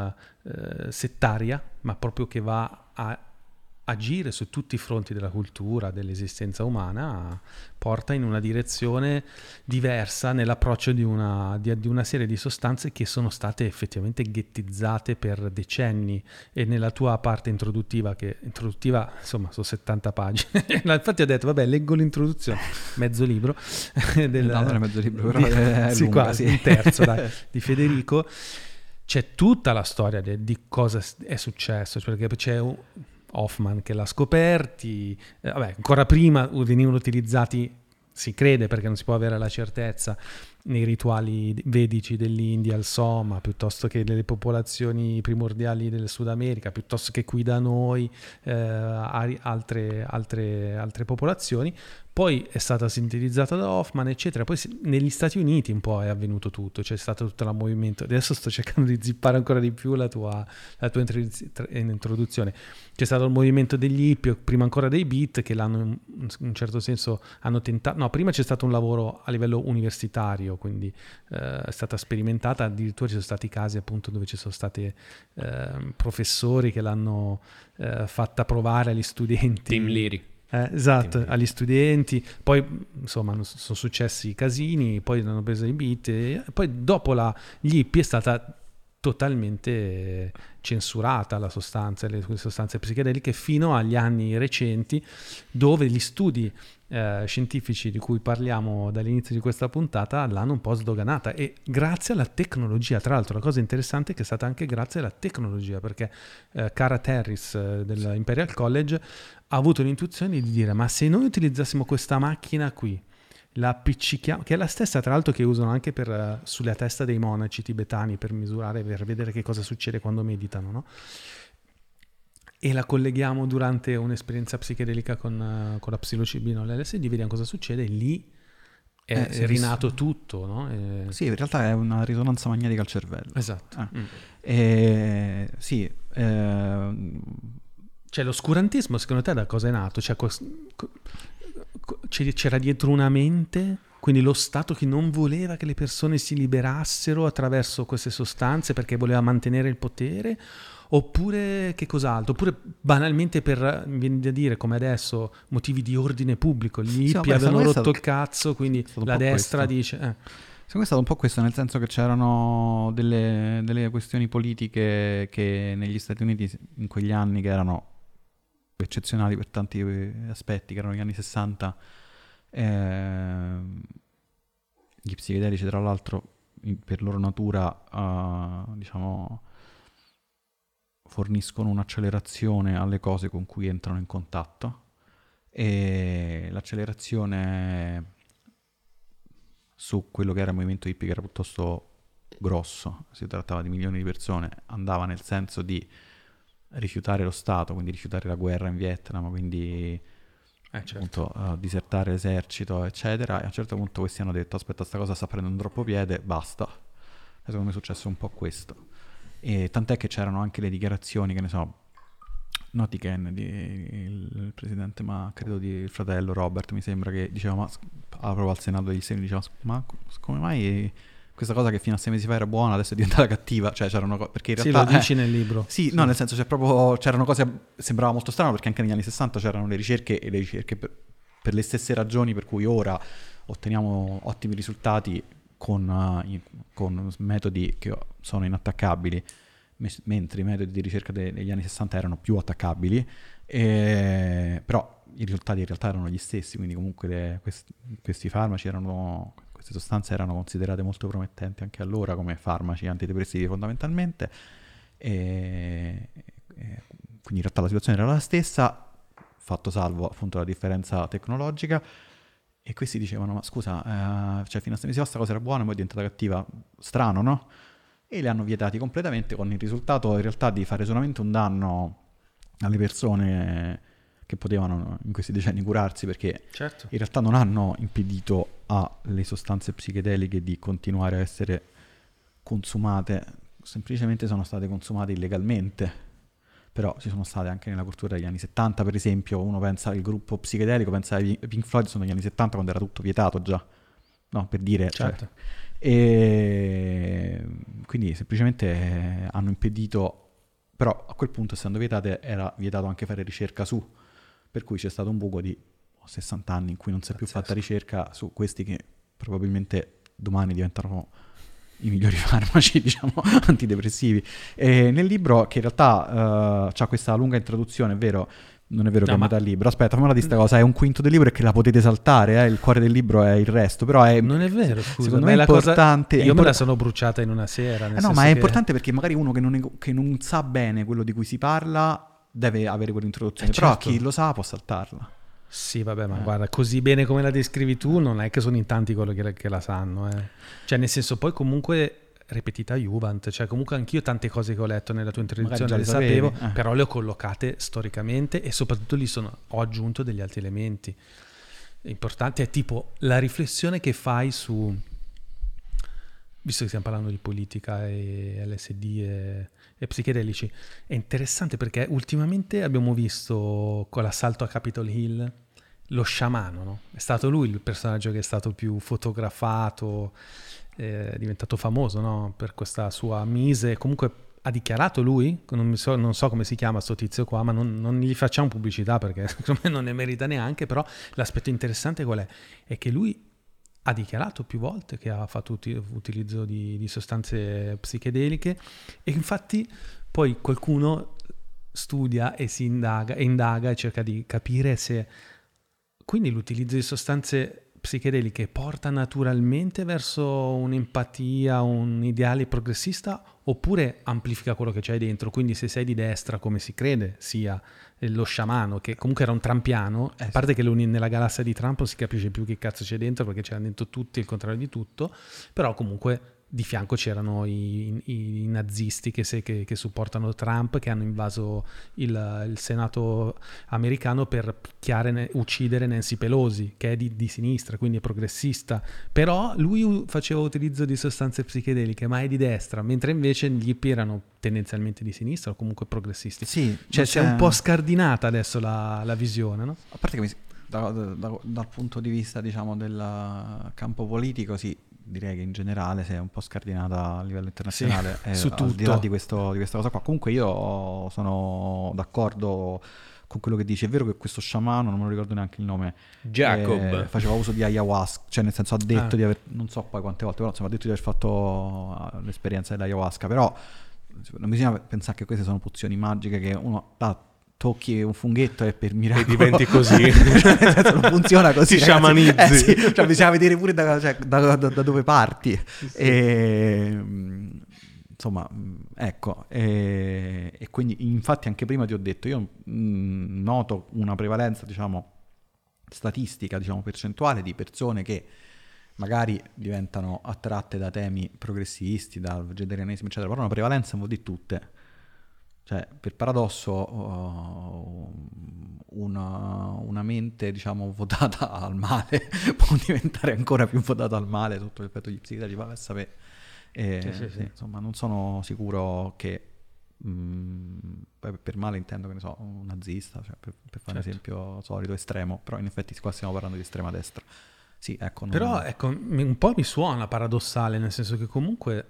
eh, settaria, ma proprio che va a agire su tutti i fronti della cultura, dell'esistenza umana, porta in una direzione diversa nell'approccio di una, di, di una serie di sostanze che sono state effettivamente ghettizzate per decenni. E nella tua parte introduttiva, che introduttiva insomma sono settanta pagine, infatti ho detto vabbè leggo l'introduzione, mezzo libro del, No, non è mezzo libro, però di, è sì, lunga, quasi, sì. un terzo dai, di Federico. C'è tutta la storia de- di cosa è successo, perché c'è un Hoffman che l'ha scoperti, eh, vabbè, ancora prima venivano utilizzati, si crede perché non si può avere la certezza, nei rituali vedici dell'India, il Soma, piuttosto che nelle popolazioni primordiali del Sud America, piuttosto che qui da noi, eh, altre, altre, altre popolazioni. Poi è stata sintetizzata da Hoffman, eccetera. Poi si, negli Stati Uniti un po' è avvenuto tutto, c'è stato tutto il movimento. Adesso sto cercando di zippare ancora di più la tua, la tua introduzione. C'è stato il movimento degli hippie, prima ancora dei beat, che l'hanno in un certo senso hanno tentato. No, prima c'è stato un lavoro a livello universitario, quindi eh, è stata sperimentata. Addirittura ci sono stati casi appunto dove ci sono stati eh, professori che l'hanno eh, fatta provare agli studenti. Tim Leary. Eh, esatto, agli studenti, poi insomma sono successi casini, poi hanno preso i beat e poi dopo la, gli hippie è stata totalmente censurata la sostanza, le, le sostanze psichedeliche fino agli anni recenti, dove gli studi eh, scientifici di cui parliamo dall'inizio di questa puntata l'hanno un po' sdoganata, e grazie alla tecnologia. Tra l'altro la cosa interessante è che è stata anche grazie alla tecnologia, perché eh, Cara Terris eh, dell'Imperial College ha avuto l'intuizione di dire: ma se noi utilizzassimo questa macchina qui, la appiccichiamo, che è la stessa tra l'altro che usano anche per, uh, sulla testa dei monaci tibetani per misurare, per vedere che cosa succede quando meditano, no? E la colleghiamo durante un'esperienza psichedelica con, uh, con la psilocibina o l'L S D, vediamo cosa succede, lì è, Eh, è rinato tutto, no? E... Sì, in realtà è una risonanza magnetica al cervello. Esatto. Eh. Mm. E, sì, eh, Cioè l'oscurantismo secondo te da cosa è nato? Cioè, cos- co- c'era dietro una mente, quindi lo Stato che non voleva che le persone si liberassero attraverso queste sostanze perché voleva mantenere il potere, oppure che cos'altro? Oppure banalmente per, mi viene da dire, come adesso, motivi di ordine pubblico, gli Sì, hippie vabbè, avevano rotto stato, il cazzo, quindi la destra questo. dice... Eh. Secondo me è stato un po' questo, nel senso che c'erano delle, delle questioni politiche che negli Stati Uniti in quegli anni, che erano eccezionali per tanti aspetti, che erano gli anni sessanta, eh, gli psichedelici tra l'altro per loro natura uh, diciamo forniscono un'accelerazione alle cose con cui entrano in contatto, e l'accelerazione su quello che era il movimento hippie, che era piuttosto grosso, si trattava di milioni di persone, andava nel senso di rifiutare lo Stato, quindi rifiutare la guerra in Vietnam, quindi eh, certo. appunto uh, disertare l'esercito, eccetera, e a un certo punto questi hanno detto aspetta, sta cosa sta prendendo troppo piede, basta. E secondo me è successo un po' questo, e tant'è che c'erano anche le dichiarazioni, che ne so, not di Kennedy, il, il presidente, ma credo di il fratello Robert, mi sembra, che diceva, ma proprio al Senato degli Stati Uniti, diceva, ma come mai questa cosa che fino a sei mesi fa era buona adesso è diventata cattiva? Cioè c'erano co- perché in realtà... Sì, lo dici eh, nel libro. Sì, sì, no, nel senso c'è proprio, c'erano cose, sembrava molto strano perché anche negli anni sessanta c'erano le ricerche, e le ricerche per, per le stesse ragioni per cui ora otteniamo ottimi risultati con, uh, con metodi che sono inattaccabili, mentre i metodi di ricerca degli anni sessanta erano più attaccabili, e, però i risultati in realtà erano gli stessi, quindi comunque le, questi, questi farmaci erano, queste sostanze erano considerate molto promettenti anche allora come farmaci antidepressivi fondamentalmente, e, e quindi in realtà la situazione era la stessa, fatto salvo appunto la differenza tecnologica. E questi dicevano, ma scusa, eh, cioè fino a sei mesi fa questa cosa era buona, poi è diventata cattiva, strano, no? E li hanno vietati completamente, con il risultato in realtà di fare solamente un danno alle persone che potevano in questi decenni curarsi, perché certo. in realtà non hanno impedito alle sostanze psichedeliche di continuare a essere consumate, semplicemente sono state consumate illegalmente. Però ci sono state anche nella cultura degli anni settanta, per esempio, uno pensa al gruppo psichedelico, pensa ai Pink Floyd, sono negli anni settanta quando era tutto vietato già, no, per dire, certo. Cioè, e quindi semplicemente hanno impedito, però a quel punto essendo vietate era vietato anche fare ricerca su, per cui c'è stato un buco di sessanta anni in cui non si è più fatta ricerca su questi che probabilmente domani diventano i migliori farmaci, diciamo, antidepressivi. E nel libro, che in realtà uh, c'ha questa lunga introduzione, è vero, non è vero no, che è ma... metà libro, aspetta, fammi la di sta cosa, è un quinto del libro e che la potete saltare, eh? Il cuore del libro è il resto, però è... Non è vero, scusa, secondo me è importante... Cosa... Io è import... me la sono bruciata in una sera. Nel eh no, ma è che... importante perché magari uno che non, è, che non sa bene quello di cui si parla deve avere quell'introduzione, eh, però certo. Chi lo sa può saltarla. Sì, vabbè, ma eh. guarda, così bene come la descrivi tu, non è che sono in tanti quelli che, che la sanno, eh. Cioè, nel senso, poi comunque ripetita Juvent, cioè comunque anch'io tante cose che ho letto nella tua introduzione le sapevo, eh. però le ho collocate storicamente e soprattutto lì sono, ho aggiunto degli altri elementi. Importante è tipo la riflessione che fai su, visto che stiamo parlando di politica e L S D e, e psichedelici, è interessante perché ultimamente abbiamo visto con l'assalto a Capitol Hill lo sciamano, no? È stato lui il personaggio che è stato più fotografato, è diventato famoso, no? Per questa sua mise, comunque ha dichiarato lui, non, mi so, non so come si chiama sto tizio qua, ma non, non gli facciamo pubblicità perché secondo me non ne merita neanche, però l'aspetto interessante qual è? È che lui ha dichiarato più volte che ha fatto uti- utilizzo di, di sostanze psichedeliche, e infatti poi qualcuno studia e si indaga e indaga e cerca di capire se quindi l'utilizzo di sostanze psichedeliche porta naturalmente verso un'empatia, un ideale progressista, oppure amplifica quello che c'hai dentro. Quindi se sei di destra, come si crede sia lo sciamano, che comunque era un trampiano, eh, a parte sì. Che nella galassia di Trump non si capisce più che cazzo c'è dentro, perché c'erano dentro tutti il contrario di tutto, però comunque di fianco c'erano i, i, i nazisti che, se, che, che supportano Trump, che hanno invaso il, il Senato americano per picchiare, uccidere Nancy Pelosi, che è di, di sinistra, quindi è progressista, però lui faceva utilizzo di sostanze psichedeliche, ma è di destra, mentre invece gli hippie erano tendenzialmente di sinistra o comunque progressisti. Sì, cioè si è un po' scardinata adesso la, la visione, no? A parte che mi, da, da, dal punto di vista, diciamo, del campo politico, sì, direi che in generale si è un po' scardinata a livello internazionale, sì, eh, su tutto. Al di là di, questo, di questa cosa qua. Comunque io sono d'accordo con quello che dici. È vero che questo sciamano, non me lo ricordo neanche il nome, Jacob, eh, faceva uso di ayahuasca, cioè nel senso ha detto ah. di aver, non so poi quante volte, però insomma ha detto di aver fatto l'esperienza dell'ayahuasca, però non bisogna pensare che queste sono pozioni magiche che uno ah, tocchi un funghetto e per miracolo e diventi così. Cioè, nel senso, non funziona così, ti ragazzi. sciamanizzi. Eh, sì, cioè bisogna vedere pure da, cioè, da, da, da dove parti, sì, sì. E, insomma, ecco, e, e quindi infatti anche prima ti ho detto, io mh, noto una prevalenza, diciamo, statistica, diciamo, percentuale di persone che magari diventano attratte da temi progressisti, dal vegetarianesimo, eccetera, però una prevalenza un po' di tutte. Cioè, per paradosso, uh, una, una mente, diciamo, votata al male può diventare ancora più votata al male sotto l'effetto degli psichedelici, va a sapere. E, sì, sì, sì, sì. Insomma, non sono sicuro che, mh, per male intendo, che ne so, un nazista, cioè per, per fare certo. un esempio solito, estremo, però in effetti qua stiamo parlando di estrema destra. Sì, ecco. Non... Però, ecco, un po' mi suona paradossale, nel senso che comunque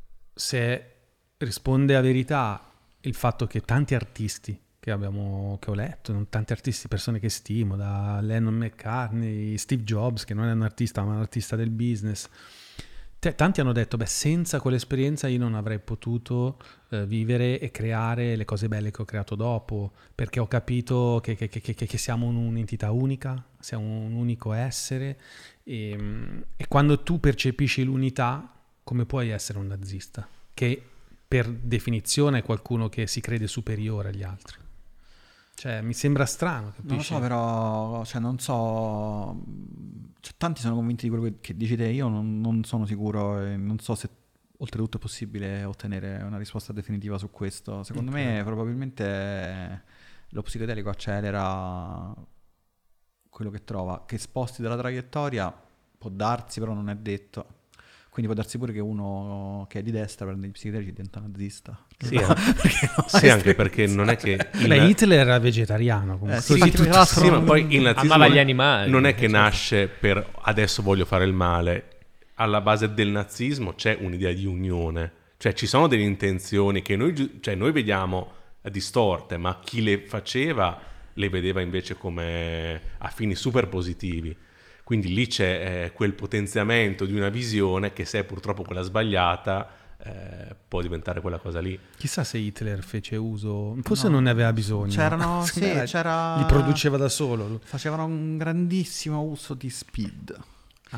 se risponde a verità il fatto che tanti artisti che abbiamo che ho letto, tanti artisti, persone che stimo, da Lennon McCartney, Steve Jobs, che non è un artista ma è un artista del business, T- tanti hanno detto, beh, senza quell'esperienza io non avrei potuto eh, vivere e creare le cose belle che ho creato dopo, perché ho capito che, che, che, che, che siamo un'entità unica, siamo un unico essere, e, e quando tu percepisci l'unità, come puoi essere un nazista? Che per definizione è qualcuno che si crede superiore agli altri. Cioè, mi sembra strano, capisci? Non lo so, però, cioè, non so, cioè, tanti sono convinti di quello che, che dici te, io non, non sono sicuro e non so se oltretutto è possibile ottenere una risposta definitiva su questo. Secondo okay. me probabilmente lo psichedelico accelera quello che trova, che sposti dalla traiettoria può darsi, però non è detto. Quindi può darsi pure che uno che è di destra prende gli psichedelici e diventa nazista. Sì, no, sì anche perché non è che... Il... Beh, Hitler era vegetariano comunque. Eh, sì, sì, sì, sì, ma poi il nazismo amava gli animali. Non è che nasce per adesso voglio fare il male. Alla base del nazismo c'è un'idea di unione. Cioè ci sono delle intenzioni che noi, cioè, noi vediamo distorte, ma chi le faceva le vedeva invece come a fini super positivi. Quindi lì c'è eh, quel potenziamento di una visione che se è purtroppo quella sbagliata eh, può diventare quella cosa lì. Chissà se Hitler fece uso, forse no, non ne aveva bisogno. C'erano, sì, era, c'era... Li produceva da solo. Facevano un grandissimo uso di speed. Ah.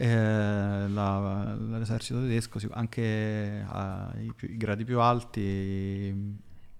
Eh, la, l'esercito tedesco, anche ai più, i gradi più alti,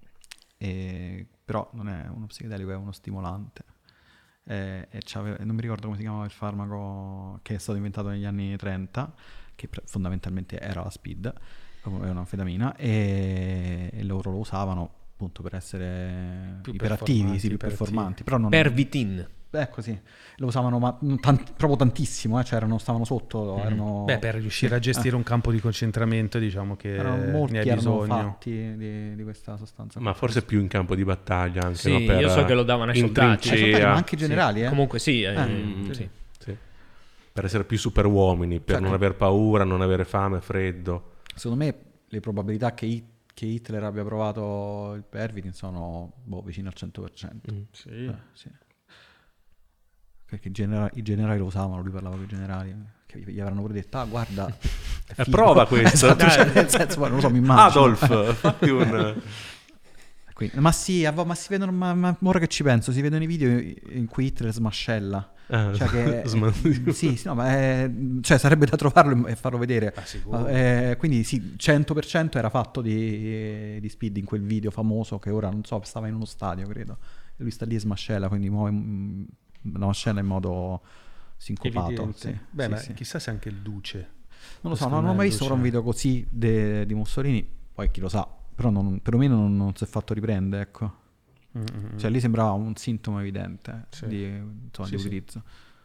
eh, però non è uno psichedelico, è uno stimolante. E, e non mi ricordo come si chiamava il farmaco che è stato inventato negli anni trenta, che fondamentalmente era la speed, è un'anfetamina, e, e loro lo usavano appunto per essere più iperattivi, sì, più performanti. Però non... Pervitin. Ecco, sì, lo usavano ma tant- proprio tantissimo, eh? Cioè erano, stavano sotto, mm. erano... Beh, per riuscire a gestire eh. un campo di concentramento, diciamo che erano molti, ne hai erano bisogno. fatti di, di questa sostanza. Ma forse più in campo di battaglia anche, sì, no? Per io so che lo davano ai soldati, ai soldati, ma anche i generali, sì. eh? Comunque sì, eh, mm. sì. sì. Per essere più super uomini, per cioè, non aver paura, non avere fame, freddo. Secondo me le probabilità che, Hit- che Hitler abbia provato il Pervitin sono boh, vicine al cento per cento. Mm. Sì. Eh, sì. Perché i, genera- i generali lo usavano, lui parlava con i generali, che gli avranno pure detto, ah guarda, è prova questo. Esatto, cioè, nel senso, non lo so, mi immagino. Adolf, fatti un... Quindi, ma sì, ma si vedono, ma, ma ora che ci penso, si vedono i video in cui Hitler smascella. Ah, cioè che eh, sì, sì, no, ma è, cioè sarebbe da trovarlo e farlo vedere. Ah, eh, quindi sì, cento per cento era fatto di, di speed in quel video famoso che ora non so, stava in uno stadio, credo. E lui sta lì e smascella, quindi muove la mascella in modo sincopato. Sì, Beh, sì, ma sì. chissà se anche il duce. Non lo so, non ho mai visto un video così de, di Mussolini, poi chi lo sa, però non, perlomeno non, non si è fatto riprendere, ecco. Mm-hmm. Cioè lì sembrava un sintomo evidente sì. di, insomma, sì, di utilizzo.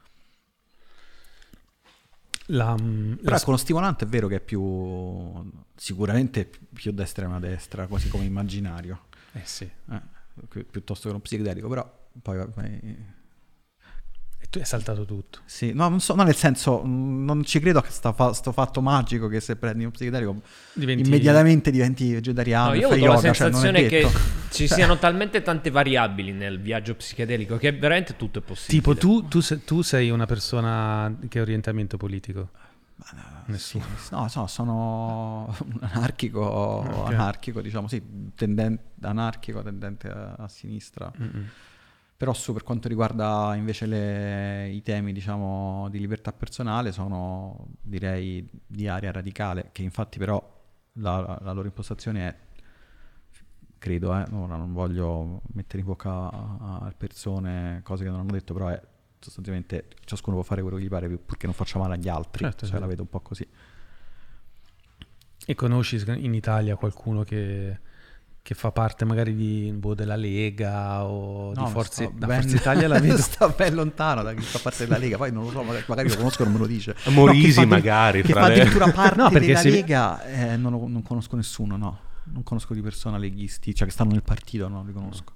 Sì. La, Però la... ecco, lo stimolante è vero che è più sicuramente più da estrema a destra, quasi come immaginario. Eh sì. Eh, piuttosto che uno psichedelico, però poi... poi E tu hai saltato tutto. Sì, no, non so, no, nel senso, mh, non ci credo che sta fa- sto fatto magico che se prendi un psichedelico Diventi... immediatamente diventi vegetariano. No, e io ho fai avuto la yoga, cioè, non è sensazione che detto. ci siano talmente tante variabili nel viaggio psicedelico che veramente tutto è possibile. Tipo tu, tu, se- tu sei una persona che ha orientamento politico? Ma no, Nessuno. sì, no, no, sono un anarchico, Ok. anarchico, diciamo, sì, tendente, anarchico, tendente a, a sinistra. Mm-mm. Però su per quanto riguarda invece le- i temi, diciamo, di libertà personale sono, direi, di area radicale, che infatti però la, la loro impostazione è, credo, eh, ora non voglio mettere in bocca a, a persone cose che non hanno detto, però è sostanzialmente ciascuno può fare quello che gli pare purché non faccia male agli altri, Certo, cioè certo. la vedo un po' così. E conosci in Italia qualcuno che, che fa parte magari di, boh, della Lega o No, di Forza, sto da ben- Forza Italia la vedo. sta ben lontano da chi fa parte della Lega, poi non lo so, magari, magari lo conosco e non me lo dice. Morisi No, chi fa addir- magari, che fra fa le- addirittura parte No, perché della si- Lega, eh, non, lo- non conosco nessuno, no, non conosco di persona leghisti, cioè che stanno nel partito, no, li conosco.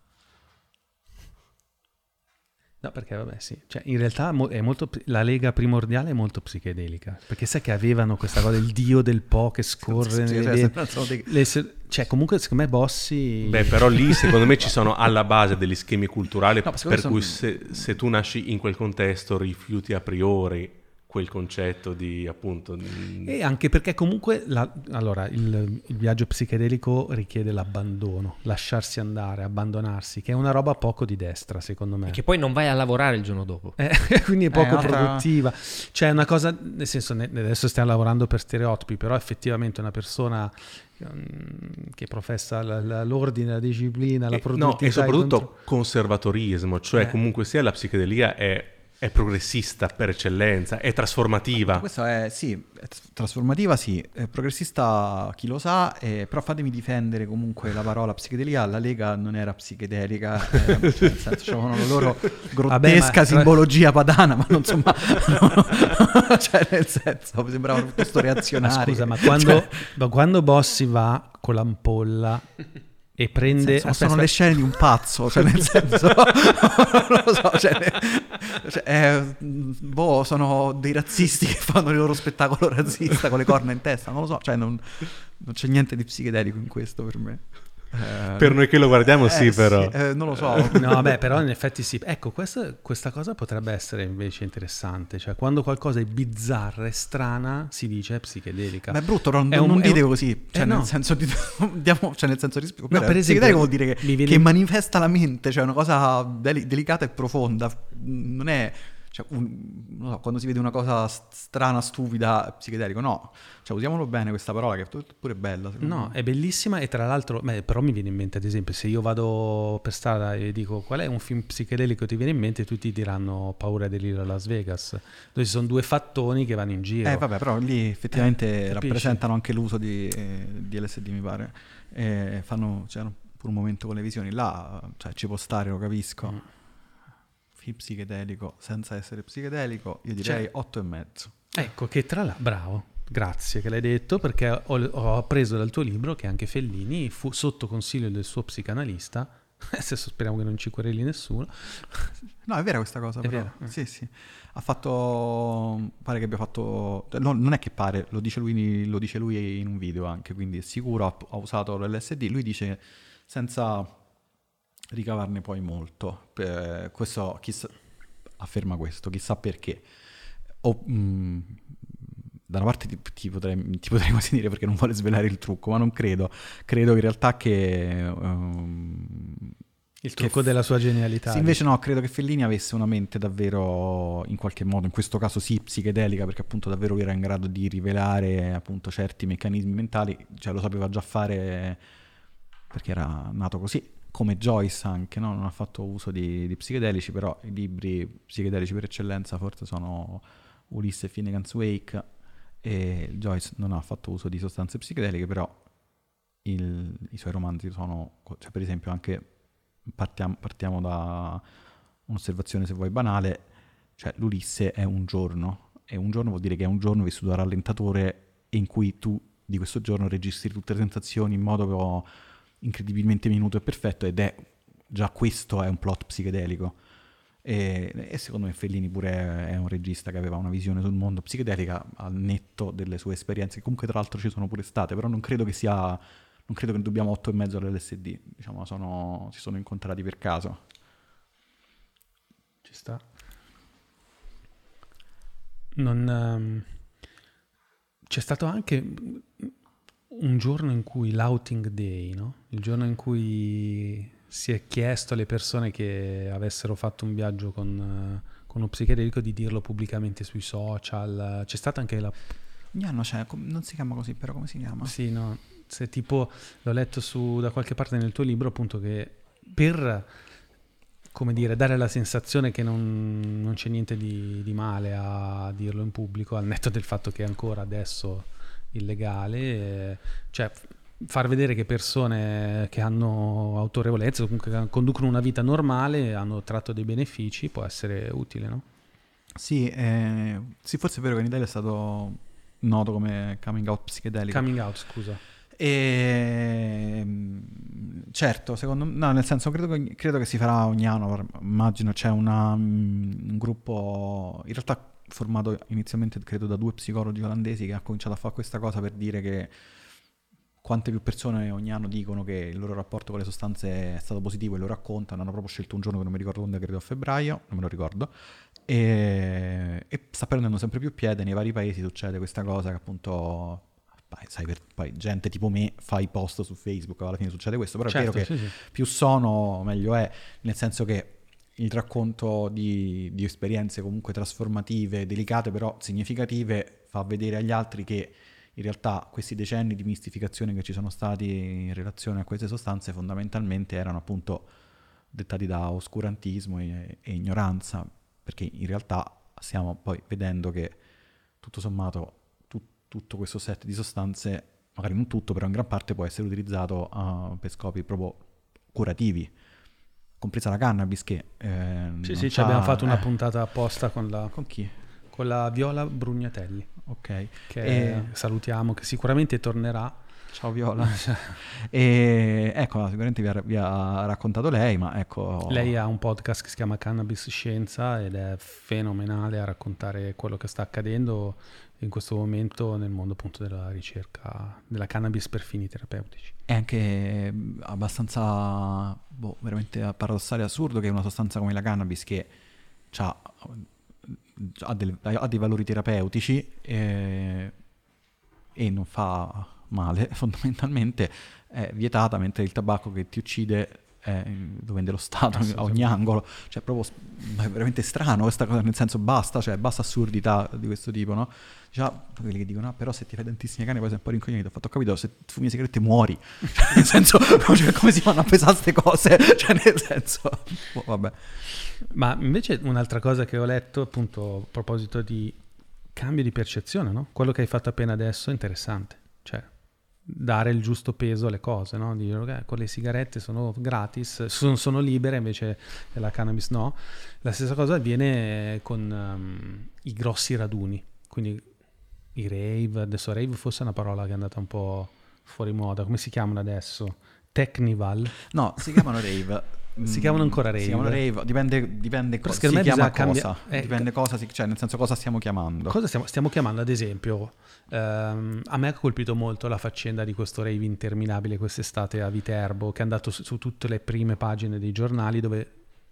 No, perché vabbè, sì. Cioè, in realtà mo- è molto, la Lega primordiale è molto psichedelica. Perché sai che avevano questa cosa, il dio del Po che scorre Sì, nelle cioè, vene. sembra- sono dei- Le se- cioè, comunque, secondo me, Bossi... Beh, però lì secondo me ci sono alla base degli schemi culturali No, secondo per me cui sono- se, se tu nasci in quel contesto rifiuti a priori quel concetto di appunto di- E anche perché comunque la- allora, il, il viaggio psichedelico richiede l'abbandono, lasciarsi andare, abbandonarsi, che è una roba poco di destra, secondo me. E che poi non vai a lavorare il giorno dopo. Eh, quindi è poco un'altra- produttiva. Cioè, è una cosa, nel senso, ne- adesso stiamo lavorando per stereotipi, però effettivamente una persona mm, che professa la- la- l'ordine, la disciplina, la e- produttività... no, e soprattutto contro- conservatorismo, cioè Eh. comunque sia la psichedelia è, è progressista per eccellenza, è trasformativa. Questo è, sì, è t- trasformativa, sì, è progressista chi lo sa, eh, però fatemi difendere comunque la parola psichedelia, la Lega non era psichedelica, eh, nel senso, c'avevano la loro grottesca Vabbè, ma- simbologia padana, ma non insomma, cioè nel senso, mi sembravano piuttosto Ma reazionari. scusa, ma quando, ma quando Bossi va con l'ampolla e prende... Nel senso, aspetta, sono le aspetta. scene di un pazzo, cioè nel senso, non lo so, cioè, cioè, eh, boh, sono dei razzisti che fanno il loro spettacolo razzista con le corna in testa, non lo so, cioè non, non c'è niente di psichedelico in questo per me. Eh, Per noi che lo guardiamo, sì, eh, però. eh, non lo so. No, vabbè, però in effetti sì. Ecco, questa, questa cosa potrebbe essere invece interessante. Cioè, quando qualcosa è bizzarra e strana, si dice è psichedelica. Ma è brutto, non, È un- non è dite un- così, cioè Eh, nel no. senso di, diamo, cioè nel senso di No, per esempio, psichedelico vuol dire che, mi viene che in- manifesta la mente, cioè una cosa deli- delicata e profonda, non è cioè, un- non so, quando si vede una cosa st- strana, stupida, psichedelico, no, cioè usiamolo bene questa parola che è pure bella. secondo No, me. è bellissima e tra l'altro, beh, però mi viene in mente, ad esempio, se io vado per strada e dico qual è un film psichedelico che ti viene in mente, tutti diranno Paura e delirio a Las Vegas, dove ci sono due fattoni che vanno in giro. Eh vabbè, però lì effettivamente Eh, capisci? rappresentano anche l'uso di, eh, di L S D, mi pare. E fanno, c'era pure un momento con le visioni là, cioè ci può stare, lo capisco. Mm. Film psichedelico senza essere psichedelico, io direi Cioè- otto e mezzo. Ecco, che tra l'altro, bravo, grazie che l'hai detto, perché ho, ho appreso dal tuo libro che anche Fellini fu sotto consiglio del suo psicanalista, adesso speriamo che non ci quereli nessuno. No, è vera questa cosa, È però. vera, eh. Sì, sì. Ha fatto, pare che abbia fatto, no, non è che pare, lo dice lui, lo dice lui in un video anche, quindi è sicuro ha, ha usato l'L S D, lui dice senza ricavarne poi molto. Eh, questo, chissà, afferma questo, chissà perché. O, mh, da una parte ti, ti, potrei, ti potrei quasi dire perché non vuole svelare il trucco, ma non credo. Credo in realtà che... um, Il che trucco f- della sua genialità. sì, invece no, credo che Fellini avesse una mente davvero, in qualche modo, in questo caso sì, psichedelica, perché appunto davvero lui era in grado di rivelare appunto certi meccanismi mentali, cioè lo sapeva già fare perché era nato così, come Joyce anche, no? Non ha fatto uso di, di psichedelici, però i libri psichedelici per eccellenza forse sono Ulisse e Finnegan's Wake, e Joyce non ha fatto uso di sostanze psichedeliche, però il- i suoi romanzi sono, cioè per esempio anche, partiamo, partiamo da un'osservazione se vuoi banale, cioè l'Ulisse è un giorno, e un giorno vuol dire che è un giorno vissuto a rallentatore in cui tu di questo giorno registri tutte le sensazioni in modo incredibilmente minuto e perfetto, ed è già questo è un plot psichedelico. E, e secondo me Fellini pure è un regista che aveva una visione sul mondo psichedelica al netto delle sue esperienze, che comunque tra l'altro ci sono pure state, però non credo che sia, non credo che ne dobbiamo otto e mezzo all'L S D, diciamo, sono, si sono incontrati per caso. Ci sta. Non, um, c'è stato anche un giorno in cui l'outing day, no? Il giorno in cui si è chiesto alle persone che avessero fatto un viaggio con, con uno psichedelico di dirlo pubblicamente sui social. C'è stata anche la... Ogni anno c'è, non si chiama così, però come si chiama? Sì, no, se tipo l'ho letto su, da qualche parte nel tuo libro, appunto, che per, come dire, dare la sensazione che non, non c'è niente di, di male a dirlo in pubblico, al netto del fatto che è ancora adesso illegale, eh, cioè far vedere che persone che hanno autorevolezza o comunque che conducono una vita normale hanno tratto dei benefici può essere utile, no? Sì, eh, sì, forse è vero che in Italia è stato noto come coming out psichedelico. Coming out, scusa. E certo, secondo me, no, nel senso credo che, credo che si farà ogni anno, immagino c'è una, un gruppo in realtà formato inizialmente credo da due psicologi olandesi che ha cominciato a fare questa cosa per dire che quante più persone ogni anno dicono che il loro rapporto con le sostanze è stato positivo e lo raccontano. Hanno proprio scelto un giorno che non mi ricordo quando, credo a febbraio, non me lo ricordo, e, e sta prendendo sempre più piede. Nei vari paesi succede questa cosa che appunto, sai, per, poi gente tipo me fa i post su Facebook, alla fine succede questo, però certo, è vero che sì, sì. più sono meglio è, nel senso che il racconto di, di esperienze comunque trasformative, delicate però significative, fa vedere agli altri che in realtà questi decenni di mistificazione che ci sono stati in relazione a queste sostanze fondamentalmente erano appunto dettati da oscurantismo e, e ignoranza, perché in realtà stiamo poi vedendo che tutto sommato tu, tutto questo set di sostanze, magari non tutto, però in gran parte può essere utilizzato uh, per scopi proprio curativi, compresa la cannabis che... Eh, sì, sì, ci abbiamo fatto una puntata apposta con la... Con chi? Con la Viola Brugnatelli. Ok. Che e... salutiamo, che sicuramente tornerà. Ciao Viola. E ecco, sicuramente vi ha, vi ha raccontato lei, ma ecco... Lei ha un podcast che si chiama Cannabis Scienza ed è fenomenale a raccontare quello che sta accadendo in questo momento nel mondo appunto della ricerca della cannabis per fini terapeutici. È anche abbastanza, boh, veramente paradossale e assurdo che una sostanza come la cannabis che ha, ha, del, ha dei valori terapeutici e, e non fa male, fondamentalmente è vietata, mentre il tabacco che ti uccide è, lo vende lo Stato a ogni angolo. Cioè proprio è veramente strano questa cosa, nel senso basta, cioè basta assurdità di questo tipo, no? Già quelli che dicono ah, però se ti fai tantissime canne poi sei un po' rincoglionito. Ho fatto, ho capito, se fumi sigarette muori, cioè, nel senso cioè, come si fanno a pesare queste cose, cioè nel senso oh, vabbè. Ma invece un'altra cosa che ho letto appunto a proposito di cambio di percezione, no? Quello che hai fatto appena adesso è interessante, cioè dare il giusto peso alle cose, no? Dire okay, con le sigarette sono gratis, sono, sono libere, invece la cannabis no. La stessa cosa avviene con um, i grossi raduni, quindi i rave. Adesso rave forse è una parola che è andata un po' fuori moda. Come si chiamano adesso? Technival? No, si chiamano rave. Si chiamano ancora rave? Si chiamano rave, dipende, dipende co- si chiama cosa, cambia- eh, dipende cosa, si, cioè nel senso cosa stiamo chiamando. Cosa stiamo, stiamo chiamando, ad esempio, ehm, a me ha colpito molto la faccenda di questo rave interminabile quest'estate a Viterbo, che è andato su, su tutte le prime pagine dei giornali, dove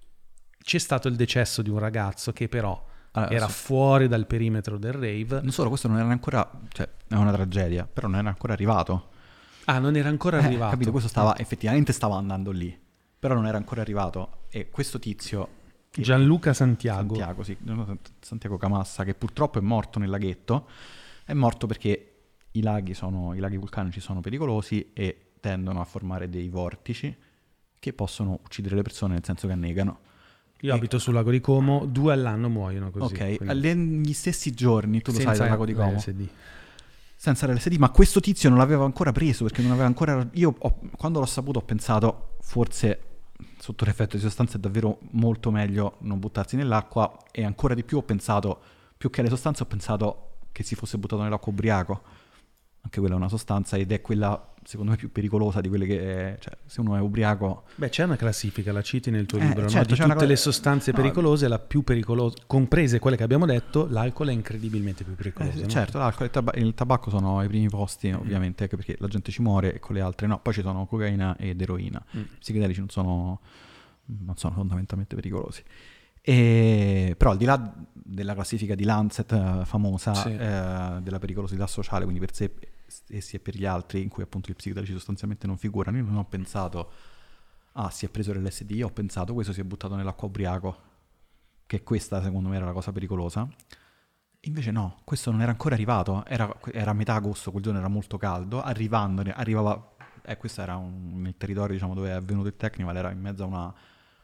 c'è stato il decesso di un ragazzo che però allora, era sì. fuori dal perimetro del rave. Non solo, questo non era ancora, cioè è una tragedia, però non era ancora arrivato. Ah, non era ancora eh, arrivato. Capito, questo stava, effettivamente stava andando lì, però non era ancora arrivato. E questo tizio Gianluca Santiago Santiago, sì, Santiago Camassa, che purtroppo è morto nel laghetto, è morto perché i laghi sono, i laghi vulcanici sono pericolosi e tendono a formare dei vortici che possono uccidere le persone, nel senso che annegano. Io e... abito sul lago di Como, due all'anno muoiono così. Ok, quindi... negli stessi giorni, tu lo sai, dal lago di Como. L S D. Senza l'L S D, ma questo tizio non l'aveva ancora preso, perché non aveva ancora... Io ho, quando l'ho saputo ho pensato, forse sotto l'effetto di sostanze è davvero molto meglio non buttarsi nell'acqua, e ancora di più ho pensato, più che alle sostanze ho pensato che si fosse buttato nell'acqua ubriaco, anche quella è una sostanza ed è quella secondo me più pericolosa di quelle che, cioè, se uno è ubriaco. Beh, c'è una classifica, la citi nel tuo Eh, libro, certo, no? Di c'è una tutte co- le sostanze no. pericolose, la più pericolosa, comprese quelle che abbiamo detto, l'alcol è incredibilmente più Eh, pericoloso. no? certo, l'alcol e il, tab- il tabacco sono ai primi posti, ovviamente, anche perché la gente ci muore e con le altre no. Poi ci sono cocaina ed eroina. Mm. I psichedelici non sono, non sono fondamentalmente pericolosi. E, però al di là della classifica di Lancet eh, famosa Sì. eh, della pericolosità sociale, quindi per sé stessi e per gli altri, in cui appunto i psichedelici sostanzialmente non figurano, io non ho pensato ah si è preso l'L S D, io ho pensato questo si è buttato nell'acqua ubriaco, che questa secondo me era la cosa pericolosa. Invece no, questo non era ancora arrivato, era, era a metà agosto, quel giorno era molto caldo, arrivando, arrivava, eh, questo era un, nel territorio diciamo dove è avvenuto il Technival, era in mezzo a una,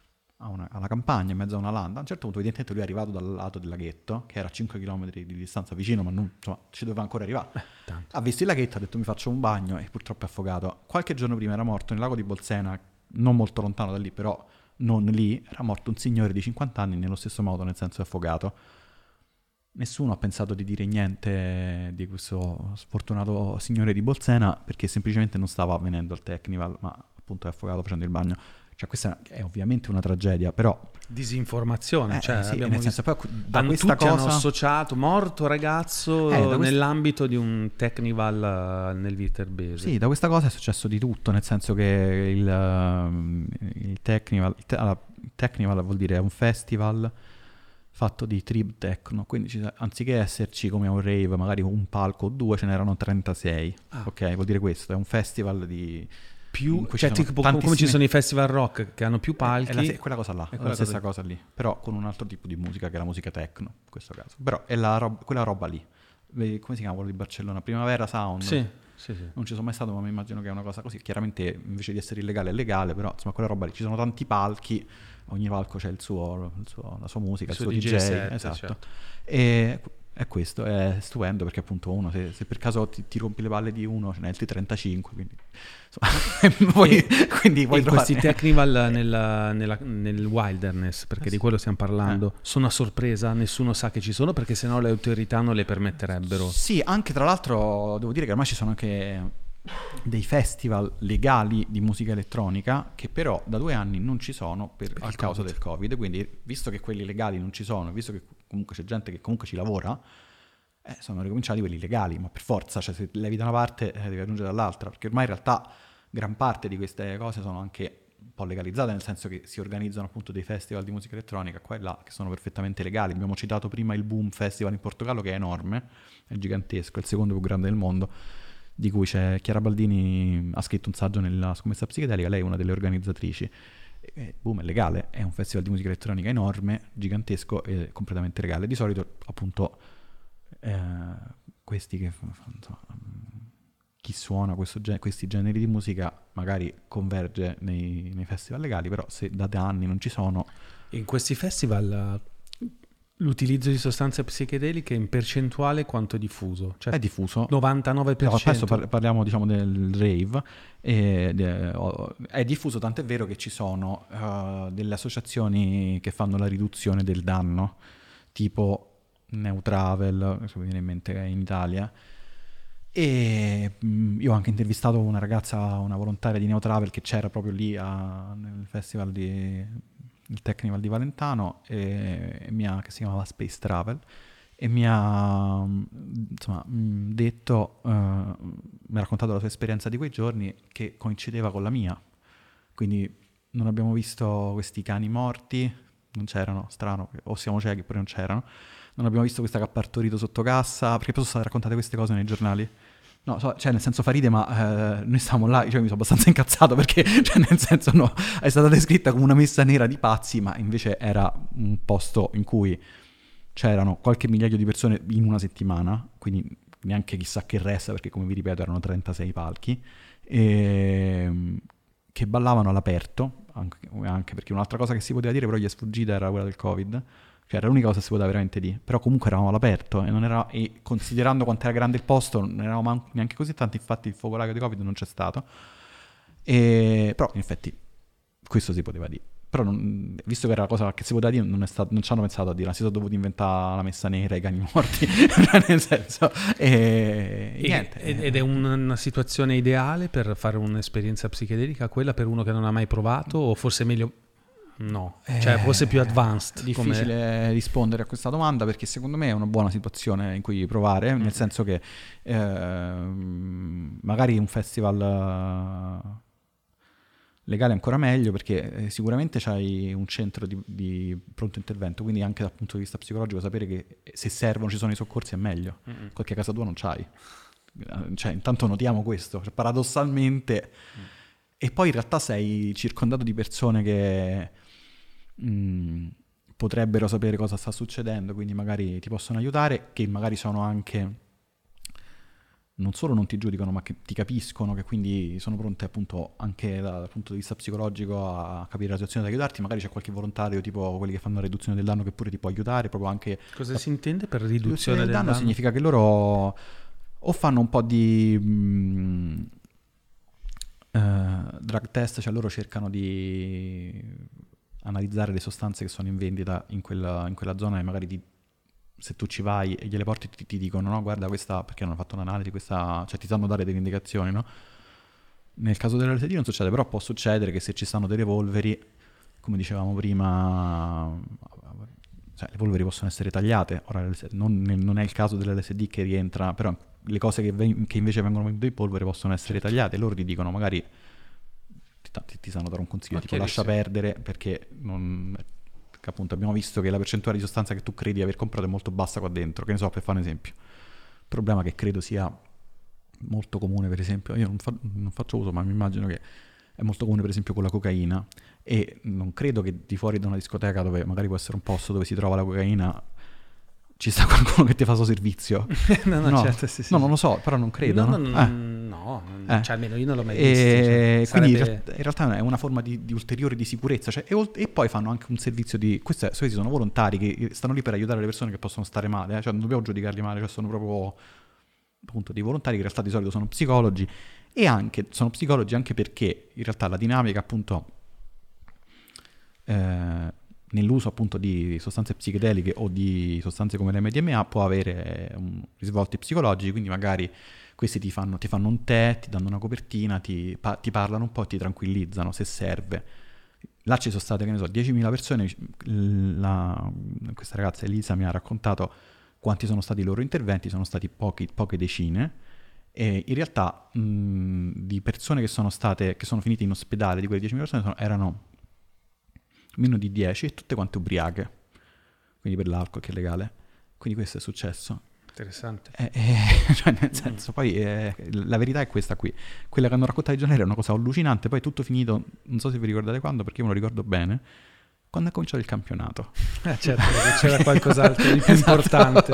a una, alla campagna, in mezzo a una landa. A un certo punto evidentemente lui è arrivato dal lato del laghetto, che era a cinque chilometri di distanza vicino, ma non, insomma ci doveva ancora arrivare. Eh, Ha visto il laghetto, ha detto mi faccio un bagno e purtroppo è affogato. Qualche giorno prima era morto nel lago di Bolsena, non molto lontano da lì, però non lì, era morto un signore di cinquanta anni nello stesso modo, nel senso è affogato. Nessuno ha pensato di dire niente di questo sfortunato signore di Bolsena perché semplicemente non stava avvenendo al Technival, ma appunto è affogato facendo il bagno. Cioè questa è ovviamente una tragedia, però Disinformazione, Eh, cioè sì, abbiamo nel senso, visto- poi da hanno- questa tutti hanno cosa associato morto ragazzo Eh, da quest- nell'ambito di un Technival eh, nel Viterbese. sì, da questa cosa è successo di tutto, nel senso che il, um, il Technival, il te- allora, il Technival vuol dire è un festival fatto di trip techno, quindi ci- anziché esserci come un rave, magari un palco o due, ce n'erano trentasei. Ah. Ok, vuol dire questo, è un festival di Più, in cui cioè, ci sono tipo come ci tantissime- sono i festival rock che hanno più palchi. È, la, è quella cosa là, È è quella la stessa cosa- cosa lì, però con un altro tipo di musica che è la musica techno, in questo caso. Però è la rob- quella roba lì. Ve- Come si chiama quello di Barcellona? Primavera Sound. Sì, sì, sì. Non ci sono mai stato, ma mi immagino che è una cosa così. Chiaramente invece di essere illegale è legale, però insomma quella roba lì. Ci sono tanti palchi, ogni palco c'è il suo, il suo- la sua musica, il Il suo, suo D J. D J set, esatto. certo. E è questo, è stupendo perché appunto uno, se, se per caso ti, ti rompi le palle di uno, ce n'è altri trentacinque, quindi, insomma, poi, quindi puoi E questi trovare- Technival nel, nella- nel wilderness, perché Eh di sì. quello stiamo parlando, sono a sorpresa, nessuno sa che ci sono perché sennò le autorità non le permetterebbero. Sì, anche tra l'altro devo dire che ormai ci sono anche dei festival legali di musica elettronica che però da due anni non ci sono per, a causa del Covid, quindi visto che quelli legali non ci sono, visto che comunque c'è gente che comunque ci lavora, eh, sono ricominciati quelli legali, ma per forza, cioè se levi da una parte eh, devi aggiungere dall'altra, perché ormai in realtà gran parte di queste cose sono anche un po' legalizzate, nel senso che si organizzano appunto dei festival di musica elettronica qua e là che sono perfettamente legali. Abbiamo citato prima il Boom Festival in Portogallo, che è enorme, è gigantesco, è il secondo più grande del mondo, di cui c'è Chiara Baldini, ha scritto un saggio nella scommessa psichedelica, lei è una delle organizzatrici. E Boom è legale, è un festival di musica elettronica enorme, gigantesco e completamente legale. Di solito appunto eh, questi che insomma, chi suona questo gen- questi generi di musica magari converge nei, nei festival legali, però se da, da anni non ci sono. In questi festival eh, l'utilizzo di sostanze psichedeliche in percentuale quanto è diffuso? Cioè È diffuso. novantanove per No, cento. adesso par- parliamo diciamo del rave. E, de- o- è diffuso, tant'è vero che ci sono uh, delle associazioni che fanno la riduzione del danno, tipo Neutravel, se mi viene in mente che è in Italia. E mh, io ho anche intervistato una ragazza, una volontaria di Neutravel che c'era proprio lì a- nel festival di il Technival di Valentano e, e mi ha, che si chiamava Space Travel, e mi ha insomma mh, detto, uh, mi ha raccontato la sua esperienza di quei giorni che coincideva con la mia, quindi non abbiamo visto questi cani morti, non c'erano, strano, o siamo ciechi oppure non c'erano, non abbiamo visto questa che ha partorito sotto cassa, perché poi sono state raccontate queste cose nei giornali. No, so, cioè nel senso fa ride, ma eh, noi stavamo là, cioè mi sono abbastanza incazzato perché, cioè nel senso no, è stata descritta come una messa nera di pazzi, ma invece era un posto in cui c'erano qualche migliaio di persone in una settimana, quindi neanche chissà che resta, perché come vi ripeto erano trentasei palchi, e, che ballavano all'aperto, anche, anche perché un'altra cosa che si poteva dire però gli è sfuggita era quella del Covid. Cioè era l'unica cosa che si poteva veramente dire, però comunque eravamo all'aperto e, non era, e considerando quanto era grande il posto non eravamo man- neanche così tanti, infatti il focolaio di Covid non c'è stato, e, però in effetti questo si poteva dire. però non, visto che era una cosa che si poteva dire, non, è stato, non ci hanno pensato a dire, si sono dovuti inventare la messa nera, i cani morti, nel senso, e, e, niente. Ed è un, una situazione ideale per fare un'esperienza psichedelica, quella per uno che non ha mai provato, o forse è meglio... No, cioè forse più advanced. È difficile come... rispondere a questa domanda, perché secondo me è una buona situazione in cui provare, nel senso che eh, magari un festival legale è ancora meglio, perché eh, sicuramente c'hai un centro di, di pronto intervento, quindi anche dal punto di vista psicologico sapere che se servono, ci sono i soccorsi è meglio, mm-hmm. perché a casa tua non c'hai. Cioè, intanto notiamo questo, cioè, paradossalmente, mm. e poi in realtà sei circondato di persone che mh, potrebbero sapere cosa sta succedendo, quindi magari ti possono aiutare, che magari sono anche... non solo non ti giudicano, ma che ti capiscono, che quindi sono pronte appunto anche dal punto di vista psicologico a capire la situazione, ad aiutarti. Magari c'è qualche volontario, tipo quelli che fanno la riduzione del danno, che pure ti può aiutare, proprio anche... Cosa la... si intende per riduzione, riduzione del, del danno? danno? Significa che loro o fanno un po' di mh, uh, drug test, cioè loro cercano di analizzare le sostanze che sono in vendita in quella, in quella zona, e magari di se tu ci vai e gliele porti ti, ti dicono no, guarda questa, perché hanno fatto un'analisi, questa, cioè ti sanno dare delle indicazioni, no? Nel caso dell'L S D non succede, però può succedere che se ci stanno delle polveri, come dicevamo prima, cioè, le polveri possono essere tagliate. Ora non, non è il caso dell'L S D che rientra, però le cose che, che invece vengono vendute in polvere possono essere tagliate. Loro ti dicono magari ti, ti, ti sanno dare un consiglio, tipo lascia perdere, perché non... appunto abbiamo visto che la percentuale di sostanza che tu credi di aver comprato è molto bassa qua dentro, che ne so, per fare un esempio. Il problema che credo sia molto comune, per esempio, io non, fa, non faccio uso, ma mi immagino che è molto comune per esempio con la cocaina, e non credo che di fuori da una discoteca, dove magari può essere un posto dove si trova la cocaina, ci sta qualcuno che ti fa suo servizio. no, no, no. Certo, sì, sì. no, non lo so, però non credo. No, no, no, eh. no, eh. cioè almeno io non l'ho mai e visto. Cioè, quindi sarebbe... in realtà è una forma di, di ulteriore di sicurezza, cioè, e, e poi fanno anche un servizio di... Questi, questi sono volontari che stanno lì per aiutare le persone che possono stare male, eh? Cioè non dobbiamo giudicarli male, cioè sono proprio appunto dei volontari che in realtà di solito sono psicologi, e anche sono psicologi anche perché in realtà la dinamica appunto eh, nell'uso appunto di sostanze psichedeliche o di sostanze come l'M D M A può avere um, risvolti psicologici, quindi magari questi ti fanno, ti fanno un tè, ti danno una copertina, ti, pa- ti parlano un po', ti tranquillizzano se serve. Là ci sono state, che ne so, diecimila persone. La, questa ragazza Elisa mi ha raccontato quanti sono stati i loro interventi, sono stati pochi, poche decine, e in realtà mh, di persone che sono state, che sono finite in ospedale, di quelle diecimila persone, sono, erano meno di dieci, e tutte quante ubriache, quindi per l'alcol che è legale. Quindi questo è successo. Interessante. Eh, eh, cioè nel senso, poi eh, la verità è questa qui. Quella che hanno raccontato i giornali è una cosa allucinante. Poi è tutto finito, non so se vi ricordate quando, perché io me lo ricordo bene, quando è cominciato il campionato. Eh certo, perché c'era qualcos'altro di più esatto. importante.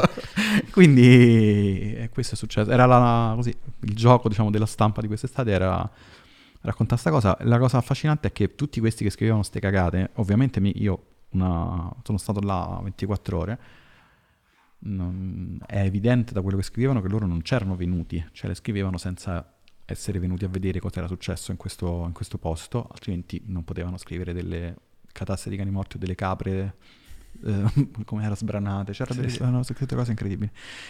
Quindi eh, questo è successo. Era la, così, il gioco, diciamo, della stampa di quest'estate era raccontare sta cosa. La cosa affascinante è che tutti questi che scrivevano ste cagate, ovviamente mi, io una, sono stato là ventiquattro ore, non, è evidente da quello che scrivevano che loro non c'erano venuti, cioè le scrivevano senza essere venuti a vedere cosa era successo in questo, in questo posto, altrimenti non potevano scrivere delle catastre di cani morti o delle capre eh, come era sbranate, c'erano sì, delle, sì. scritto cose incredibili.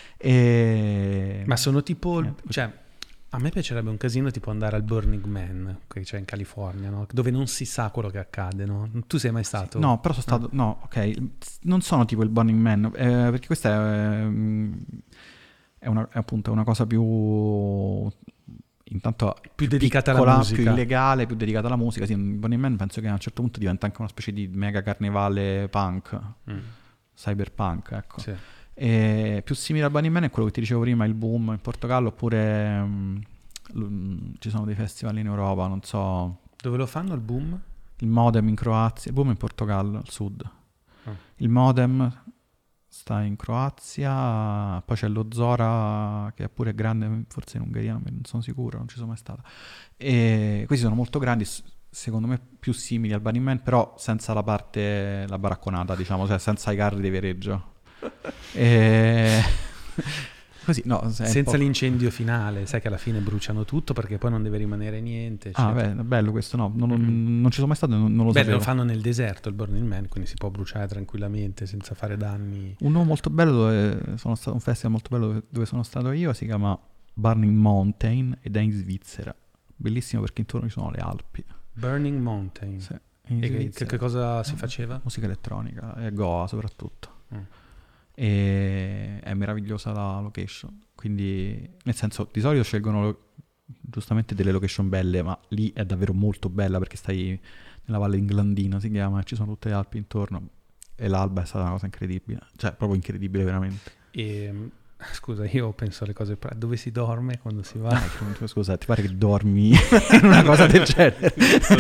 E... ma sono tipo, niente, cioè a me piacerebbe un casino tipo andare al Burning Man, che c'è in California, no? Dove non si sa quello che accade, no? Tu sei mai stato? No, però sono stato... No, no ok. Non sono tipo il Burning Man, eh, perché questa è, è, una, è appunto una cosa più... Intanto più dedicata piccola, alla musica, più illegale, più dedicata alla musica. Sì, il Burning Man penso che a un certo punto diventa anche una specie di mega carnevale punk, mm. cyberpunk, ecco. Sì. E più simile al Burning Man è quello che ti dicevo prima, il Boom in Portogallo, oppure um, l- ci sono dei festival in Europa, non so. Dove lo fanno il Boom? Il Modem in Croazia, il Boom in Portogallo, al sud. Oh. Il Modem sta in Croazia, poi c'è lo Zora che è pure grande, forse in Ungheria, non sono sicuro, non ci sono mai stato. E questi sono molto grandi, secondo me più simili al Burning Man, però senza la parte, la baracconata, diciamo, cioè senza i carri di Viareggio. E... Così, no, senza l'incendio finale, sai che alla fine bruciano tutto perché poi non deve rimanere niente. Ah, beh, bello questo, no, non, mm-hmm. non ci sono mai stato, non, non lo Beh, sapevo. lo fanno nel deserto il Burning Man, quindi si può bruciare tranquillamente senza fare danni. Uno molto bello dove sono stato, un festival molto bello dove, dove sono stato io, si chiama Burning Mountain ed è in Svizzera. Bellissimo perché intorno ci sono le Alpi. Burning Mountain. Sì, e che, che cosa si faceva? Musica elettronica e Goa soprattutto. Mm. E è meravigliosa la location, quindi nel senso di solito scelgono lo, giustamente delle location belle, ma lì è davvero molto bella perché stai nella valle Inglandina, si chiama, e ci sono tutte le Alpi intorno e l'alba è stata una cosa incredibile, cioè proprio incredibile veramente. E scusa, io penso alle cose pra- dove si dorme quando si va. Ah, scusa, ti pare che dormi in una cosa del genere?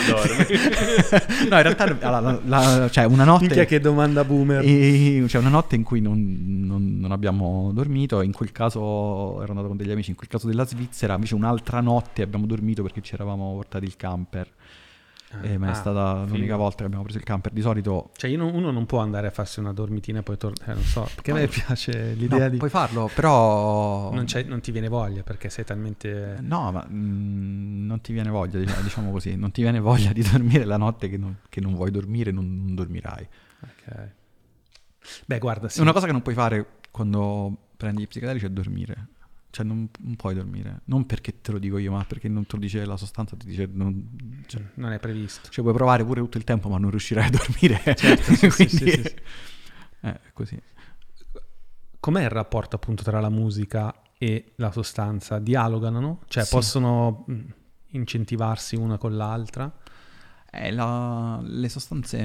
No, in realtà la, la, la, cioè una notte. Minchia che domanda boomer. E, cioè una notte in cui non, non, non abbiamo dormito, in quel caso ero andato con degli amici, in quel caso della Svizzera, invece un'altra notte abbiamo dormito perché ci eravamo portati il camper. Eh, ma è ah, stata figo. l'unica volta che abbiamo preso il camper. Di solito, cioè io non, uno non può andare a farsi una dormitina e poi tornare, eh, non so, perché a me piace l'idea no, di puoi farlo, però non, c'è, non ti viene voglia perché sei talmente no, ma mh, non ti viene voglia, diciamo, diciamo così, non ti viene voglia di dormire la notte che non, che non vuoi dormire, non, non dormirai. Ok. Beh, guarda, sì. Una cosa che non puoi fare quando prendi gli psichedelici è dormire. Cioè non, non puoi dormire, non perché te lo dico io, ma perché non te lo dice la sostanza, ti dice non, cioè, non è previsto. Cioè puoi provare pure tutto il tempo, ma non riuscirai a dormire. Certo, sì, quindi sì, sì, sì. Eh, così. Com'è il rapporto appunto tra la musica e la sostanza? Dialogano, no? Cioè Sì. possono incentivarsi una con l'altra? Eh, la, le sostanze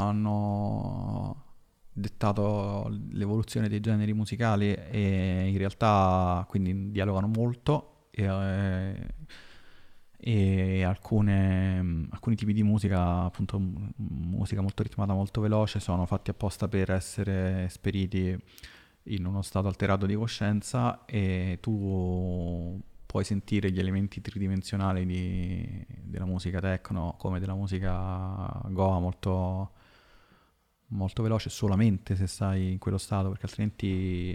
hanno dettato l'evoluzione dei generi musicali e in realtà quindi dialogano molto e, e alcune, alcuni tipi di musica, appunto musica molto ritmata, molto veloce, sono fatti apposta per essere esperiti in uno stato alterato di coscienza e tu puoi sentire gli elementi tridimensionali di, della musica techno come della musica goa molto molto veloce solamente se stai in quello stato, perché altrimenti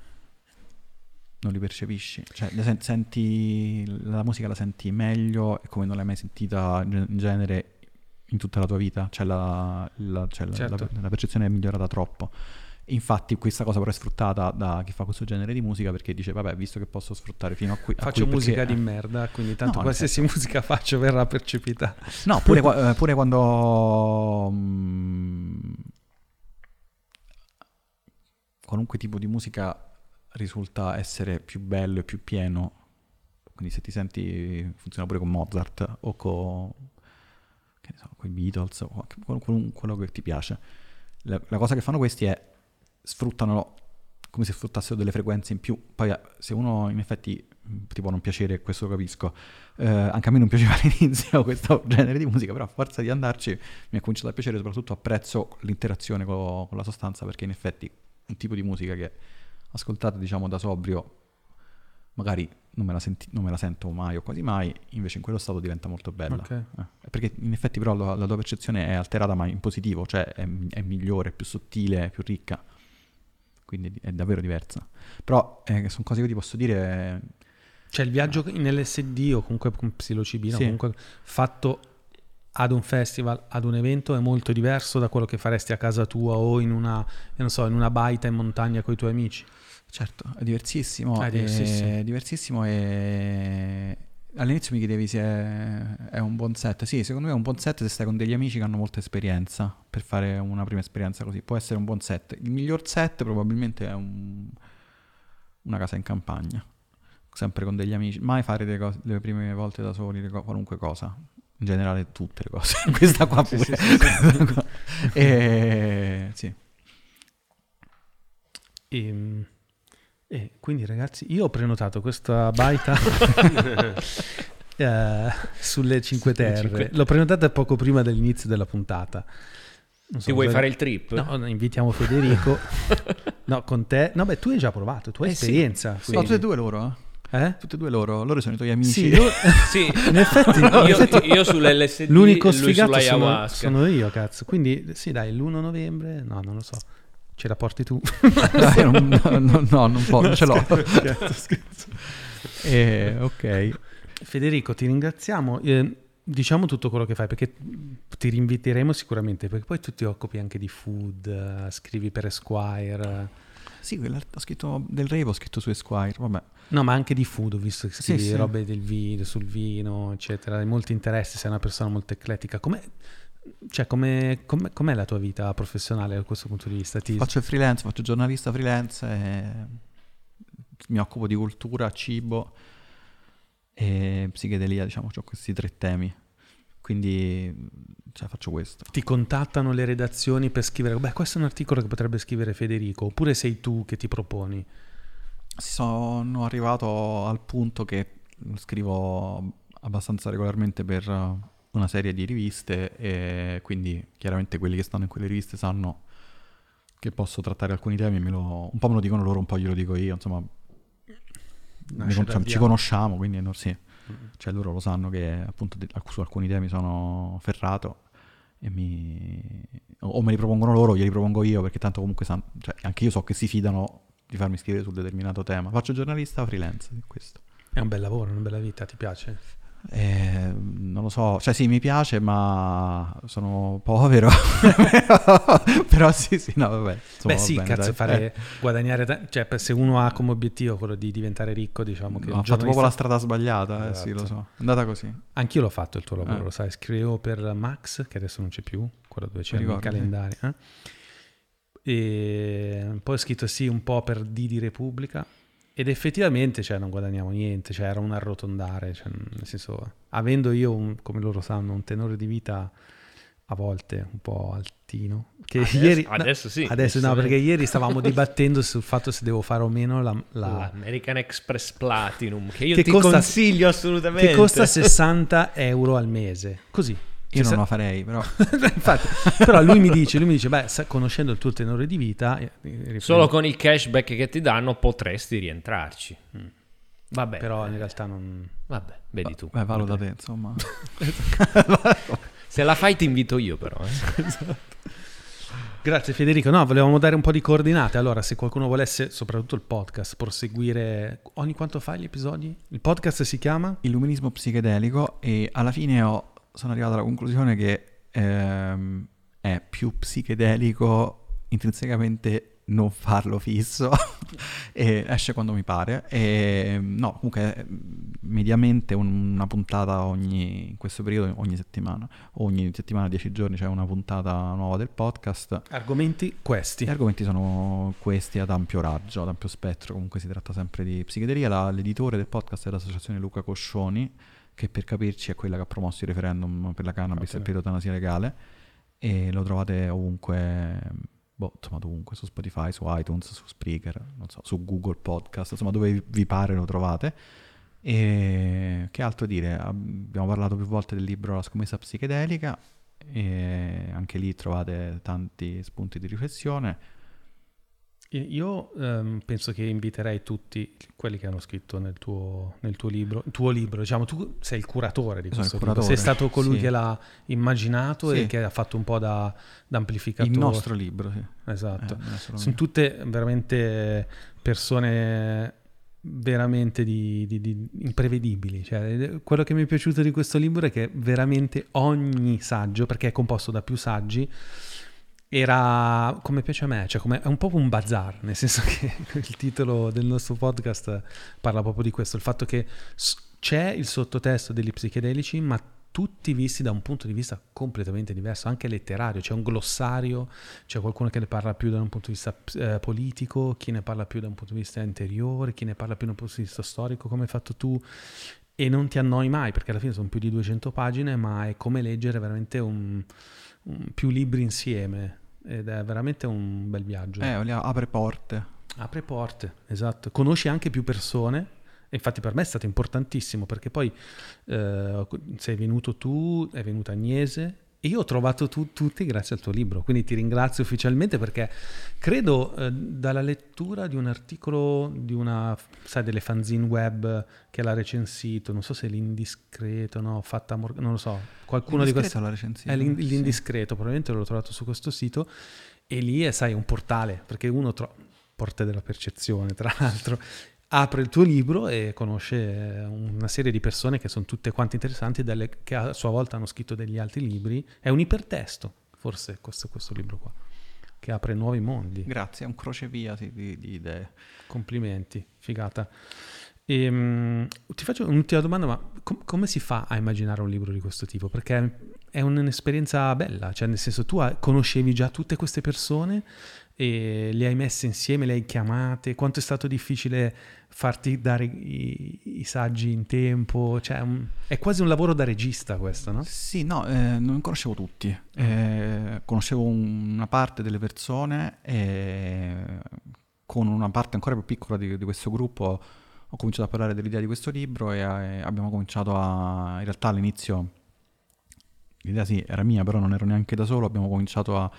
non li percepisci. Cioè sen- senti la musica, la senti meglio e come non l'hai mai sentita in genere in tutta la tua vita. Cioè la, la, cioè certo. la, la percezione è migliorata troppo. Infatti questa cosa però è sfruttata da chi fa questo genere di musica perché dice vabbè, visto che posso sfruttare fino a qui a faccio qui musica perché, di eh, merda, quindi tanto no, qualsiasi senso... musica faccio verrà percepita. No, pure, qua, pure quando mh, qualunque tipo di musica risulta essere più bello e più pieno, quindi se ti senti funziona pure con Mozart o con che ne so, con i Beatles o con quello che ti piace. La, la cosa che fanno questi è sfruttano come se sfruttassero delle frequenze in più. Poi se uno in effetti ti può non piacere, questo capisco, eh, anche a me non piaceva all'inizio questo genere di musica, però a forza di andarci mi è cominciato a piacere, soprattutto apprezzo l'interazione con, con la sostanza, perché in effetti un tipo di musica che ascoltate diciamo da sobrio magari non me la, senti, non me la sento mai o quasi mai, invece in quello stato diventa molto bella. Okay. Eh, perché in effetti però la, la tua percezione è alterata ma in positivo, cioè è, è migliore, più sottile, più ricca, quindi è davvero diversa. Però eh, sono cose che ti posso dire... Cioè il viaggio in L S D o comunque con psilocibina, sì. comunque fatto ad un festival, ad un evento, è molto diverso da quello che faresti a casa tua o in una, non so, in una baita in montagna con i tuoi amici. Certo, è diversissimo, è diversissimo. È diversissimo e all'inizio mi chiedevi se è, è un buon set. Sì, secondo me è un buon set se stai con degli amici che hanno molta esperienza per fare una prima esperienza così. Può essere un buon set. Il miglior set probabilmente è un, una casa in campagna, sempre con degli amici. Mai fare le, cose, le prime volte da soli, le co- qualunque cosa. In generale tutte le cose. Questa qua pure. Sì, sì, sì, sì. E, sì. E... E quindi ragazzi io ho prenotato questa baita eh, sulle Cinque Terre, l'ho prenotata poco prima dell'inizio della puntata. Non so, ti vuoi se... fare il trip? No, invitiamo Federico. No, con te. No, beh, tu hai già provato, tu hai eh esperienza. Sì. No, tutte e due loro. Eh? Tutte e due loro, loro sono i tuoi amici. Sì, loro... sì. In effetti, no, in io, effetti io sull'L S D, l'unico lui sfigato sono, sull'ayahuasca. sono io, cazzo. Quindi sì, dai, l'primo novembre, no, non lo so. Ce la porti tu? Eh, non, no, no, no, non posso, non ce l'ho. Scherzo, scherzo. Eh, ok. Federico, ti ringraziamo. Eh, diciamo tutto quello che fai, perché ti rinviteremo sicuramente, perché poi tu ti occupi anche di food, uh, scrivi per Esquire. Sì, quella- ho scritto del Revo, ho scritto su Esquire, vabbè. No, ma anche di food, ho visto che scrivi Sì, sì. robe del vino, sul vino, eccetera. Hai molti interessi, sei una persona molto eclettica. Com'è, cioè, com'è, com'è, com'è la tua vita professionale da questo punto di vista? Ti... Faccio il freelance, faccio giornalista freelance, e mi occupo di cultura, cibo e psichedelia, diciamo, ho questi tre temi. Quindi, cioè, faccio questo. Ti contattano le redazioni per scrivere, beh, questo è un articolo che potrebbe scrivere Federico, oppure sei tu che ti proponi? Sono arrivato al punto che scrivo abbastanza regolarmente per una serie di riviste e quindi chiaramente quelli che stanno in quelle riviste sanno che posso trattare alcuni temi, me lo, un po' me lo dicono loro, un po' glielo dico io, insomma, ne Nasce con- dal ci dialogo. conosciamo, quindi no, sì, cioè loro lo sanno che appunto de- su alcuni temi sono ferrato e mi o me li propongono loro o glieli propongo io, perché tanto comunque sanno, cioè, anche io so che si fidano di farmi scrivere sul determinato tema. Faccio giornalista freelance di questo. È un bel lavoro, una bella vita, ti piace? Eh, non lo so, cioè sì, mi piace, ma sono povero. Però sì, sì, no, vabbè. Insomma, Beh va sì, bene, cazzo, dai. fare Eh, guadagnare, ta- cioè per- se uno ha come obiettivo quello di diventare ricco, diciamo che no, ho un fatto proprio la giornalista... strada sbagliata, eh, sì, lo Esatto. so. È andata così. Anch'io l'ho fatto il tuo lavoro, Eh. lo sai, scrivevo per Max, che adesso non c'è più, quello dove c'erano i ricordo, sì. calendari. eh. E poi ho scritto sì un po' per Didi Repubblica, ed effettivamente cioè, non guadagniamo niente, cioè, era un arrotondare, cioè, nel senso, avendo io, un- come loro sanno, un tenore di vita a volte un po' altino, che Adesso- ieri, no, adesso sì, adesso no, giustamente. perché ieri stavamo dibattendo sul fatto se devo fare o meno la, la- L'American Express Platinum, che io Che ti costa- consiglio assolutamente. che costa sessanta euro al mese, così. Io Ci non sa- la farei, però. Infatti, però lui mi dice, lui mi dice, beh, sa- conoscendo il tuo tenore di vita, eh, riprendo- Solo con il cashback che ti danno potresti rientrarci. Vabbè, però in realtà non... vabbè, vedi tu. Beh, valuta te, insomma. Se la fai ti invito io però. eh. Grazie Federico. No, volevamo dare un po' di coordinate. Allora, se qualcuno volesse, soprattutto il podcast, proseguire... Ogni quanto fai gli episodi? Il podcast si chiama? Illuminismo psichedelico, e alla fine ho, sono arrivato alla conclusione che ehm, è più psichedelico intrinsecamente non farlo fisso e esce quando mi pare, e no, comunque eh, mediamente un- una puntata ogni, in questo periodo ogni settimana, ogni settimana dieci giorni c'è una puntata nuova del podcast. Argomenti questi. Gli argomenti sono questi ad ampio raggio, ad ampio spettro, comunque si tratta sempre di psichedelia. La- l'editore del podcast è l'associazione Luca Coscioni, che per capirci è quella che ha promosso il referendum per la cannabis Ok. e per l'eutanasia legale, e lo trovate ovunque, boh, insomma ovunque, su Spotify, su iTunes, su Spreaker, non so, su Google Podcast, insomma dove vi- vi pare lo trovate. E che altro dire? Abbiamo parlato più volte del libro La scommessa psichedelica, e anche lì trovate tanti spunti di riflessione. Io ehm, penso che inviterei tutti quelli che hanno scritto nel tuo, nel tuo libro, il tuo libro, diciamo, tu sei il curatore di Sono questo il libro, curatore, sei stato colui sì. che l'ha immaginato Sì. e che ha fatto un po' da, da amplificatore. Il nostro libro, sì. Esatto. Eh, non è solo Sono mio. tutte veramente persone veramente di, di- di- imprevedibili. Cioè, quello che mi è piaciuto di questo libro è che veramente ogni saggio, perché è composto da più saggi, era come piace a me, cioè come, è un po' un bazar, nel senso che il titolo del nostro podcast parla proprio di questo, il fatto che s- c'è il sottotesto degli psichedelici, ma tutti visti da un punto di vista completamente diverso, anche letterario. C'è un glossario, c'è qualcuno che ne parla più da un punto di vista eh, politico, chi ne parla più da un punto di vista interiore, chi ne parla più da un punto di vista storico, come hai fatto tu, e non ti annoi mai, perché alla fine sono più di duecento pagine, ma è come leggere veramente un, un- più libri insieme, ed è veramente un bel viaggio. Eh, li apre porte. Apre porte, esatto. Conosci anche più persone. E infatti per me è stato importantissimo, perché poi eh, sei venuto tu, è venuta Agnese, E io ho trovato tu, tutti grazie al tuo libro, quindi ti ringrazio ufficialmente perché credo eh, dalla lettura di un articolo di una, sai, delle fanzine web che l'ha recensito, non so se è l'Indiscreto, no, fatta, Mor- non lo so, qualcuno di questi... l'ha recensito. È l'in- sì. l'Indiscreto, probabilmente l'ho trovato su questo sito e lì è, sai, un portale, perché uno trova, porta della percezione, tra l'altro, apre il tuo libro e conosce una serie di persone che sono tutte quante interessanti, delle, che a sua volta hanno scritto degli altri libri. È un ipertesto, forse questo, questo libro qua, che apre nuovi mondi. Grazie, è un crocevia sì, di, di idee. Complimenti, figata. E, um, ti faccio un'ultima domanda, ma com- come si fa a immaginare un libro di questo tipo? Perché è un'esperienza bella, cioè nel senso tu conoscevi già tutte queste persone e le hai messe insieme, le hai chiamate, quanto è stato difficile farti dare i, i saggi in tempo, cioè un, è quasi un lavoro da regista questo, no? Sì, no, eh, non conoscevo tutti, eh, conoscevo una parte delle persone e con una parte ancora più piccola di, di questo gruppo ho cominciato a parlare dell'idea di questo libro e, e abbiamo cominciato a, in realtà all'inizio l'idea sì era mia, però non ero neanche da solo, abbiamo cominciato a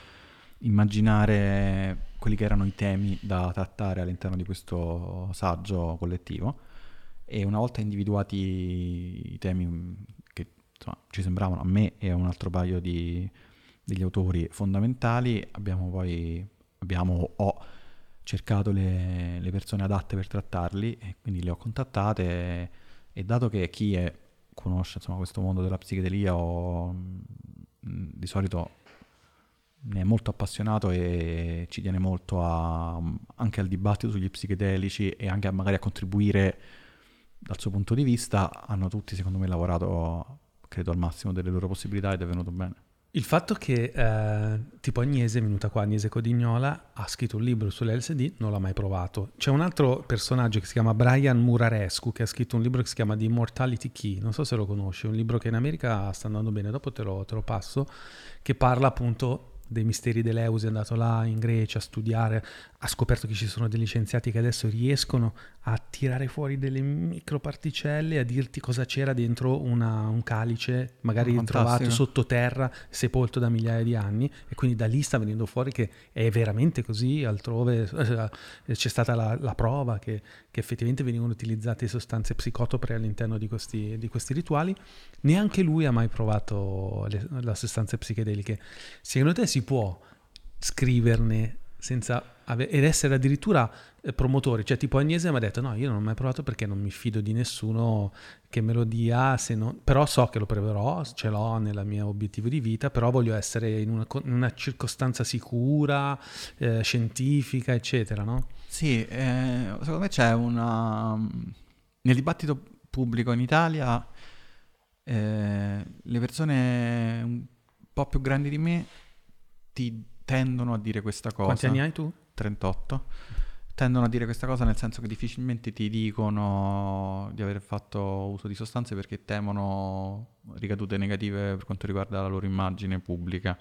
immaginare quelli che erano i temi da trattare all'interno di questo saggio collettivo e una volta individuati i temi che insomma, ci sembravano a me e a un altro paio di, degli autori fondamentali, abbiamo poi abbiamo ho cercato le, le persone adatte per trattarli e quindi le ho contattate e, e dato che chi è, conosce insomma, questo mondo della psichedelia o mh, di solito ne è molto appassionato e ci tiene molto a, anche al dibattito sugli psichedelici e anche a magari a contribuire dal suo punto di vista, hanno tutti secondo me lavorato credo al massimo delle loro possibilità ed è venuto bene. Il fatto che eh, tipo Agnese è venuta qua, Agnese Codignola, ha scritto un libro sull'L S D, non l'ha mai provato. C'è un altro personaggio che si chiama Brian Murarescu che ha scritto un libro che si chiama The Immortality Key, non so se lo conosci, è un libro che in America sta andando bene, dopo te lo, te lo passo, che parla appunto dei misteri dell'Eleusi, è andato là in Grecia a studiare, ha scoperto che ci sono degli scienziati che adesso riescono a tirare fuori delle microparticelle e a dirti cosa c'era dentro una, un calice magari Fantastico. trovato sottoterra, sepolto da migliaia di anni, e quindi da lì sta venendo fuori che è veramente così, altrove eh, c'è stata la, la prova che, che effettivamente venivano utilizzate sostanze psicotrope all'interno di questi, di questi rituali. Neanche lui ha mai provato le, le sostanze psichedeliche. Secondo te si può scriverne senza ave- ed essere addirittura eh, promotori? Cioè tipo Agnese mi ha detto no, io non ho mai provato perché non mi fido di nessuno che me lo dia, se non... però so che lo proverò, ce l'ho nel mio obiettivo di vita, però voglio essere in una, in una circostanza sicura, eh, scientifica, eccetera, no? Sì, eh, secondo me c'è una... nel dibattito pubblico in Italia eh, le persone un po' più grandi di me ti tendono a dire questa cosa. Quanti anni hai tu? trentotto. Tendono a dire questa cosa nel senso che difficilmente ti dicono di aver fatto uso di sostanze perché temono ricadute negative per quanto riguarda la loro immagine pubblica,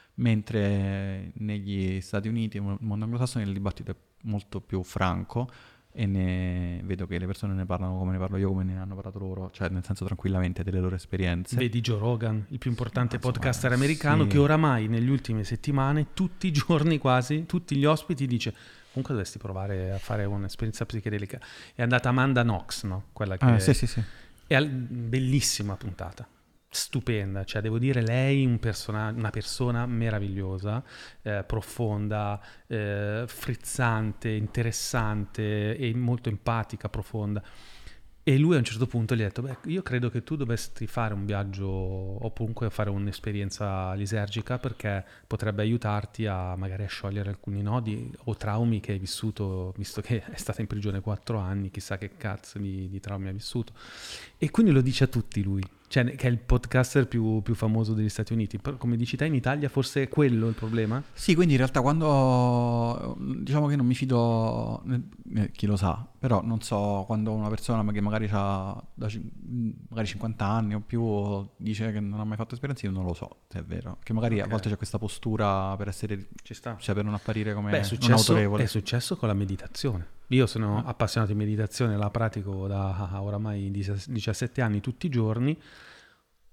mentre negli Stati Uniti, nel mondo anglosassone, il dibattito è molto più franco e ne vedo che le persone ne parlano come ne parlo io, come ne hanno parlato loro, cioè nel senso tranquillamente delle loro esperienze. Vedi Joe Rogan, il più importante Ah, insomma, podcaster americano, sì. che oramai negli ultime settimane, tutti i giorni quasi, tutti gli ospiti dice comunque dovresti provare a fare un'esperienza psichedelica. È andata Amanda Knox, no? Quella che Ah, sì, sì, sì. è al- bellissima puntata, stupenda, cioè devo dire lei un persona- una persona meravigliosa, eh, profonda, eh, frizzante, interessante e molto empatica, profonda. E lui a un certo punto gli ha detto beh, io credo che tu dovresti fare un viaggio o comunque fare un'esperienza lisergica perché potrebbe aiutarti a magari a sciogliere alcuni nodi o traumi che hai vissuto, visto che è stata in prigione quattro anni, chissà che cazzo di, di traumi ha vissuto. E quindi lo dice a tutti lui, cioè che è il podcaster più, più famoso degli Stati Uniti. Però, come dici te, in Italia forse è quello il problema? Sì, quindi in realtà quando diciamo che non mi fido, eh, chi lo sa, però non so quando una persona che magari ha magari cinquanta anni o più dice che non ha mai fatto esperienze, io non lo so se è vero, che magari Ok. a volte c'è questa postura per essere, Ci sta. cioè per non apparire come Beh, è non successo, autorevole. è successo con la meditazione. Io sono Ah. appassionato di meditazione, la pratico da oramai diciassette anni tutti i giorni.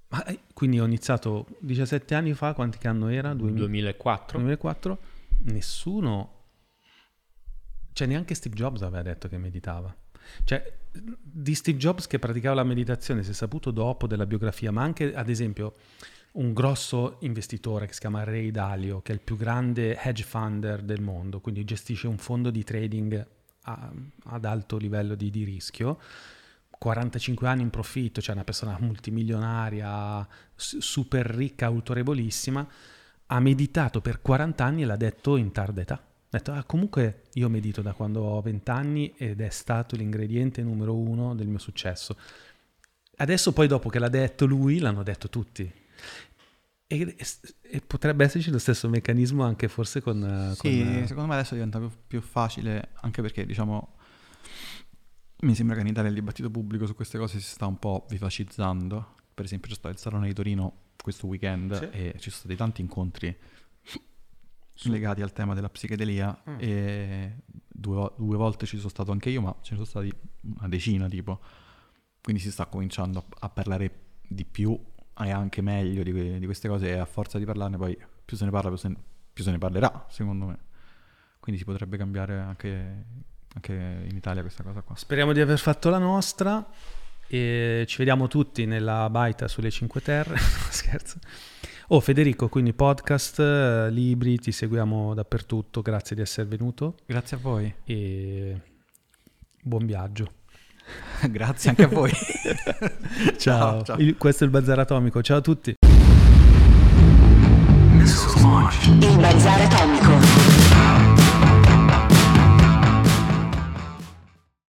Ma eh, quindi ho iniziato diciassette anni fa, quanti che anno era? duemilaquattro. duemilaquattro. Nessuno, cioè neanche Steve Jobs aveva detto che meditava. Cioè di Steve Jobs che praticava la meditazione si è saputo dopo della biografia, ma anche ad esempio un grosso investitore che si chiama Ray Dalio, che è il più grande hedge funder del mondo, quindi gestisce un fondo di trading a, ad alto livello di, di rischio, quarantacinque anni in profitto, cioè una persona multimilionaria, super ricca, autorevolissima, ha meditato per quaranta anni e l'ha detto in tarda età. Ha detto, ah, comunque io medito da quando ho venti anni ed è stato l'ingrediente numero uno del mio successo. Adesso poi dopo che l'ha detto lui, l'hanno detto tutti. E, e potrebbe esserci lo stesso meccanismo anche forse con... Sì, con, secondo me adesso diventa più, più facile, anche perché diciamo... Mi sembra che in Italia il dibattito pubblico su queste cose si sta un po' vivacizzando. Per esempio c'è stato il Salone di Torino questo weekend, sì, e ci sono stati tanti incontri sì. legati al tema della psichedelia, mm. e due, due volte ci sono stato anche io, ma ce ne sono stati una decina tipo. Quindi si sta cominciando a, a parlare di più e anche meglio di, di queste cose, e a forza di parlarne poi più se ne parla più se ne, più se ne parlerà, secondo me. Quindi si potrebbe cambiare anche... anche in Italia questa cosa qua. Speriamo di aver fatto la nostra e ci vediamo tutti nella baita sulle Cinque Terre. Scherzo. Oh Federico, quindi podcast, libri, ti seguiamo dappertutto, grazie di essere venuto. Grazie a voi e buon viaggio. Grazie anche a voi. Ciao, ciao. Il, questo è il Bazar Atomico, ciao a tutti. Il Bazar Atomico.